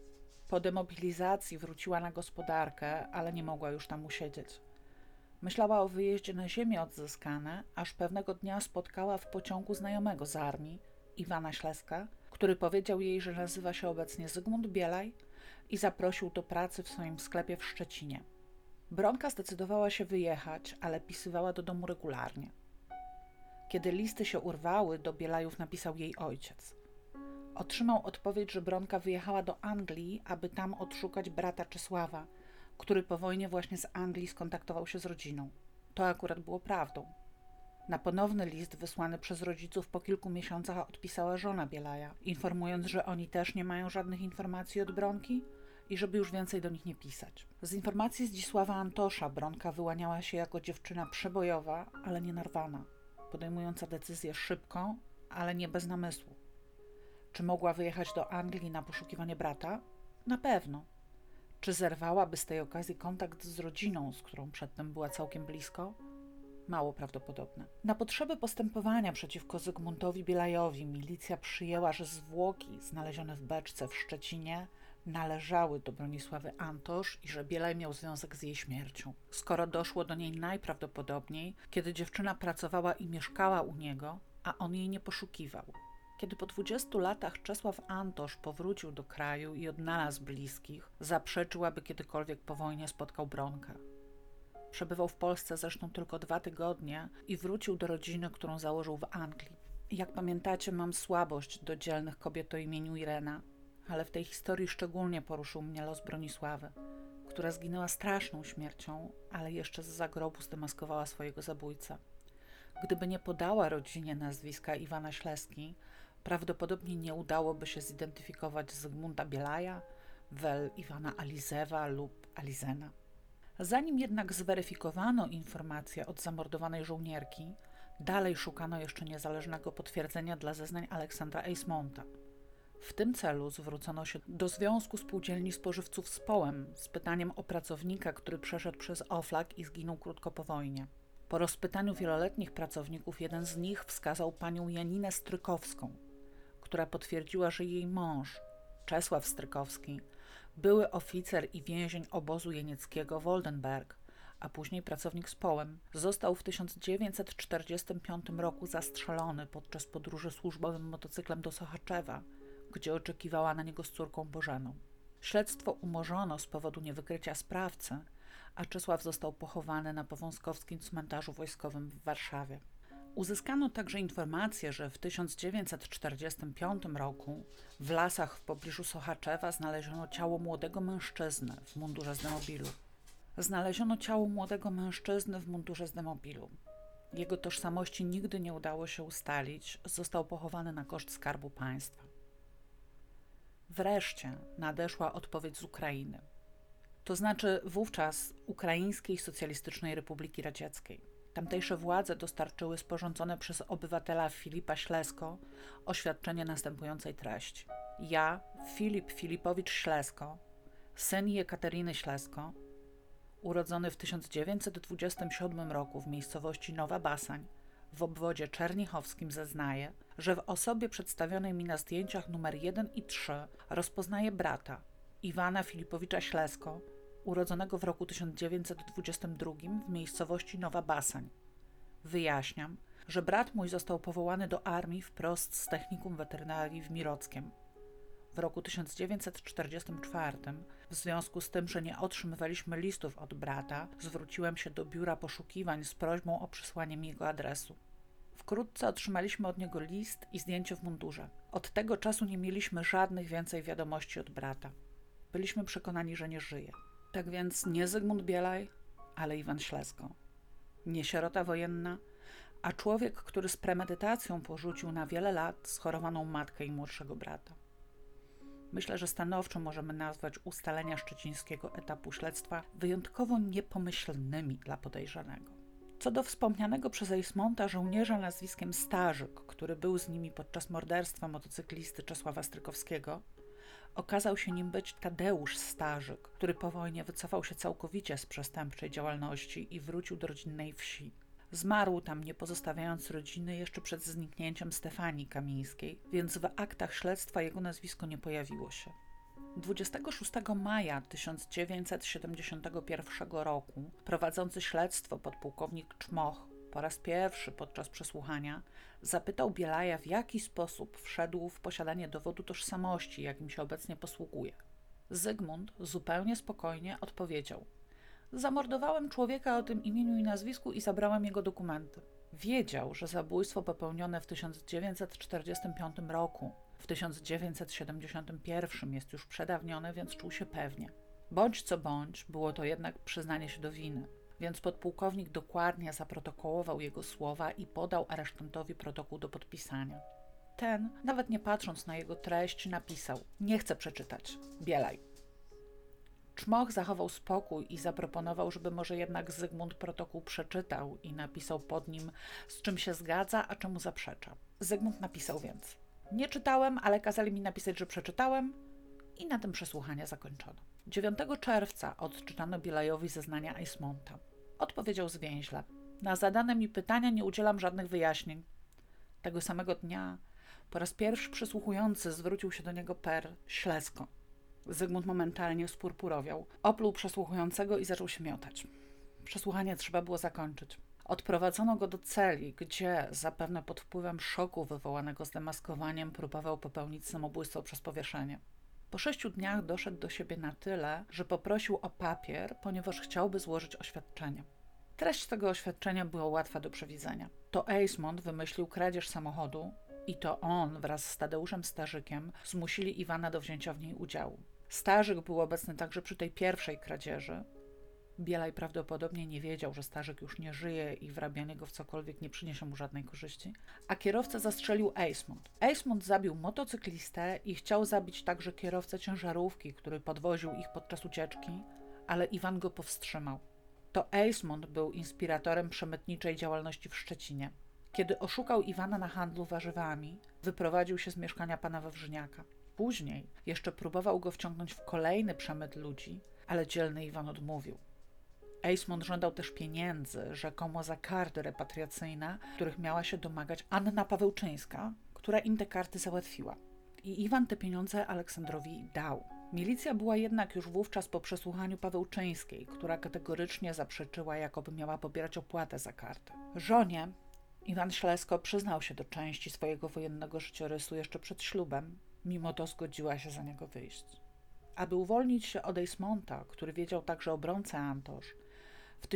Po demobilizacji wróciła na gospodarkę, ale nie mogła już tam usiedzieć. Myślała o wyjeździe na ziemię odzyskane, aż pewnego dnia spotkała w pociągu znajomego z armii, Iwana Śleska, który powiedział jej, że nazywa się obecnie Zygmunt Bielaj i zaprosił do pracy w swoim sklepie w Szczecinie. Bronka zdecydowała się wyjechać, ale pisywała do domu regularnie. Kiedy listy się urwały, do Bielajów napisał jej ojciec. Otrzymał odpowiedź, że Bronka wyjechała do Anglii, aby tam odszukać brata Czesława, który po wojnie właśnie z Anglii skontaktował się z rodziną. To akurat było prawdą. Na ponowny list wysłany przez rodziców po kilku miesiącach odpisała żona Bielaja, informując, że oni też nie mają żadnych informacji od Bronki i żeby już więcej do nich nie pisać. Z informacji Zdzisława Antosza Bronka wyłaniała się jako dziewczyna przebojowa, ale nie narwana, podejmująca decyzję szybko, ale nie bez namysłu. Czy mogła wyjechać do Anglii na poszukiwanie brata? Na pewno. Czy zerwałaby z tej okazji kontakt z rodziną, z którą przedtem była całkiem blisko? Mało prawdopodobne. Na potrzeby postępowania przeciwko Zygmuntowi Bielajowi milicja przyjęła, że zwłoki znalezione w beczce w Szczecinie należały do Bronisławy Antosz i że Bielaj miał związek z jej śmiercią. Skoro doszło do niej najprawdopodobniej, kiedy dziewczyna pracowała i mieszkała u niego, a on jej nie poszukiwał. Kiedy po 20 latach Czesław Antosz powrócił do kraju i odnalazł bliskich, zaprzeczył, aby kiedykolwiek po wojnie spotkał Bronka. Przebywał w Polsce zresztą tylko 2 tygodnie i wrócił do rodziny, którą założył w Anglii. Jak pamiętacie, mam słabość do dzielnych kobiet o imieniu Irena, ale w tej historii szczególnie poruszył mnie los Bronisławy, która zginęła straszną śmiercią, ale jeszcze z zagrobu zdemaskowała swojego zabójcę. Gdyby nie podała rodzinie nazwiska Iwana Śleski, prawdopodobnie nie udałoby się zidentyfikować Zygmunta Bielaja, wel Iwana Alizewa lub Alizena. Zanim jednak zweryfikowano informację od zamordowanej żołnierki, dalej szukano jeszcze niezależnego potwierdzenia dla zeznań Aleksandra Eismonta. W tym celu zwrócono się do Związku Spółdzielni Spożywców z Połem z pytaniem o pracownika, który przeszedł przez Oflak i zginął krótko po wojnie. Po rozpytaniu wieloletnich pracowników jeden z nich wskazał panią Janinę Strykowską, która potwierdziła, że jej mąż, Czesław Strykowski, były oficer i więzień obozu jenieckiego w Oldenburg, a później pracownik z Połem, został w 1945 roku zastrzelony podczas podróży służbowym motocyklem do Sochaczewa, gdzie oczekiwała na niego z córką Bożeną. Śledztwo umorzono z powodu niewykrycia sprawcy, a Czesław został pochowany na Powązkowskim cmentarzu wojskowym w Warszawie. Uzyskano także informację, że w 1945 roku w lasach w pobliżu Sochaczewa znaleziono ciało młodego mężczyzny w mundurze z demobilu. Jego tożsamości nigdy nie udało się ustalić, został pochowany na koszt Skarbu Państwa. Wreszcie nadeszła odpowiedź z Ukrainy, to znaczy wówczas Ukraińskiej Socjalistycznej Republiki Radzieckiej. Tamtejsze władze dostarczyły sporządzone przez obywatela Filipa Ślesko oświadczenie następującej treści. Ja, Filip Filipowicz Ślesko, syn Jekateryny Ślesko, urodzony w 1927 roku w miejscowości Nowa Basań w obwodzie czernichowskim, zeznaje, że w osobie przedstawionej mi na zdjęciach numer 1 i 3 rozpoznaje brata, Iwana Filipowicza Ślesko, urodzonego w roku 1922 w miejscowości Nowa Basań. Wyjaśniam, że brat mój został powołany do armii wprost z Technikum Weterynarii w Mirockiem. W roku 1944, w związku z tym, że nie otrzymywaliśmy listów od brata, zwróciłem się do biura poszukiwań z prośbą o przysłanie mi jego adresu. Wkrótce otrzymaliśmy od niego list i zdjęcie w mundurze. Od tego czasu nie mieliśmy żadnych więcej wiadomości od brata. Byliśmy przekonani, że nie żyje. Tak więc nie Zygmunt Bielaj, ale Iwan Ślesko. Nie sierota wojenna, a człowiek, który z premedytacją porzucił na wiele lat schorowaną matkę i młodszego brata. Myślę, że stanowczo możemy nazwać ustalenia szczecińskiego etapu śledztwa wyjątkowo niepomyślnymi dla podejrzanego. Co do wspomnianego przez Eismonta żołnierza nazwiskiem Starzyk, który był z nimi podczas morderstwa motocyklisty Czesława Strykowskiego, okazał się nim być Tadeusz Starzyk, który po wojnie wycofał się całkowicie z przestępczej działalności i wrócił do rodzinnej wsi. Zmarł tam, nie pozostawiając rodziny, jeszcze przed zniknięciem Stefanii Kamińskiej, więc w aktach śledztwa jego nazwisko nie pojawiło się. 26 maja 1971 roku prowadzący śledztwo podpułkownik Czmoch po raz pierwszy podczas przesłuchania zapytał Bielaja, w jaki sposób wszedł w posiadanie dowodu tożsamości, jakim się obecnie posługuje. Zygmunt zupełnie spokojnie odpowiedział: zamordowałem człowieka o tym imieniu i nazwisku i zabrałem jego dokumenty. Wiedział, że zabójstwo popełnione w 1945 roku, w 1971 jest już przedawnione, więc czuł się pewnie. Bądź co bądź, było to jednak przyznanie się do winy, więc podpułkownik dokładnie zaprotokołował jego słowa i podał aresztantowi protokół do podpisania. Ten, nawet nie patrząc na jego treść, napisał: nie chcę przeczytać, Bielaj. Czmoch zachował spokój i zaproponował, żeby może jednak Zygmunt protokół przeczytał i napisał pod nim, z czym się zgadza, a czemu zaprzecza. Zygmunt napisał więc: nie czytałem, ale kazali mi napisać, że przeczytałem, i na tym przesłuchanie zakończono. 9 czerwca odczytano Bielajowi zeznania Eismonta. Odpowiedział zwięźle: na zadane mi pytania nie udzielam żadnych wyjaśnień. Tego samego dnia po raz pierwszy przysłuchujący zwrócił się do niego per Ślesko. Zygmunt momentalnie spurpurowiał, opluł przesłuchującego i zaczął się miotać. Przesłuchanie trzeba było zakończyć. Odprowadzono go do celi, gdzie, zapewne pod wpływem szoku wywołanego zdemaskowaniem, próbował popełnić samobójstwo przez powieszenie. Po 6 dniach doszedł do siebie na tyle, że poprosił o papier, ponieważ chciałby złożyć oświadczenie. Treść tego oświadczenia była łatwa do przewidzenia. To Eismont wymyślił kradzież samochodu i to on wraz z Tadeuszem Starzykiem zmusili Iwana do wzięcia w niej udziału. Starzyk był obecny także przy tej pierwszej kradzieży. Bielaj prawdopodobnie nie wiedział, że Starzyk już nie żyje i wrabianie go w cokolwiek nie przyniesie mu żadnej korzyści, a kierowcę zastrzelił Eismont. Eismont zabił motocyklistę i chciał zabić także kierowcę ciężarówki, który podwoził ich podczas ucieczki, ale Iwan go powstrzymał. To Eismont był inspiratorem przemytniczej działalności w Szczecinie. Kiedy oszukał Iwana na handlu warzywami, wyprowadził się z mieszkania pana Wawrzyniaka. Później jeszcze próbował go wciągnąć w kolejny przemyt ludzi, ale dzielny Iwan odmówił. Eismont żądał też pieniędzy, rzekomo za karty repatriacyjne, których miała się domagać Anna Pawełczyńska, która im te karty załatwiła. I Iwan te pieniądze Aleksandrowi dał. Milicja była jednak już wówczas po przesłuchaniu Pawełczyńskiej, która kategorycznie zaprzeczyła, jakoby miała pobierać opłatę za kartę. Żonie Iwan Ślesko przyznał się do części swojego wojennego życiorysu jeszcze przed ślubem, mimo to zgodziła się za niego wyjść. Aby uwolnić się od Eismonta, który wiedział także o bronce Antosz, w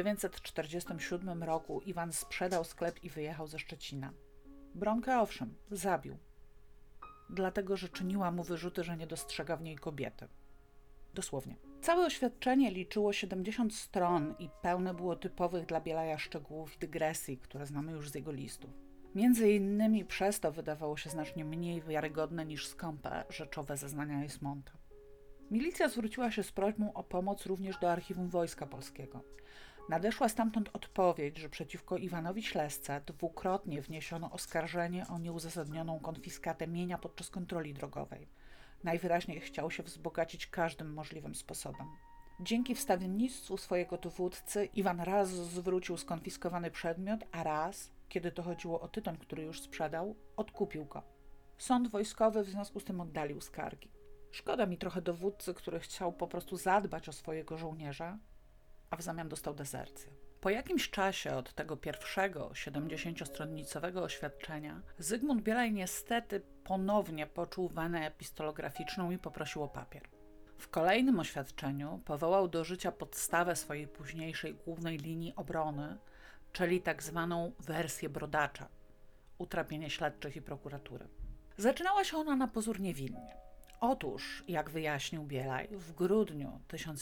1947 roku Iwan sprzedał sklep i wyjechał ze Szczecina. Bronkę owszem, zabił, dlatego że czyniła mu wyrzuty, że nie dostrzega w niej kobiety. Dosłownie. Całe oświadczenie liczyło 70 stron i pełne było typowych dla Bielaja szczegółów i dygresji, które znamy już z jego listów. Między innymi przez to wydawało się znacznie mniej wiarygodne niż skąpe, rzeczowe zeznania Esmonta. Milicja zwróciła się z prośbą o pomoc również do Archiwum Wojska Polskiego. Nadeszła stamtąd odpowiedź, że przeciwko Iwanowi Ślesce dwukrotnie wniesiono oskarżenie o nieuzasadnioną konfiskatę mienia podczas kontroli drogowej. Najwyraźniej chciał się wzbogacić każdym możliwym sposobem. Dzięki wstawiennictwu swojego dowódcy Iwan raz zwrócił skonfiskowany przedmiot, a raz, kiedy to chodziło o tytoń, który już sprzedał, odkupił go. Sąd wojskowy w związku z tym oddalił skargi. Szkoda mi trochę dowódcy, który chciał po prostu zadbać o swojego żołnierza, a w zamian dostał dezercję. Po jakimś czasie od tego pierwszego 70-stronnicowego oświadczenia Zygmunt Bielaj niestety ponownie poczuł wenę epistolograficzną i poprosił o papier. W kolejnym oświadczeniu powołał do życia podstawę swojej późniejszej głównej linii obrony, czyli tak zwaną wersję brodacza, utrapienie śledczych i prokuratury. Zaczynała się ona na pozór niewinnie. Otóż, jak wyjaśnił Bielaj, w grudniu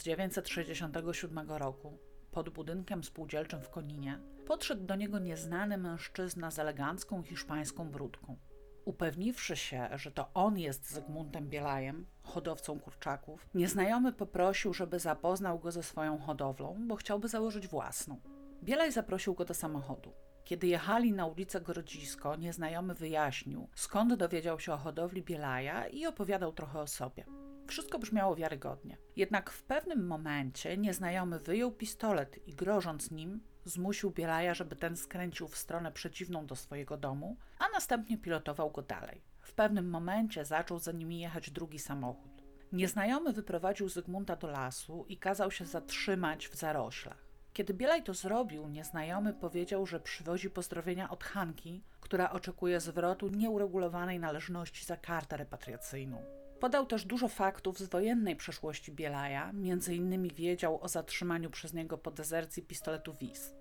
1967 roku pod budynkiem spółdzielczym w Koninie podszedł do niego nieznany mężczyzna z elegancką hiszpańską bródką. Upewniwszy się, że to on jest Zygmuntem Bielajem, hodowcą kurczaków, nieznajomy poprosił, żeby zapoznał go ze swoją hodowlą, bo chciałby założyć własną. Bielaj zaprosił go do samochodu. Kiedy jechali na ulicę Grodzisko, nieznajomy wyjaśnił, skąd dowiedział się o hodowli Bielaja i opowiadał trochę o sobie. Wszystko brzmiało wiarygodnie. Jednak w pewnym momencie nieznajomy wyjął pistolet i grożąc nim, zmusił Bielaja, żeby ten skręcił w stronę przeciwną do swojego domu, a następnie pilotował go dalej. W pewnym momencie zaczął za nimi jechać drugi samochód. Nieznajomy wyprowadził Zygmunta do lasu i kazał się zatrzymać w zaroślach. Kiedy Bielaj to zrobił, nieznajomy powiedział, że przywozi pozdrowienia od Hanki, która oczekuje zwrotu nieuregulowanej należności za kartę repatriacyjną. Podał też dużo faktów z wojennej przeszłości Bielaja, m.in. wiedział o zatrzymaniu przez niego po dezercji pistoletu Wiz.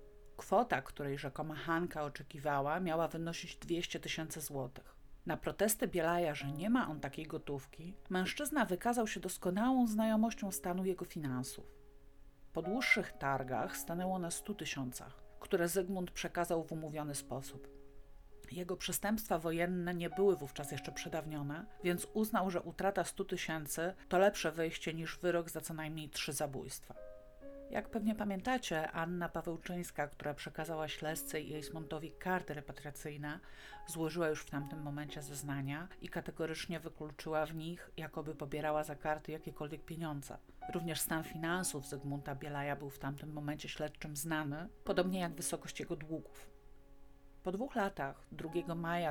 Kwota, której rzekoma Hanka oczekiwała, miała wynosić 200 000 złotych. Na protesty Bielaja, że nie ma on takiej gotówki, mężczyzna wykazał się doskonałą znajomością stanu jego finansów. Po dłuższych targach stanęło na 100 000, które Zygmunt przekazał w umówiony sposób. Jego przestępstwa wojenne nie były wówczas jeszcze przedawnione, więc uznał, że utrata 100 000 to lepsze wyjście niż wyrok za co najmniej 3 zabójstwa. Jak pewnie pamiętacie, Anna Pawełczyńska, która przekazała Ślesce i Esmontowi karty repatriacyjne, złożyła już w tamtym momencie zeznania i kategorycznie wykluczyła w nich, jakoby pobierała za karty jakiekolwiek pieniądze. Również stan finansów Zygmunta Bielaja był w tamtym momencie śledczym znany, podobnie jak wysokość jego długów. Po 2 latach, 2 maja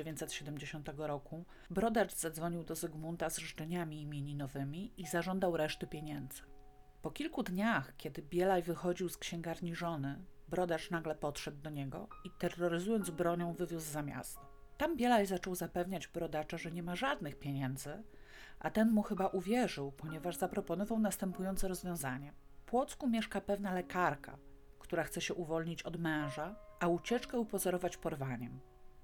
1970 roku, brodacz zadzwonił do Zygmunta z życzeniami imieninowymi i zażądał reszty pieniędzy. Po kilku dniach, kiedy Bielaj wychodził z księgarni żony, brodacz nagle podszedł do niego i terroryzując bronią wywiózł za miasto. Tam Bielaj zaczął zapewniać brodacza, że nie ma żadnych pieniędzy, a ten mu chyba uwierzył, ponieważ zaproponował następujące rozwiązanie. W Płocku mieszka pewna lekarka, która chce się uwolnić od męża, a ucieczkę upozorować porwaniem.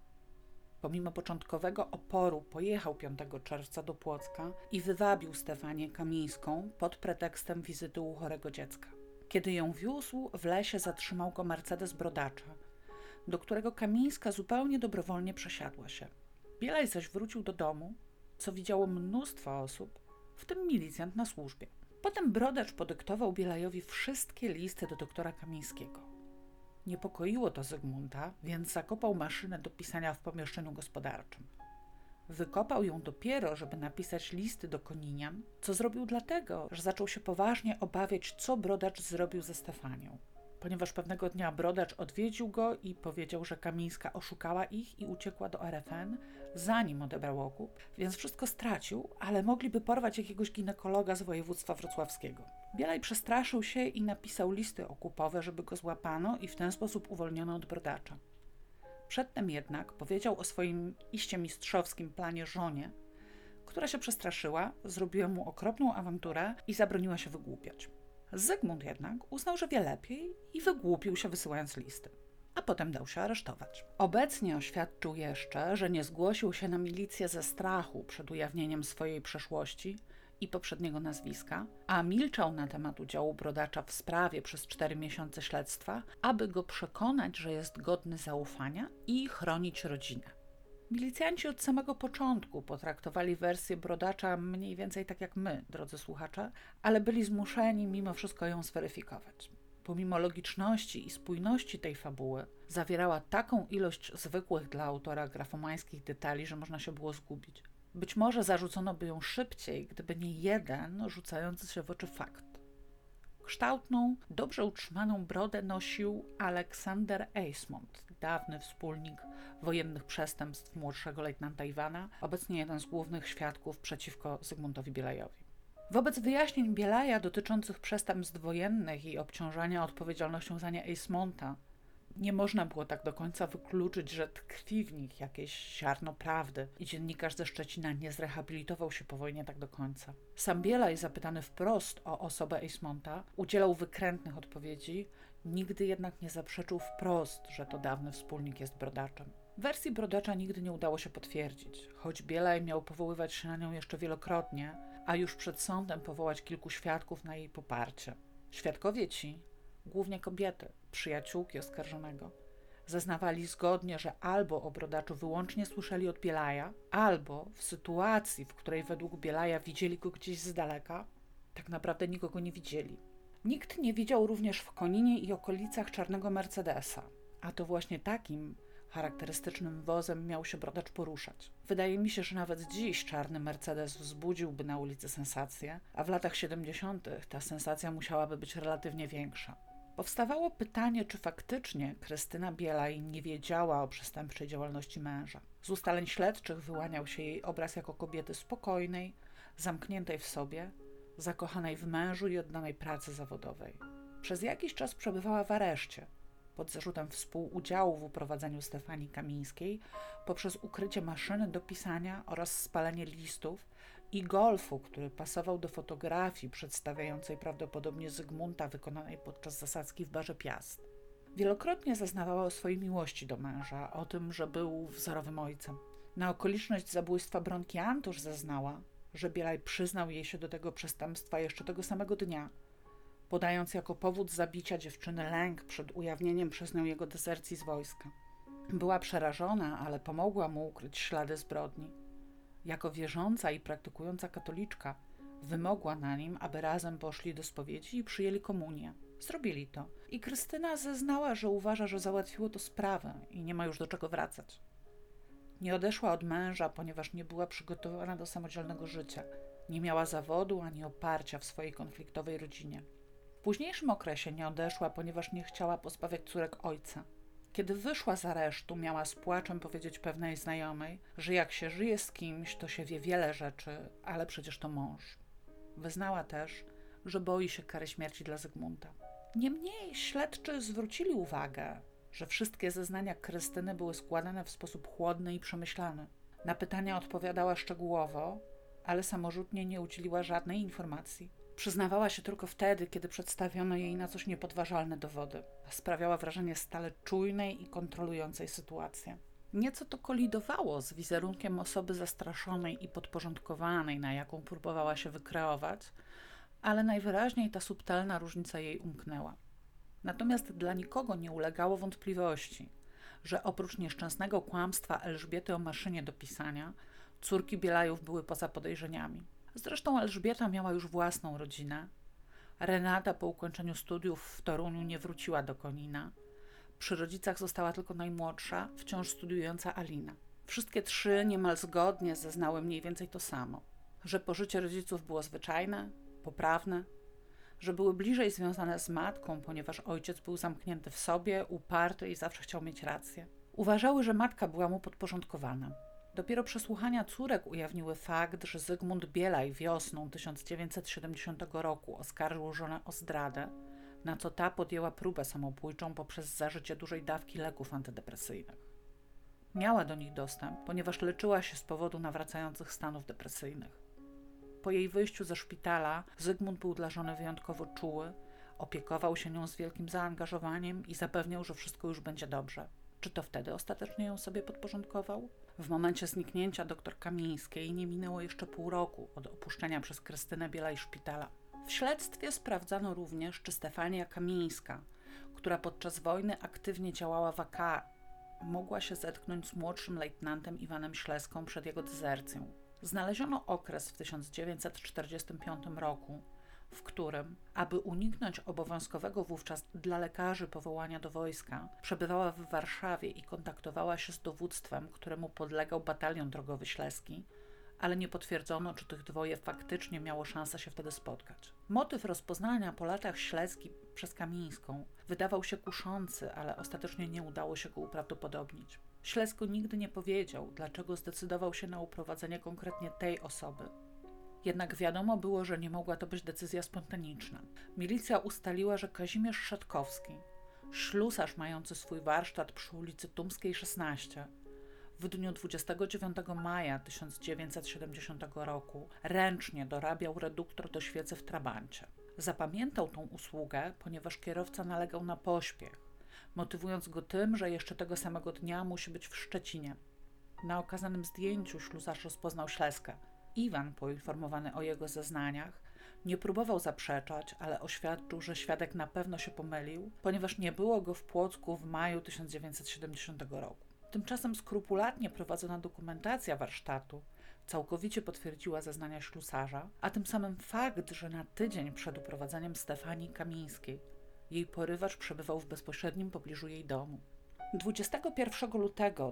Pomimo początkowego oporu pojechał 5 czerwca do Płocka i wywabił Stefanię Kamińską pod pretekstem wizyty u chorego dziecka. Kiedy ją wiózł, w lesie zatrzymał go Mercedes brodacza, do którego Kamińska zupełnie dobrowolnie przesiadła się. Bielaj zaś wrócił do domu, co widziało mnóstwo osób, w tym milicjant na służbie. Potem brodacz podyktował Bielajowi wszystkie listy do doktora Kamińskiego. Niepokoiło to Zygmunta, więc zakopał maszynę do pisania w pomieszczeniu gospodarczym. Wykopał ją dopiero, żeby napisać listy do Koninian, co zrobił dlatego, że zaczął się poważnie obawiać, co brodacz zrobił ze Stefanią. Ponieważ pewnego dnia brodacz odwiedził go i powiedział, że Kamińska oszukała ich i uciekła do RFN, zanim odebrał okup, więc wszystko stracił, ale mogliby porwać jakiegoś ginekologa z województwa wrocławskiego. Bielaj przestraszył się i napisał listy okupowe, żeby go złapano i w ten sposób uwolniono od brodacza. Przedtem jednak powiedział o swoim iście mistrzowskim planie żonie, która się przestraszyła, zrobiła mu okropną awanturę i zabroniła się wygłupiać. Zygmunt jednak uznał, że wie lepiej i wygłupił się, wysyłając listy. A potem dał się aresztować. Obecnie oświadczył jeszcze, że nie zgłosił się na milicję ze strachu przed ujawnieniem swojej przeszłości i poprzedniego nazwiska, a milczał na temat udziału brodacza w sprawie przez 4 miesiące śledztwa, aby go przekonać, że jest godny zaufania i chronić rodzinę. Milicjanci od samego początku potraktowali wersję brodacza mniej więcej tak jak my, drodzy słuchacze, ale byli zmuszeni mimo wszystko ją zweryfikować. Pomimo logiczności i spójności tej fabuły, zawierała taką ilość zwykłych dla autora grafomańskich detali, że można się było zgubić. Być może zarzucono by ją szybciej, gdyby nie jeden rzucający się w oczy fakt. Kształtną, dobrze utrzymaną brodę nosił Aleksander Eysmont, dawny wspólnik wojennych przestępstw młodszego lejtnanta Iwana, obecnie jeden z głównych świadków przeciwko Zygmuntowi Bielajowi. Wobec wyjaśnień Bielaja dotyczących przestępstw wojennych i obciążania odpowiedzialnością za nie Eysmonta nie można było tak do końca wykluczyć, że tkwi w nich jakieś ziarno prawdy i dziennikarz ze Szczecina nie zrehabilitował się po wojnie tak do końca. Sam Bielaj, zapytany wprost o osobę Eysmonta, udzielał wykrętnych odpowiedzi, nigdy jednak nie zaprzeczył wprost, że to dawny wspólnik jest brodaczem. Wersji brodacza nigdy nie udało się potwierdzić, choć Bielaj miał powoływać się na nią jeszcze wielokrotnie, a już przed sądem powołać kilku świadków na jej poparcie. Świadkowie ci, głównie kobiety, przyjaciółki oskarżonego, zeznawali zgodnie, że albo o brodaczu wyłącznie słyszeli od Bielaja, albo w sytuacji, w której według Bielaja widzieli go gdzieś z daleka, tak naprawdę nikogo nie widzieli. Nikt nie widział również w Koninie i okolicach czarnego Mercedesa, a to właśnie takim charakterystycznym wozem miał się brodacz poruszać. Wydaje mi się, że nawet dziś czarny Mercedes wzbudziłby na ulicy sensację, a w latach 70. ta sensacja musiałaby być relatywnie większa. Powstawało pytanie, czy faktycznie Krystyna Bielaj nie wiedziała o przestępczej działalności męża. Z ustaleń śledczych wyłaniał się jej obraz jako kobiety spokojnej, zamkniętej w sobie, zakochanej w mężu i oddanej pracy zawodowej. Przez jakiś czas przebywała w areszcie, pod zarzutem współudziału w uprowadzeniu Stefanii Kamińskiej poprzez ukrycie maszyny do pisania oraz spalenie listów i golfu, który pasował do fotografii przedstawiającej prawdopodobnie Zygmunta wykonanej podczas zasadzki w barze Piast. Wielokrotnie zeznawała o swojej miłości do męża, o tym, że był wzorowym ojcem. Na okoliczność zabójstwa Bronki Antosz zeznała, że Bielaj przyznał jej się do tego przestępstwa jeszcze tego samego dnia, podając jako powód zabicia dziewczyny lęk przed ujawnieniem przez nią jego dezercji z wojska. Była przerażona, ale pomogła mu ukryć ślady zbrodni. Jako wierząca i praktykująca katoliczka wymogła na nim, aby razem poszli do spowiedzi i przyjęli komunię. Zrobili to i Krystyna zeznała, że uważa, że załatwiło to sprawę i nie ma już do czego wracać. Nie odeszła od męża, ponieważ nie była przygotowana do samodzielnego życia. Nie miała zawodu ani oparcia w swojej konfliktowej rodzinie. W późniejszym okresie nie odeszła, ponieważ nie chciała pozbawiać córek ojca. Kiedy wyszła z aresztu, miała z płaczem powiedzieć pewnej znajomej, że jak się żyje z kimś, to się wie wiele rzeczy, ale przecież to mąż. Wyznała też, że boi się kary śmierci dla Zygmunta. Niemniej śledczy zwrócili uwagę, że wszystkie zeznania Krystyny były składane w sposób chłodny i przemyślany. Na pytania odpowiadała szczegółowo, ale samorzutnie nie udzieliła żadnej informacji. Przyznawała się tylko wtedy, kiedy przedstawiono jej na coś niepodważalne dowody. Sprawiała wrażenie stale czujnej i kontrolującej sytuację. Nieco to kolidowało z wizerunkiem osoby zastraszonej i podporządkowanej, na jaką próbowała się wykreować, ale najwyraźniej ta subtelna różnica jej umknęła. Natomiast dla nikogo nie ulegało wątpliwości, że oprócz nieszczęsnego kłamstwa Elżbiety o maszynie do pisania, córki Bielajów były poza podejrzeniami. Zresztą Elżbieta miała już własną rodzinę. Renata po ukończeniu studiów w Toruniu nie wróciła do Konina. Przy rodzicach została tylko najmłodsza, wciąż studiująca Alina. Wszystkie trzy niemal zgodnie zeznały mniej więcej to samo. Że pożycie rodziców było zwyczajne, poprawne, że były bliżej związane z matką, ponieważ ojciec był zamknięty w sobie, uparty i zawsze chciał mieć rację. Uważały, że matka była mu podporządkowana. Dopiero przesłuchania córek ujawniły fakt, że Zygmunt Bielaj wiosną 1970 roku oskarżył żonę o zdradę, na co ta podjęła próbę samobójczą poprzez zażycie dużej dawki leków antydepresyjnych. Miała do nich dostęp, ponieważ leczyła się z powodu nawracających stanów depresyjnych. Po jej wyjściu ze szpitala Zygmunt był dla żony wyjątkowo czuły, opiekował się nią z wielkim zaangażowaniem i zapewniał, że wszystko już będzie dobrze. Czy to wtedy ostatecznie ją sobie podporządkował? W momencie zniknięcia dr Kamińskiej nie minęło jeszcze pół roku od opuszczenia przez Krystynę Bielaj szpitala. W śledztwie sprawdzano również, czy Stefania Kamińska, która podczas wojny aktywnie działała w AK, mogła się zetknąć z młodszym lejtnantem Iwanem Śleską przed jego dezercją. Znaleziono okres w 1945 roku, w którym, aby uniknąć obowiązkowego wówczas dla lekarzy powołania do wojska, przebywała w Warszawie i kontaktowała się z dowództwem, któremu podlegał batalion drogowy Śleski, ale nie potwierdzono, czy tych dwoje faktycznie miało szansę się wtedy spotkać. Motyw rozpoznania po latach Śleski przez Kamińską wydawał się kuszący, ale ostatecznie nie udało się go uprawdopodobnić. Ślesko nigdy nie powiedział, dlaczego zdecydował się na uprowadzenie konkretnie tej osoby. Jednak wiadomo było, że nie mogła to być decyzja spontaniczna. Milicja ustaliła, że Kazimierz Szatkowski, ślusarz mający swój warsztat przy ulicy Tumskiej 16, w dniu 29 maja 1970 roku ręcznie dorabiał reduktor do świecy w trabancie. Zapamiętał tą usługę, ponieważ kierowca nalegał na pośpiech, motywując go tym, że jeszcze tego samego dnia musi być w Szczecinie. Na okazanym zdjęciu ślusarz rozpoznał Śleskę. Iwan, poinformowany o jego zeznaniach, nie próbował zaprzeczać, ale oświadczył, że świadek na pewno się pomylił, ponieważ nie było go w Płocku w maju 1970 roku. Tymczasem skrupulatnie prowadzona dokumentacja warsztatu całkowicie potwierdziła zeznania ślusarza, a tym samym fakt, że na tydzień przed uprowadzeniem Stefanii Kamińskiej jej porywacz przebywał w bezpośrednim pobliżu jej domu. 21 lutego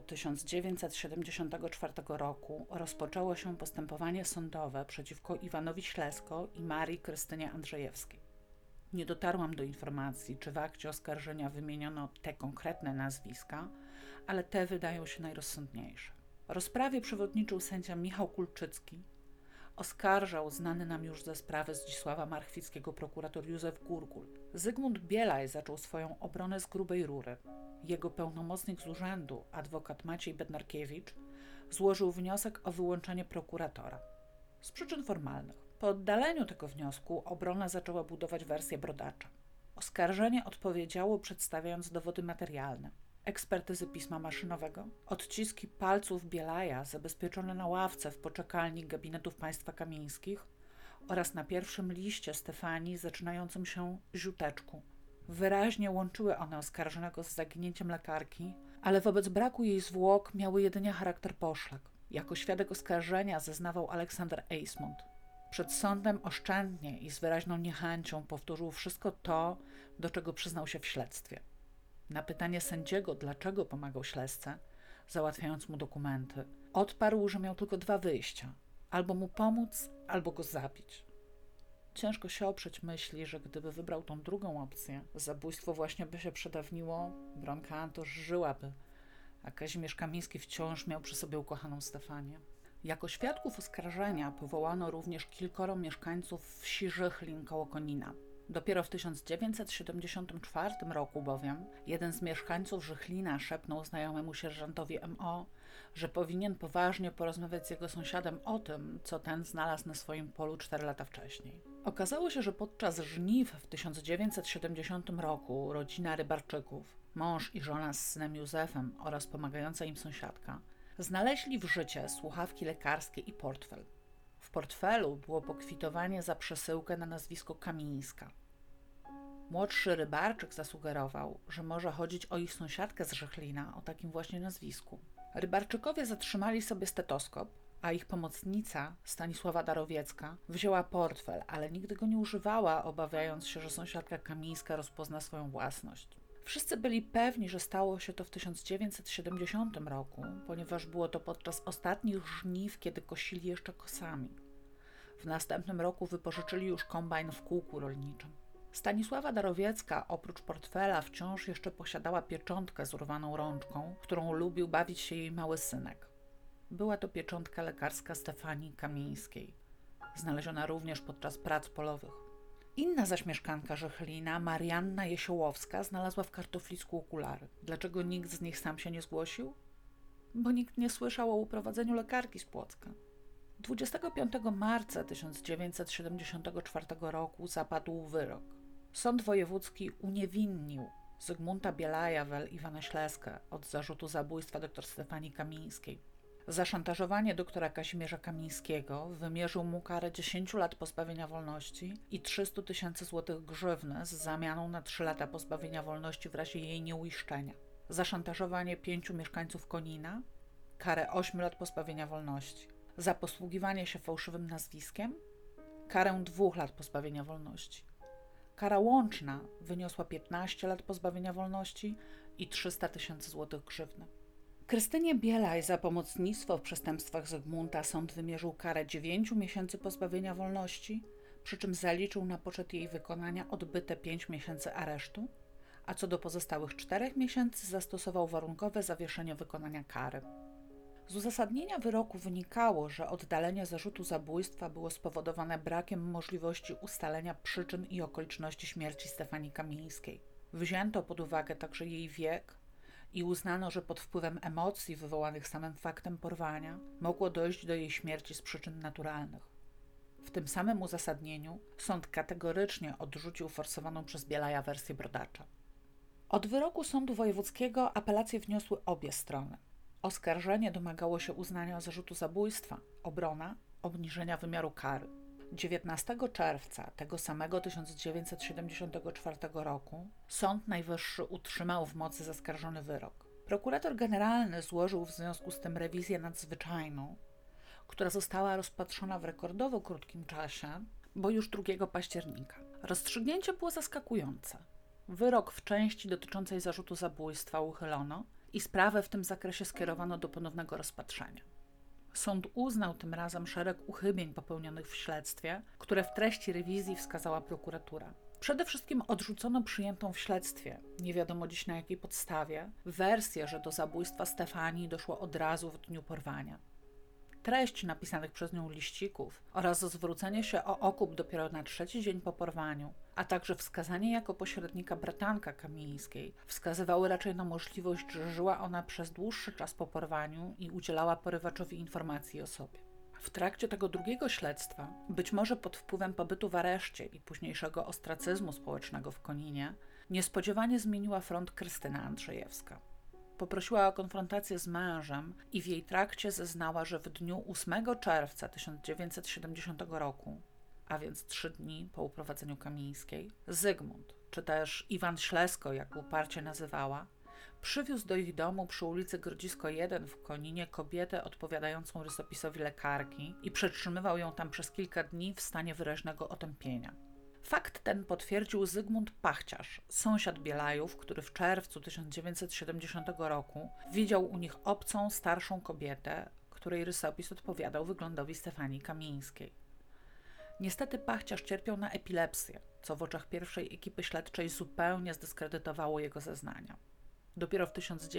1974 roku rozpoczęło się postępowanie sądowe przeciwko Iwanowi Ślesko i Marii Krystynie Andrzejewskiej. Nie dotarłam do informacji, czy w akcie oskarżenia wymieniono te konkretne nazwiska, ale te wydają się najrozsądniejsze. Rozprawie przewodniczył sędzia Michał Kulczycki. Oskarżał znany nam już ze sprawy Zdzisława Marchwickiego prokurator Józef Gurgul. Zygmunt Bielaj zaczął swoją obronę z grubej rury. Jego pełnomocnik z urzędu, adwokat Maciej Bednarkiewicz, złożył wniosek o wyłączenie prokuratora. Z przyczyn formalnych. Po oddaleniu tego wniosku obrona zaczęła budować wersję brodacza. Oskarżenie odpowiedziało, przedstawiając dowody materialne. Ekspertyzy pisma maszynowego, odciski palców Bielaja zabezpieczone na ławce w poczekalni gabinetów państwa Kamińskich oraz na pierwszym liście Stefanii zaczynającym się ziuteczku. Wyraźnie łączyły one oskarżonego z zaginięciem lekarki, ale wobec braku jej zwłok miały jedynie charakter poszlak. Jako świadek oskarżenia zeznawał Aleksander Eismont. Przed sądem oszczędnie i z wyraźną niechęcią powtórzył wszystko to, do czego przyznał się w śledztwie. Na pytanie sędziego, dlaczego pomagał Ślesce, załatwiając mu dokumenty, odparł, że miał tylko dwa wyjścia: albo mu pomóc, albo go zabić. Ciężko się oprzeć myśli, że gdyby wybrał tą drugą opcję, zabójstwo właśnie by się przedawniło, Bronka Antosz żyłaby, a Kazimierz Kamiński wciąż miał przy sobie ukochaną Stefanię. Jako świadków oskarżenia powołano również kilkoro mieszkańców wsi Żychlin koło Konina. Dopiero w 1974 roku bowiem jeden z mieszkańców Żychlina szepnął znajomemu sierżantowi MO, że powinien poważnie porozmawiać z jego sąsiadem o tym, co ten znalazł na swoim polu 4 lata wcześniej. Okazało się, że podczas żniw w 1970 roku rodzina Rybarczyków, mąż i żona z synem Józefem oraz pomagająca im sąsiadka, znaleźli w życie słuchawki lekarskie i portfel. W portfelu było pokwitowanie za przesyłkę na nazwisko Kamińska. Młodszy Rybarczyk zasugerował, że może chodzić o ich sąsiadkę z Żychlina o takim właśnie nazwisku. Rybarczykowie zatrzymali sobie stetoskop, a ich pomocnica, Stanisława Darowiecka, wzięła portfel, ale nigdy go nie używała, obawiając się, że sąsiadka Kamińska rozpozna swoją własność. Wszyscy byli pewni, że stało się to w 1970 roku, ponieważ było to podczas ostatnich żniw, kiedy kosili jeszcze kosami. W następnym roku wypożyczyli już kombajn w kółku rolniczym. Stanisława Darowiecka oprócz portfela wciąż jeszcze posiadała pieczątkę z urwaną rączką, którą lubił bawić się jej mały synek. Była to pieczątka lekarska Stefanii Kamińskiej, znaleziona również podczas prac polowych. Inna zaś mieszkanka Żychlina, Marianna Jesiołowska, znalazła w kartoflisku okulary. Dlaczego nikt z nich sam się nie zgłosił? Bo nikt nie słyszał o uprowadzeniu lekarki z Płocka. 25 marca 1974 roku zapadł wyrok. Sąd wojewódzki uniewinnił Zygmunta Bielaja wel Iwana Śleskę od zarzutu zabójstwa dr Stefanii Kamińskiej. Za szantażowanie doktora Kazimierza Kamińskiego wymierzył mu karę 10 lat pozbawienia wolności i 300 000 złotych grzywny z zamianą na 3 lata pozbawienia wolności w razie jej nieuiszczenia. Za szantażowanie 5 mieszkańców Konina karę 8 lat pozbawienia wolności. Za posługiwanie się fałszywym nazwiskiem karę 2 lat pozbawienia wolności. Kara łączna wyniosła 15 lat pozbawienia wolności i 300 000 złotych grzywny. Krystynie Bielaj za pomocnictwo w przestępstwach Zygmunta sąd wymierzył karę 9 miesięcy pozbawienia wolności, przy czym zaliczył na poczet jej wykonania odbyte 5 miesięcy aresztu, a co do pozostałych 4 miesięcy zastosował warunkowe zawieszenie wykonania kary. Z uzasadnienia wyroku wynikało, że oddalenie zarzutu zabójstwa było spowodowane brakiem możliwości ustalenia przyczyn i okoliczności śmierci Stefanii Kamińskiej. Wzięto pod uwagę także jej wiek i uznano, że pod wpływem emocji wywołanych samym faktem porwania mogło dojść do jej śmierci z przyczyn naturalnych. W tym samym uzasadnieniu sąd kategorycznie odrzucił forsowaną przez Bielaja wersję brodacza. Od wyroku Sądu Wojewódzkiego apelacje wniosły obie strony. Oskarżenie domagało się uznania zarzutu zabójstwa, obrona obniżenia wymiaru kary. 19 czerwca tego samego 1974 roku Sąd Najwyższy utrzymał w mocy zaskarżony wyrok. Prokurator generalny złożył w związku z tym rewizję nadzwyczajną, która została rozpatrzona w rekordowo krótkim czasie, bo już 2 października. Rozstrzygnięcie było zaskakujące. Wyrok w części dotyczącej zarzutu zabójstwa uchylono i sprawę w tym zakresie skierowano do ponownego rozpatrzenia. Sąd uznał tym razem szereg uchybień popełnionych w śledztwie, które w treści rewizji wskazała prokuratura. Przede wszystkim odrzucono przyjętą w śledztwie, nie wiadomo dziś na jakiej podstawie, wersję, że do zabójstwa Stefanii doszło od razu w dniu porwania. Treść napisanych przez nią liścików oraz zwrócenie się o okup dopiero na 3. dzień po porwaniu, a także wskazanie jako pośrednika bratanka Kamińskiej wskazywały raczej na możliwość, że żyła ona przez dłuższy czas po porwaniu i udzielała porywaczowi informacji o sobie. W trakcie tego drugiego śledztwa, być może pod wpływem pobytu w areszcie i późniejszego ostracyzmu społecznego w Koninie, niespodziewanie zmieniła front Krystyna Andrzejewska. Poprosiła o konfrontację z mężem i w jej trakcie zeznała, że w dniu 8 czerwca 1970 roku, a więc 3 dni po uprowadzeniu Kamińskiej, Zygmunt, czy też Iwan Ślesko, jak go uparcie nazywała, przywiózł do ich domu przy ulicy Grodzisko 1 w Koninie kobietę odpowiadającą rysopisowi lekarki i przetrzymywał ją tam przez kilka dni w stanie wyraźnego otępienia. Fakt ten potwierdził Zygmunt Pachciarz, sąsiad Bielajów, który w czerwcu 1970 roku widział u nich obcą, starszą kobietę, której rysopis odpowiadał wyglądowi Stefanii Kamińskiej. Niestety Pachciarz cierpiał na epilepsję, co w oczach pierwszej ekipy śledczej zupełnie zdyskredytowało jego zeznania. Dopiero w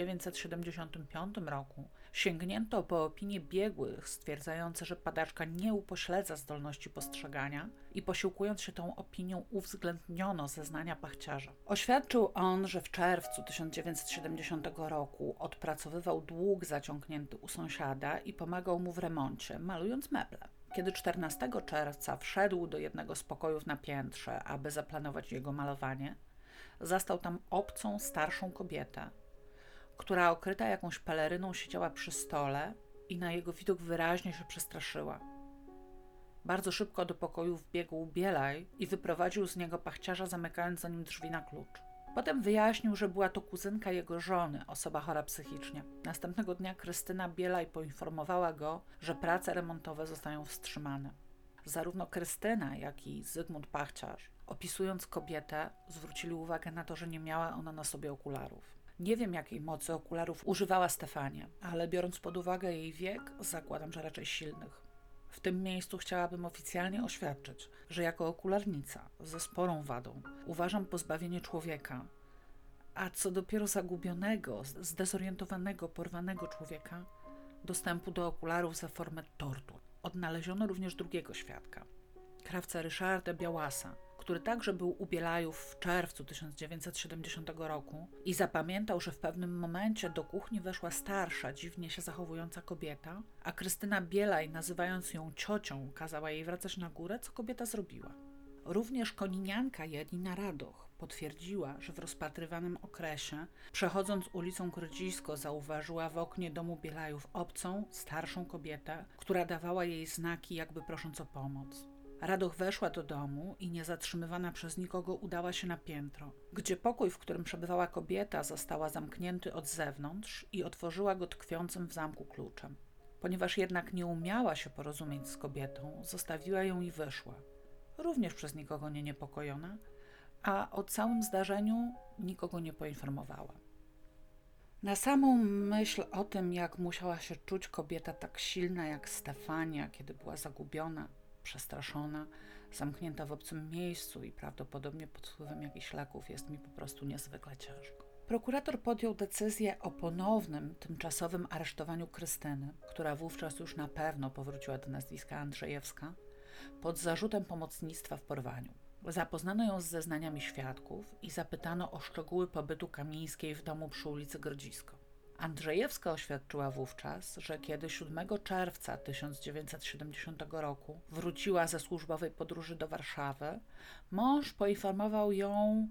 1975 roku sięgnięto po opinie biegłych stwierdzające, że padaczka nie upośledza zdolności postrzegania i posiłkując się tą opinią uwzględniono zeznania Pachciarza. Oświadczył on, że w czerwcu 1970 roku odpracowywał dług zaciągnięty u sąsiada i pomagał mu w remoncie, malując meble. Kiedy 14 czerwca wszedł do jednego z pokojów na piętrze, aby zaplanować jego malowanie, zastał tam obcą, starszą kobietę, która okryta jakąś peleryną siedziała przy stole i na jego widok wyraźnie się przestraszyła. Bardzo szybko do pokoju wbiegł Bielaj i wyprowadził z niego Pachciarza, zamykając za nim drzwi na klucz. Potem wyjaśnił, że była to kuzynka jego żony, osoba chora psychicznie. Następnego dnia Krystyna Bielaj poinformowała go, że prace remontowe zostają wstrzymane. Zarówno Krystyna, jak i Zygmunt Pachciarz, opisując kobietę, zwrócili uwagę na to, że nie miała ona na sobie okularów. Nie wiem, jakiej mocy okularów używała Stefania, ale biorąc pod uwagę jej wiek, zakładam, że raczej silnych. W tym miejscu chciałabym oficjalnie oświadczyć, że jako okularnica ze sporą wadą uważam pozbawienie człowieka, a co dopiero zagubionego, zdezorientowanego, porwanego człowieka, dostępu do okularów za formę tortur. Odnaleziono również drugiego świadka, krawca Ryszarda Białasa, który także był u Bielajów w czerwcu 1970 roku i zapamiętał, że w pewnym momencie do kuchni weszła starsza, dziwnie się zachowująca kobieta, a Krystyna Bielaj, nazywając ją ciocią, kazała jej wracać na górę, co kobieta zrobiła. Również koninianka Janina Radoch potwierdziła, że w rozpatrywanym okresie, przechodząc ulicą Grodzisko, zauważyła w oknie domu Bielajów obcą, starszą kobietę, która dawała jej znaki, jakby prosząc o pomoc. Radoch weszła do domu i niezatrzymywana przez nikogo udała się na piętro, gdzie pokój, w którym przebywała kobieta, została zamknięty od zewnątrz i otworzyła go tkwiącym w zamku kluczem. Ponieważ jednak nie umiała się porozumieć z kobietą, zostawiła ją i wyszła, również przez nikogo nie niepokojona, a o całym zdarzeniu nikogo nie poinformowała. Na samą myśl o tym, jak musiała się czuć kobieta tak silna jak Stefania, kiedy była zagubiona, przestraszona, zamknięta w obcym miejscu i prawdopodobnie pod wpływem jakichś leków, jest mi po prostu niezwykle ciężko. Prokurator podjął decyzję o ponownym, tymczasowym aresztowaniu Krystyny, która wówczas już na pewno powróciła do nazwiska Andrzejewska, pod zarzutem pomocnictwa w porwaniu. Zapoznano ją z zeznaniami świadków i zapytano o szczegóły pobytu Kamińskiej w domu przy ulicy Grodzisko. Andrzejewska oświadczyła wówczas, że kiedy 7 czerwca 1970 roku wróciła ze służbowej podróży do Warszawy, mąż poinformował ją,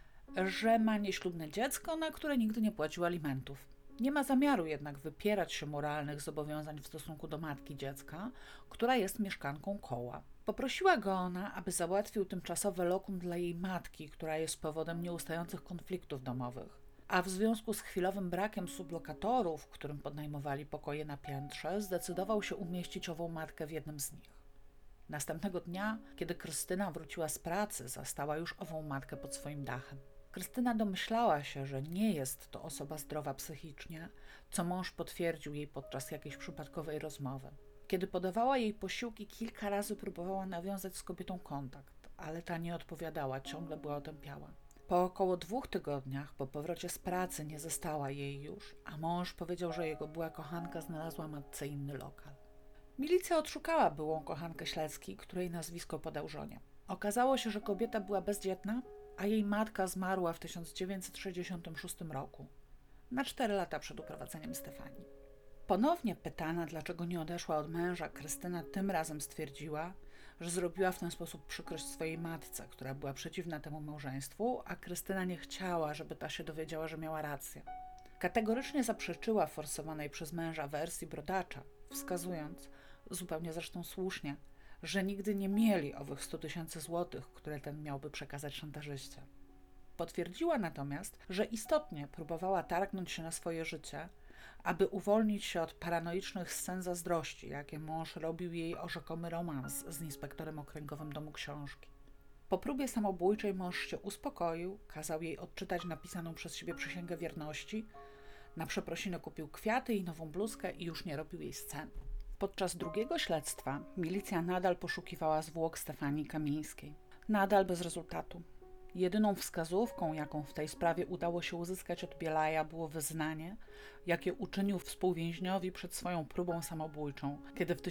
że ma nieślubne dziecko, na które nigdy nie płacił alimentów. Nie ma zamiaru jednak wypierać się moralnych zobowiązań w stosunku do matki dziecka, która jest mieszkanką Koła. Poprosiła go ona, aby załatwił tymczasowe lokum dla jej matki, która jest powodem nieustających konfliktów domowych. A w związku z chwilowym brakiem sublokatorów, którym podnajmowali pokoje na piętrze, zdecydował się umieścić ową matkę w jednym z nich. Następnego dnia, kiedy Krystyna wróciła z pracy, zastała już ową matkę pod swoim dachem. Krystyna domyślała się, że nie jest to osoba zdrowa psychicznie, co mąż potwierdził jej podczas jakiejś przypadkowej rozmowy. Kiedy podawała jej posiłki, kilka razy próbowała nawiązać z kobietą kontakt, ale ta nie odpowiadała, ciągle była otępiała. Po około 2 tygodniach po powrocie z pracy nie zastała jej już, a mąż powiedział, że jego była kochanka znalazła matce inny lokal. Milicja odszukała byłą kochankę Śleckiej, której nazwisko podał żonie. Okazało się, że kobieta była bezdzietna, a jej matka zmarła w 1966 roku, na 4 lata przed uprowadzeniem Stefanii. Ponownie pytana, dlaczego nie odeszła od męża, Krystyna tym razem stwierdziła, że zrobiła w ten sposób przykrość swojej matce, która była przeciwna temu małżeństwu, a Krystyna nie chciała, żeby ta się dowiedziała, że miała rację. Kategorycznie zaprzeczyła forsowanej przez męża wersji brodacza, wskazując, zupełnie zresztą słusznie, że nigdy nie mieli owych 100 000 złotych, które ten miałby przekazać szantażyście. Potwierdziła natomiast, że istotnie próbowała targnąć się na swoje życie, aby uwolnić się od paranoicznych scen zazdrości, jakie mąż robił jej o rzekomy romans z inspektorem okręgowym domu książki. Po próbie samobójczej mąż się uspokoił, kazał jej odczytać napisaną przez siebie przysięgę wierności, na przeprosiny kupił kwiaty i nową bluzkę i już nie robił jej scen. Podczas drugiego śledztwa milicja nadal poszukiwała zwłok Stefanii Kamińskiej. Nadal bez rezultatu. Jedyną wskazówką, jaką w tej sprawie udało się uzyskać od Bielaja, było wyznanie, jakie uczynił współwięźniowi przed swoją próbą samobójczą, kiedy w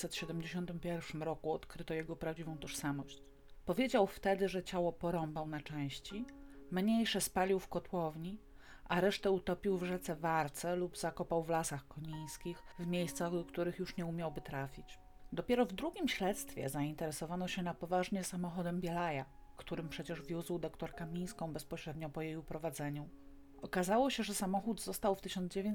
1971 roku odkryto jego prawdziwą tożsamość. Powiedział wtedy, że ciało porąbał na części, mniejsze spalił w kotłowni, a resztę utopił w rzece Warce lub zakopał w lasach konińskich, w miejscach, do których już nie umiałby trafić. Dopiero w drugim śledztwie zainteresowano się na poważnie samochodem Bielaja, którym przecież wiózł doktor Kamińską bezpośrednio po jej uprowadzeniu. Okazało się, że samochód został w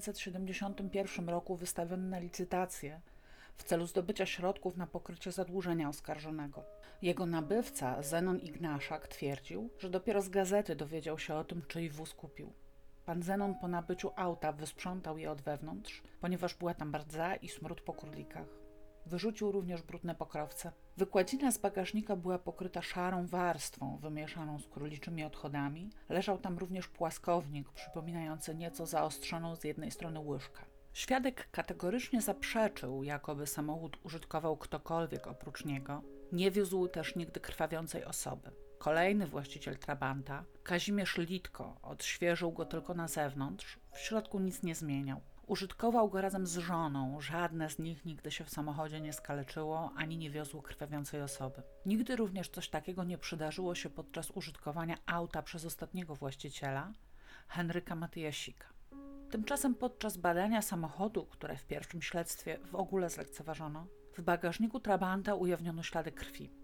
1971 roku wystawiony na licytację w celu zdobycia środków na pokrycie zadłużenia oskarżonego. Jego nabywca, Zenon Ignaszak, twierdził, że dopiero z gazety dowiedział się o tym, czyj wóz kupił. Pan Zenon po nabyciu auta wysprzątał je od wewnątrz, ponieważ była tam bardza i smród po królikach. Wyrzucił również brudne pokrowce. Wykładzina z bagażnika była pokryta szarą warstwą wymieszaną z króliczymi odchodami. Leżał tam również płaskownik przypominający nieco zaostrzoną z jednej strony łyżkę. Świadek kategorycznie zaprzeczył, jakoby samochód użytkował ktokolwiek oprócz niego. Nie wiózł też nigdy krwawiącej osoby. Kolejny właściciel Trabanta, Kazimierz Litko, odświeżył go tylko na zewnątrz, w środku nic nie zmieniał. Użytkował go razem z żoną, żadne z nich nigdy się w samochodzie nie skaleczyło, ani nie wiozło krwawiącej osoby. Nigdy również coś takiego nie przydarzyło się podczas użytkowania auta przez ostatniego właściciela, Henryka Matyjasika. Tymczasem podczas badania samochodu, które w pierwszym śledztwie w ogóle zlekceważono, w bagażniku Trabanta ujawniono ślady krwi.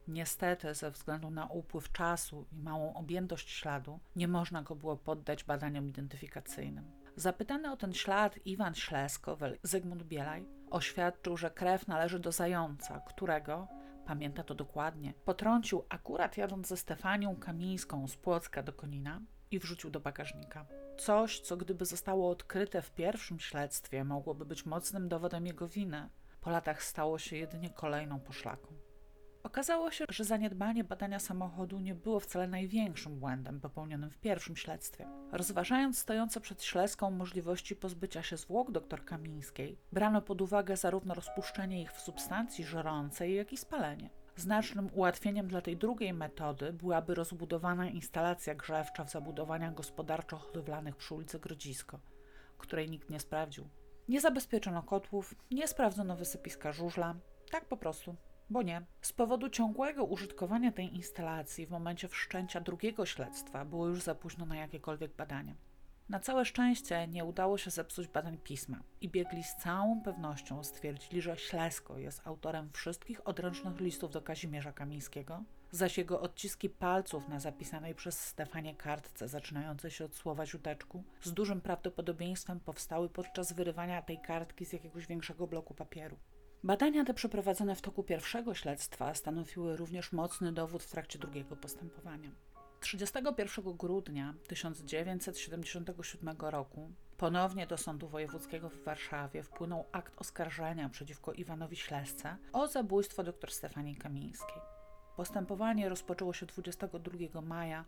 Niestety, ze względu na upływ czasu i małą objętość śladu, nie można go było poddać badaniom identyfikacyjnym. Zapytany o ten ślad Iwan Ślesko, Zygmunt Bielaj, oświadczył, że krew należy do zająca, którego, pamięta to dokładnie, potrącił akurat jadąc ze Stefanią Kamińską z Płocka do Konina i wrzucił do bagażnika. Coś, co gdyby zostało odkryte w pierwszym śledztwie, mogłoby być mocnym dowodem jego winy. Po latach stało się jedynie kolejną poszlaką. Okazało się, że zaniedbanie badania samochodu nie było wcale największym błędem popełnionym w pierwszym śledztwie. Rozważając stojące przed Śleską możliwości pozbycia się zwłok dr Kamińskiej, brano pod uwagę zarówno rozpuszczenie ich w substancji żrącej, jak i spalenie. Znacznym ułatwieniem dla tej drugiej metody byłaby rozbudowana instalacja grzewcza w zabudowaniach gospodarczo-hodowlanych przy ulicy Grodzisko, której nikt nie sprawdził. Nie zabezpieczono kotłów, nie sprawdzono wysypiska żużla, tak po prostu. Bo nie. Z powodu ciągłego użytkowania tej instalacji w momencie wszczęcia drugiego śledztwa było już za późno na jakiekolwiek badania. Na całe szczęście nie udało się zepsuć badań pisma i biegli z całą pewnością stwierdzili, że Ślesko jest autorem wszystkich odręcznych listów do Kazimierza Kamińskiego, zaś jego odciski palców na zapisanej przez Stefanię kartce zaczynającej się od słowa ziuteczku z dużym prawdopodobieństwem powstały podczas wyrywania tej kartki z jakiegoś większego bloku papieru. Badania te przeprowadzone w toku pierwszego śledztwa stanowiły również mocny dowód w trakcie drugiego postępowania. 31 grudnia 1977 roku ponownie do Sądu Wojewódzkiego w Warszawie wpłynął akt oskarżenia przeciwko Iwanowi Ślesce o zabójstwo dr Stefanii Kamińskiej. Postępowanie rozpoczęło się 22 maja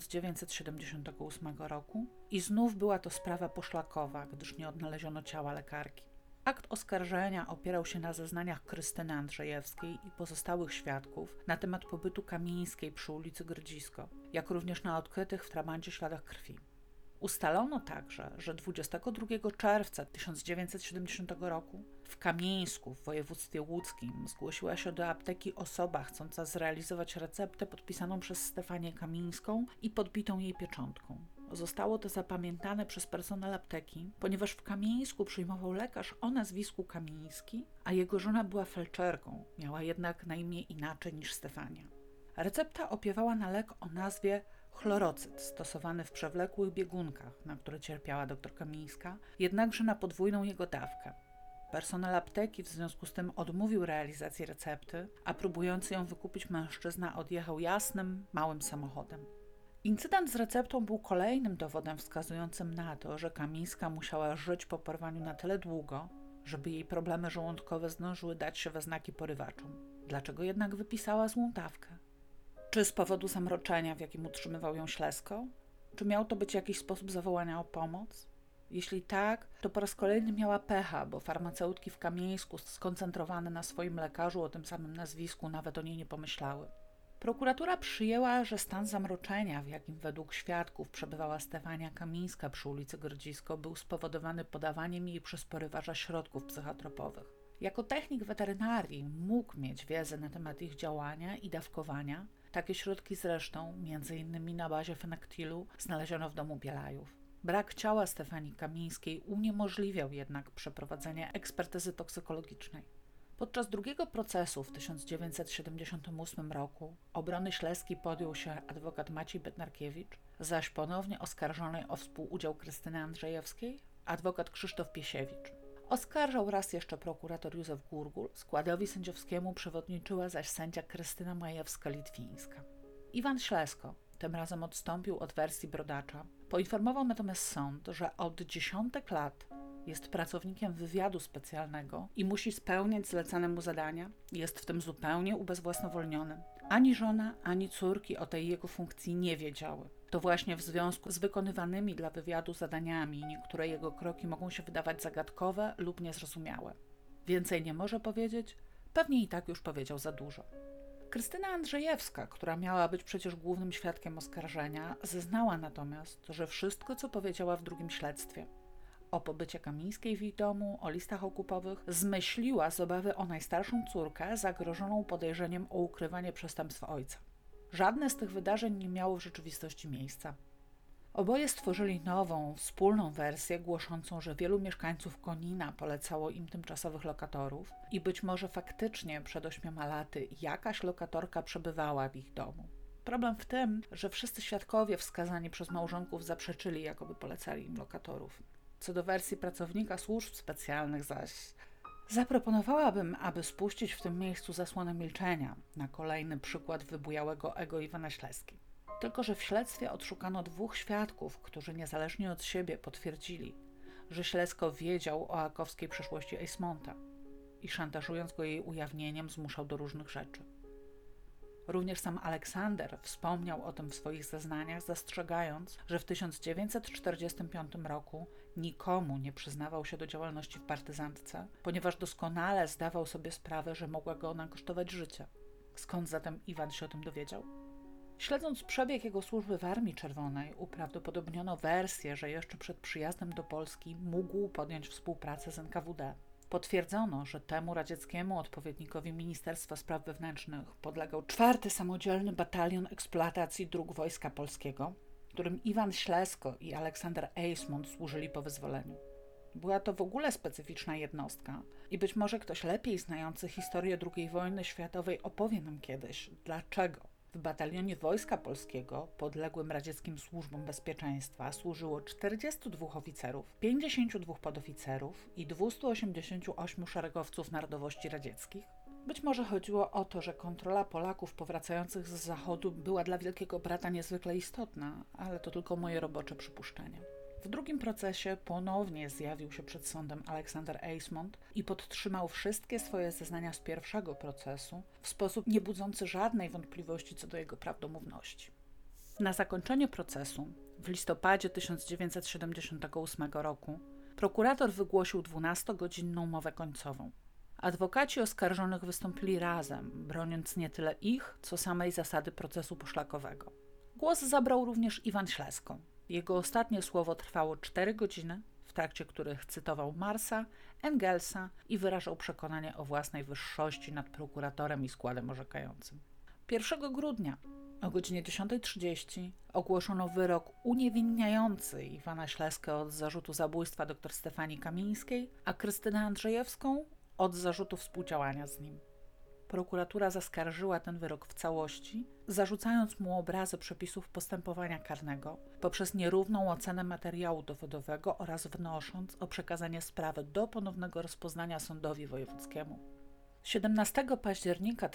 1978 roku i znów była to sprawa poszlakowa, gdyż nie odnaleziono ciała lekarki. Akt oskarżenia opierał się na zeznaniach Krystyny Andrzejewskiej i pozostałych świadków na temat pobytu Kamińskiej przy ulicy Grodzisko, jak również na odkrytych w trabancie śladach krwi. Ustalono także, że 22 czerwca 1970 roku w Kamieńsku w województwie łódzkim zgłosiła się do apteki osoba chcąca zrealizować receptę podpisaną przez Stefanię Kamińską i podbitą jej pieczątką. Zostało to zapamiętane przez personel apteki, ponieważ w Kamieńsku przyjmował lekarz o nazwisku Kamiński, a jego żona była felczerką, miała jednak na imię inaczej niż Stefania. Recepta opiewała na lek o nazwie chlorocyt, stosowany w przewlekłych biegunkach, na które cierpiała dr Kamińska, jednakże na podwójną jego dawkę. Personel apteki w związku z tym odmówił realizacji recepty, a próbujący ją wykupić mężczyzna odjechał jasnym, małym samochodem. Incydent z receptą był kolejnym dowodem wskazującym na to, że Kamińska musiała żyć po porwaniu na tyle długo, żeby jej problemy żołądkowe zdążyły dać się we znaki porywaczom. Dlaczego jednak wypisała złą dawkę? Czy z powodu zamroczenia, w jakim utrzymywał ją Ślesko? Czy miał to być jakiś sposób zawołania o pomoc? Jeśli tak, to po raz kolejny miała pecha, bo farmaceutki w Kamieńsku skoncentrowane na swoim lekarzu o tym samym nazwisku nawet o niej nie pomyślały. Prokuratura przyjęła, że stan zamroczenia, w jakim według świadków przebywała Stefania Kamińska przy ulicy Grodzisko, był spowodowany podawaniem jej przez porywacza środków psychotropowych. Jako technik weterynarii mógł mieć wiedzę na temat ich działania i dawkowania. Takie środki zresztą, m.in. na bazie fenektilu, znaleziono w domu Bielajów. Brak ciała Stefanii Kamińskiej uniemożliwiał jednak przeprowadzenie ekspertyzy toksykologicznej. Podczas drugiego procesu w 1978 roku obrony Śleskiej podjął się adwokat Maciej Bednarkiewicz, zaś ponownie oskarżonej o współudział Krystyny Andrzejewskiej adwokat Krzysztof Piesiewicz. Oskarżał raz jeszcze prokurator Józef Gurgul, składowi sędziowskiemu przewodniczyła zaś sędzia Krystyna Majewska-Litwińska. Iwan Ślesko tym razem odstąpił od wersji brodacza. Poinformował natomiast sąd, że od dziesiątek lat jest pracownikiem wywiadu specjalnego i musi spełniać zlecane mu zadania. Jest w tym zupełnie ubezwłasnowolniony. Ani żona, ani córki o tej jego funkcji nie wiedziały. To właśnie w związku z wykonywanymi dla wywiadu zadaniami niektóre jego kroki mogą się wydawać zagadkowe lub niezrozumiałe. Więcej nie może powiedzieć, pewnie i tak już powiedział za dużo. Krystyna Andrzejewska, która miała być przecież głównym świadkiem oskarżenia, zeznała natomiast, że wszystko, co powiedziała w drugim śledztwie o pobycie Kamińskiej w jej domu, o listach okupowych, zmyśliła z obawy o najstarszą córkę zagrożoną podejrzeniem o ukrywanie przestępstw ojca. Żadne z tych wydarzeń nie miało w rzeczywistości miejsca. Oboje stworzyli nową, wspólną wersję głoszącą, że wielu mieszkańców Konina polecało im tymczasowych lokatorów i być może faktycznie przed 8 laty jakaś lokatorka przebywała w ich domu. Problem w tym, że wszyscy świadkowie wskazani przez małżonków zaprzeczyli, jakoby polecali im lokatorów. Co do wersji pracownika służb specjalnych zaś, zaproponowałabym, aby spuścić w tym miejscu zasłonę milczenia na kolejny przykład wybujałego ego Iwana Śleski. Tylko że w śledztwie odszukano 2 świadków, którzy niezależnie od siebie potwierdzili, że Ślesko wiedział o akowskiej przeszłości Eysmonta i szantażując go jej ujawnieniem zmuszał do różnych rzeczy. Również sam Aleksander wspomniał o tym w swoich zeznaniach, zastrzegając, że w 1945 roku nikomu nie przyznawał się do działalności w partyzantce, ponieważ doskonale zdawał sobie sprawę, że mogła go ona kosztować życia. Skąd zatem Iwan się o tym dowiedział? Śledząc przebieg jego służby w Armii Czerwonej, uprawdopodobniono wersję, że jeszcze przed przyjazdem do Polski mógł podjąć współpracę z NKWD. Potwierdzono, że temu radzieckiemu odpowiednikowi Ministerstwa Spraw Wewnętrznych podlegał 4. Samodzielny Batalion Eksploatacji Dróg Wojska Polskiego, którym Iwan Ślesko i Aleksander Eysmont służyli po wyzwoleniu. Była to w ogóle specyficzna jednostka i być może ktoś lepiej znający historię II wojny światowej opowie nam kiedyś, dlaczego w batalionie Wojska Polskiego, podległym radzieckim służbom bezpieczeństwa, służyło 42 oficerów, 52 podoficerów i 288 szeregowców narodowości radzieckich. Być może chodziło o to, że kontrola Polaków powracających z Zachodu była dla Wielkiego Brata niezwykle istotna, ale to tylko moje robocze przypuszczenie. W drugim procesie ponownie zjawił się przed sądem Aleksander Eysmont i podtrzymał wszystkie swoje zeznania z pierwszego procesu w sposób nie budzący żadnej wątpliwości co do jego prawdomówności. Na zakończenie procesu w listopadzie 1978 roku prokurator wygłosił 12-godzinną mowę końcową. Adwokaci oskarżonych wystąpili razem, broniąc nie tyle ich, co samej zasady procesu poszlakowego. Głos zabrał również Iwan Ślesko. Jego ostatnie słowo trwało 4 godziny, w trakcie których cytował Marsa, Engelsa i wyrażał przekonanie o własnej wyższości nad prokuratorem i składem orzekającym. 1 grudnia o godzinie 10:30 ogłoszono wyrok uniewinniający Iwana Śleskę od zarzutu zabójstwa dr Stefanii Kamińskiej, a Krystynę Andrzejewską od zarzutu współdziałania z nim. Prokuratura zaskarżyła ten wyrok w całości, zarzucając mu obrazę przepisów postępowania karnego poprzez nierówną ocenę materiału dowodowego oraz wnosząc o przekazanie sprawy do ponownego rozpoznania sądowi wojewódzkiemu. 17 października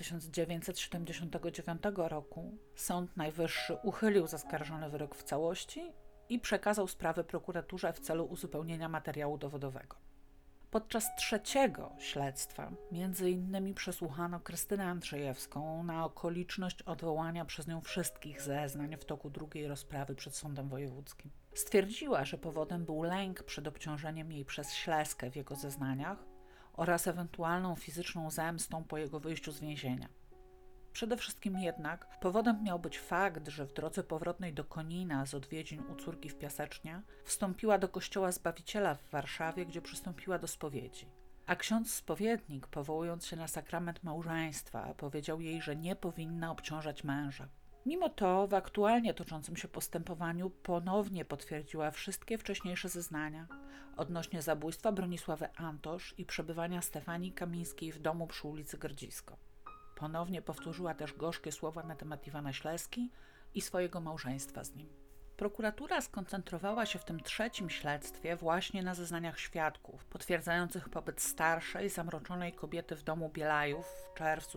1979 roku Sąd Najwyższy uchylił zaskarżony wyrok w całości i przekazał sprawę prokuraturze w celu uzupełnienia materiału dowodowego. Podczas trzeciego śledztwa między innymi przesłuchano Krystynę Andrzejewską na okoliczność odwołania przez nią wszystkich zeznań w toku drugiej rozprawy przed sądem wojewódzkim. Stwierdziła, że powodem był lęk przed obciążeniem jej przez Śleskę w jego zeznaniach oraz ewentualną fizyczną zemstą po jego wyjściu z więzienia. Przede wszystkim jednak powodem miał być fakt, że w drodze powrotnej do Konina z odwiedzin u córki w Piasecznie wstąpiła do kościoła Zbawiciela w Warszawie, gdzie przystąpiła do spowiedzi. A ksiądz spowiednik, powołując się na sakrament małżeństwa, powiedział jej, że nie powinna obciążać męża. Mimo to w aktualnie toczącym się postępowaniu ponownie potwierdziła wszystkie wcześniejsze zeznania odnośnie zabójstwa Bronisławy Antosz i przebywania Stefanii Kamińskiej w domu przy ulicy Grodzisko. Ponownie powtórzyła też gorzkie słowa na temat Iwana Śleski i swojego małżeństwa z nim. Prokuratura skoncentrowała się w tym trzecim śledztwie właśnie na zeznaniach świadków, potwierdzających pobyt starszej, zamroczonej kobiety w domu Bielajów w czerwcu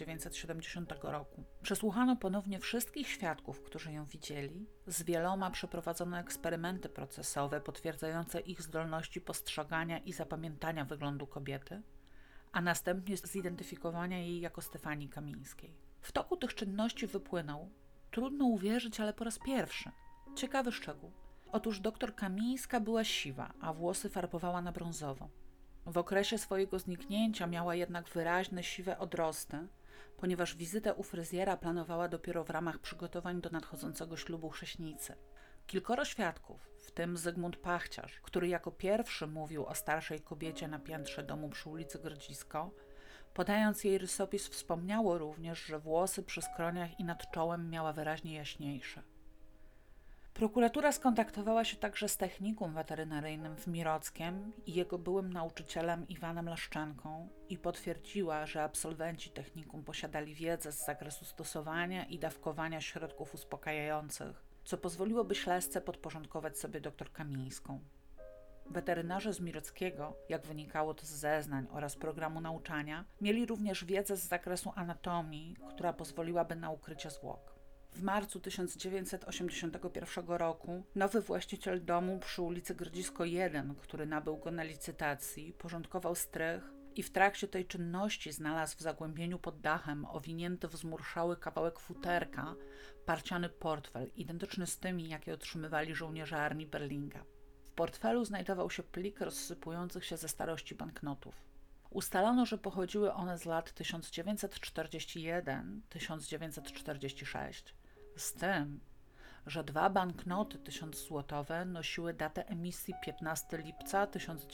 1970 roku. Przesłuchano ponownie wszystkich świadków, którzy ją widzieli. Z wieloma przeprowadzono eksperymenty procesowe potwierdzające ich zdolności postrzegania i zapamiętania wyglądu kobiety, a następnie zidentyfikowania jej jako Stefanii Kamińskiej. W toku tych czynności wypłynął, trudno uwierzyć, ale po raz pierwszy, ciekawy szczegół. Otóż dr Kamińska była siwa, a włosy farbowała na brązowo. W okresie swojego zniknięcia miała jednak wyraźne siwe odrosty, ponieważ wizytę u fryzjera planowała dopiero w ramach przygotowań do nadchodzącego ślubu chrzestnicy. Kilkoro świadków, w tym Zygmunt Pachciarz, który jako pierwszy mówił o starszej kobiecie na piętrze domu przy ulicy Grodzisko, podając jej rysopis, wspomniało również, że włosy przy skroniach i nad czołem miała wyraźnie jaśniejsze. Prokuratura skontaktowała się także z technikum weterynaryjnym w Mirockiem i jego byłym nauczycielem Iwanem Leszczenką i potwierdziła, że absolwenci technikum posiadali wiedzę z zakresu stosowania i dawkowania środków uspokajających, co pozwoliłoby Ślesce podporządkować sobie dr Kamińską. Weterynarze z Mirockiego, jak wynikało to z zeznań oraz programu nauczania, mieli również wiedzę z zakresu anatomii, która pozwoliłaby na ukrycie zwłok. W marcu 1981 roku nowy właściciel domu przy ulicy Grodzisko 1, który nabył go na licytacji, porządkował strych i w trakcie tej czynności znalazł w zagłębieniu pod dachem owinięty w zmurszały kawałek futerka, parciany portfel, identyczny z tymi, jakie otrzymywali żołnierze armii Berlinga. W portfelu znajdował się plik rozsypujących się ze starości banknotów. Ustalono, że pochodziły one z lat 1941-1946, z tym, że 2 banknoty 1000-złotowe nosiły datę emisji 15 lipca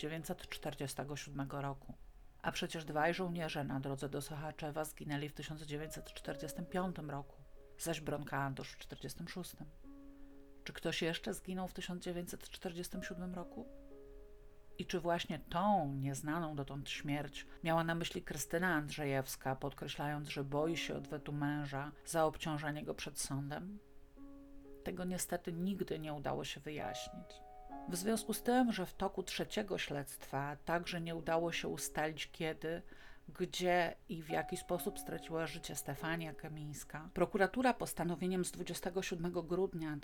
1947 roku. A przecież 2 żołnierze na drodze do Sochaczewa zginęli w 1945 roku, zaś Bronka Antosz w 1946. Czy ktoś jeszcze zginął w 1947 roku? I czy właśnie tą nieznaną dotąd śmierć miała na myśli Krystyna Andrzejewska, podkreślając, że boi się odwetu męża za obciążenie go przed sądem? Tego niestety nigdy nie udało się wyjaśnić. W związku z tym, że w toku trzeciego śledztwa także nie udało się ustalić kiedy, gdzie i w jaki sposób straciła życie Stefania Kamińska, prokuratura postanowieniem z 27 grudnia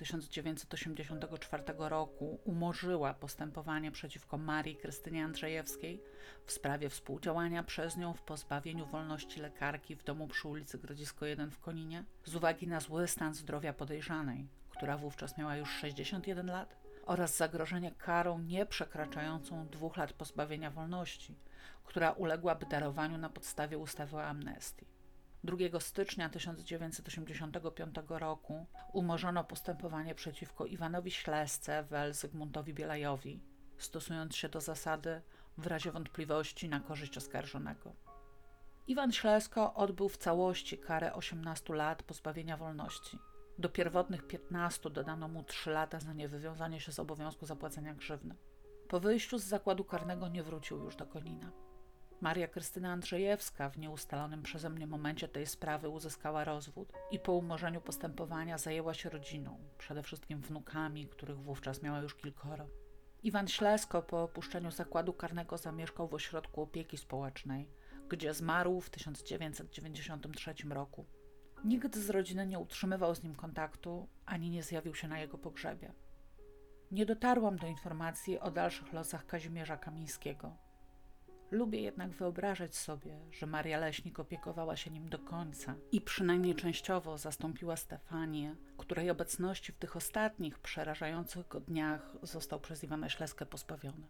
1984 roku umorzyła postępowanie przeciwko Marii Krystynie Andrzejewskiej w sprawie współdziałania przez nią w pozbawieniu wolności lekarki w domu przy ulicy Grodzisko 1 w Koninie z uwagi na zły stan zdrowia podejrzanej, która wówczas miała już 61 lat, oraz zagrożenie karą nie przekraczającą 2 lat pozbawienia wolności, która uległaby darowaniu na podstawie ustawy o amnestii. 2 stycznia 1985 roku umorzono postępowanie przeciwko Iwanowi Ślesce wel Zygmuntowi Bielajowi, stosując się do zasady w razie wątpliwości na korzyść oskarżonego. Iwan Ślesko odbył w całości karę 18 lat pozbawienia wolności. Do pierwotnych 15 dodano mu 3 lata za niewywiązanie się z obowiązku zapłacenia grzywny. Po wyjściu z zakładu karnego nie wrócił już do Konina. Maria Krystyna Andrzejewska w nieustalonym przeze mnie momencie tej sprawy uzyskała rozwód i po umorzeniu postępowania zajęła się rodziną, przede wszystkim wnukami, których wówczas miała już kilkoro. Iwan Ślesko po opuszczeniu zakładu karnego zamieszkał w ośrodku opieki społecznej, gdzie zmarł w 1993 roku. Nikt z rodziny nie utrzymywał z nim kontaktu, ani nie zjawił się na jego pogrzebie. Nie dotarłam do informacji o dalszych losach Kazimierza Kamińskiego. Lubię jednak wyobrażać sobie, że Maria Leśnik opiekowała się nim do końca i przynajmniej częściowo zastąpiła Stefanię, której obecności w tych ostatnich, przerażających go dniach został przez Iwana Śleskę pozbawiony.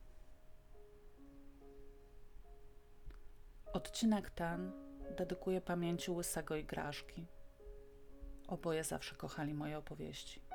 Odcinek ten dedykuję pamięci Łysego i Graszki. Oboje zawsze kochali moje opowieści.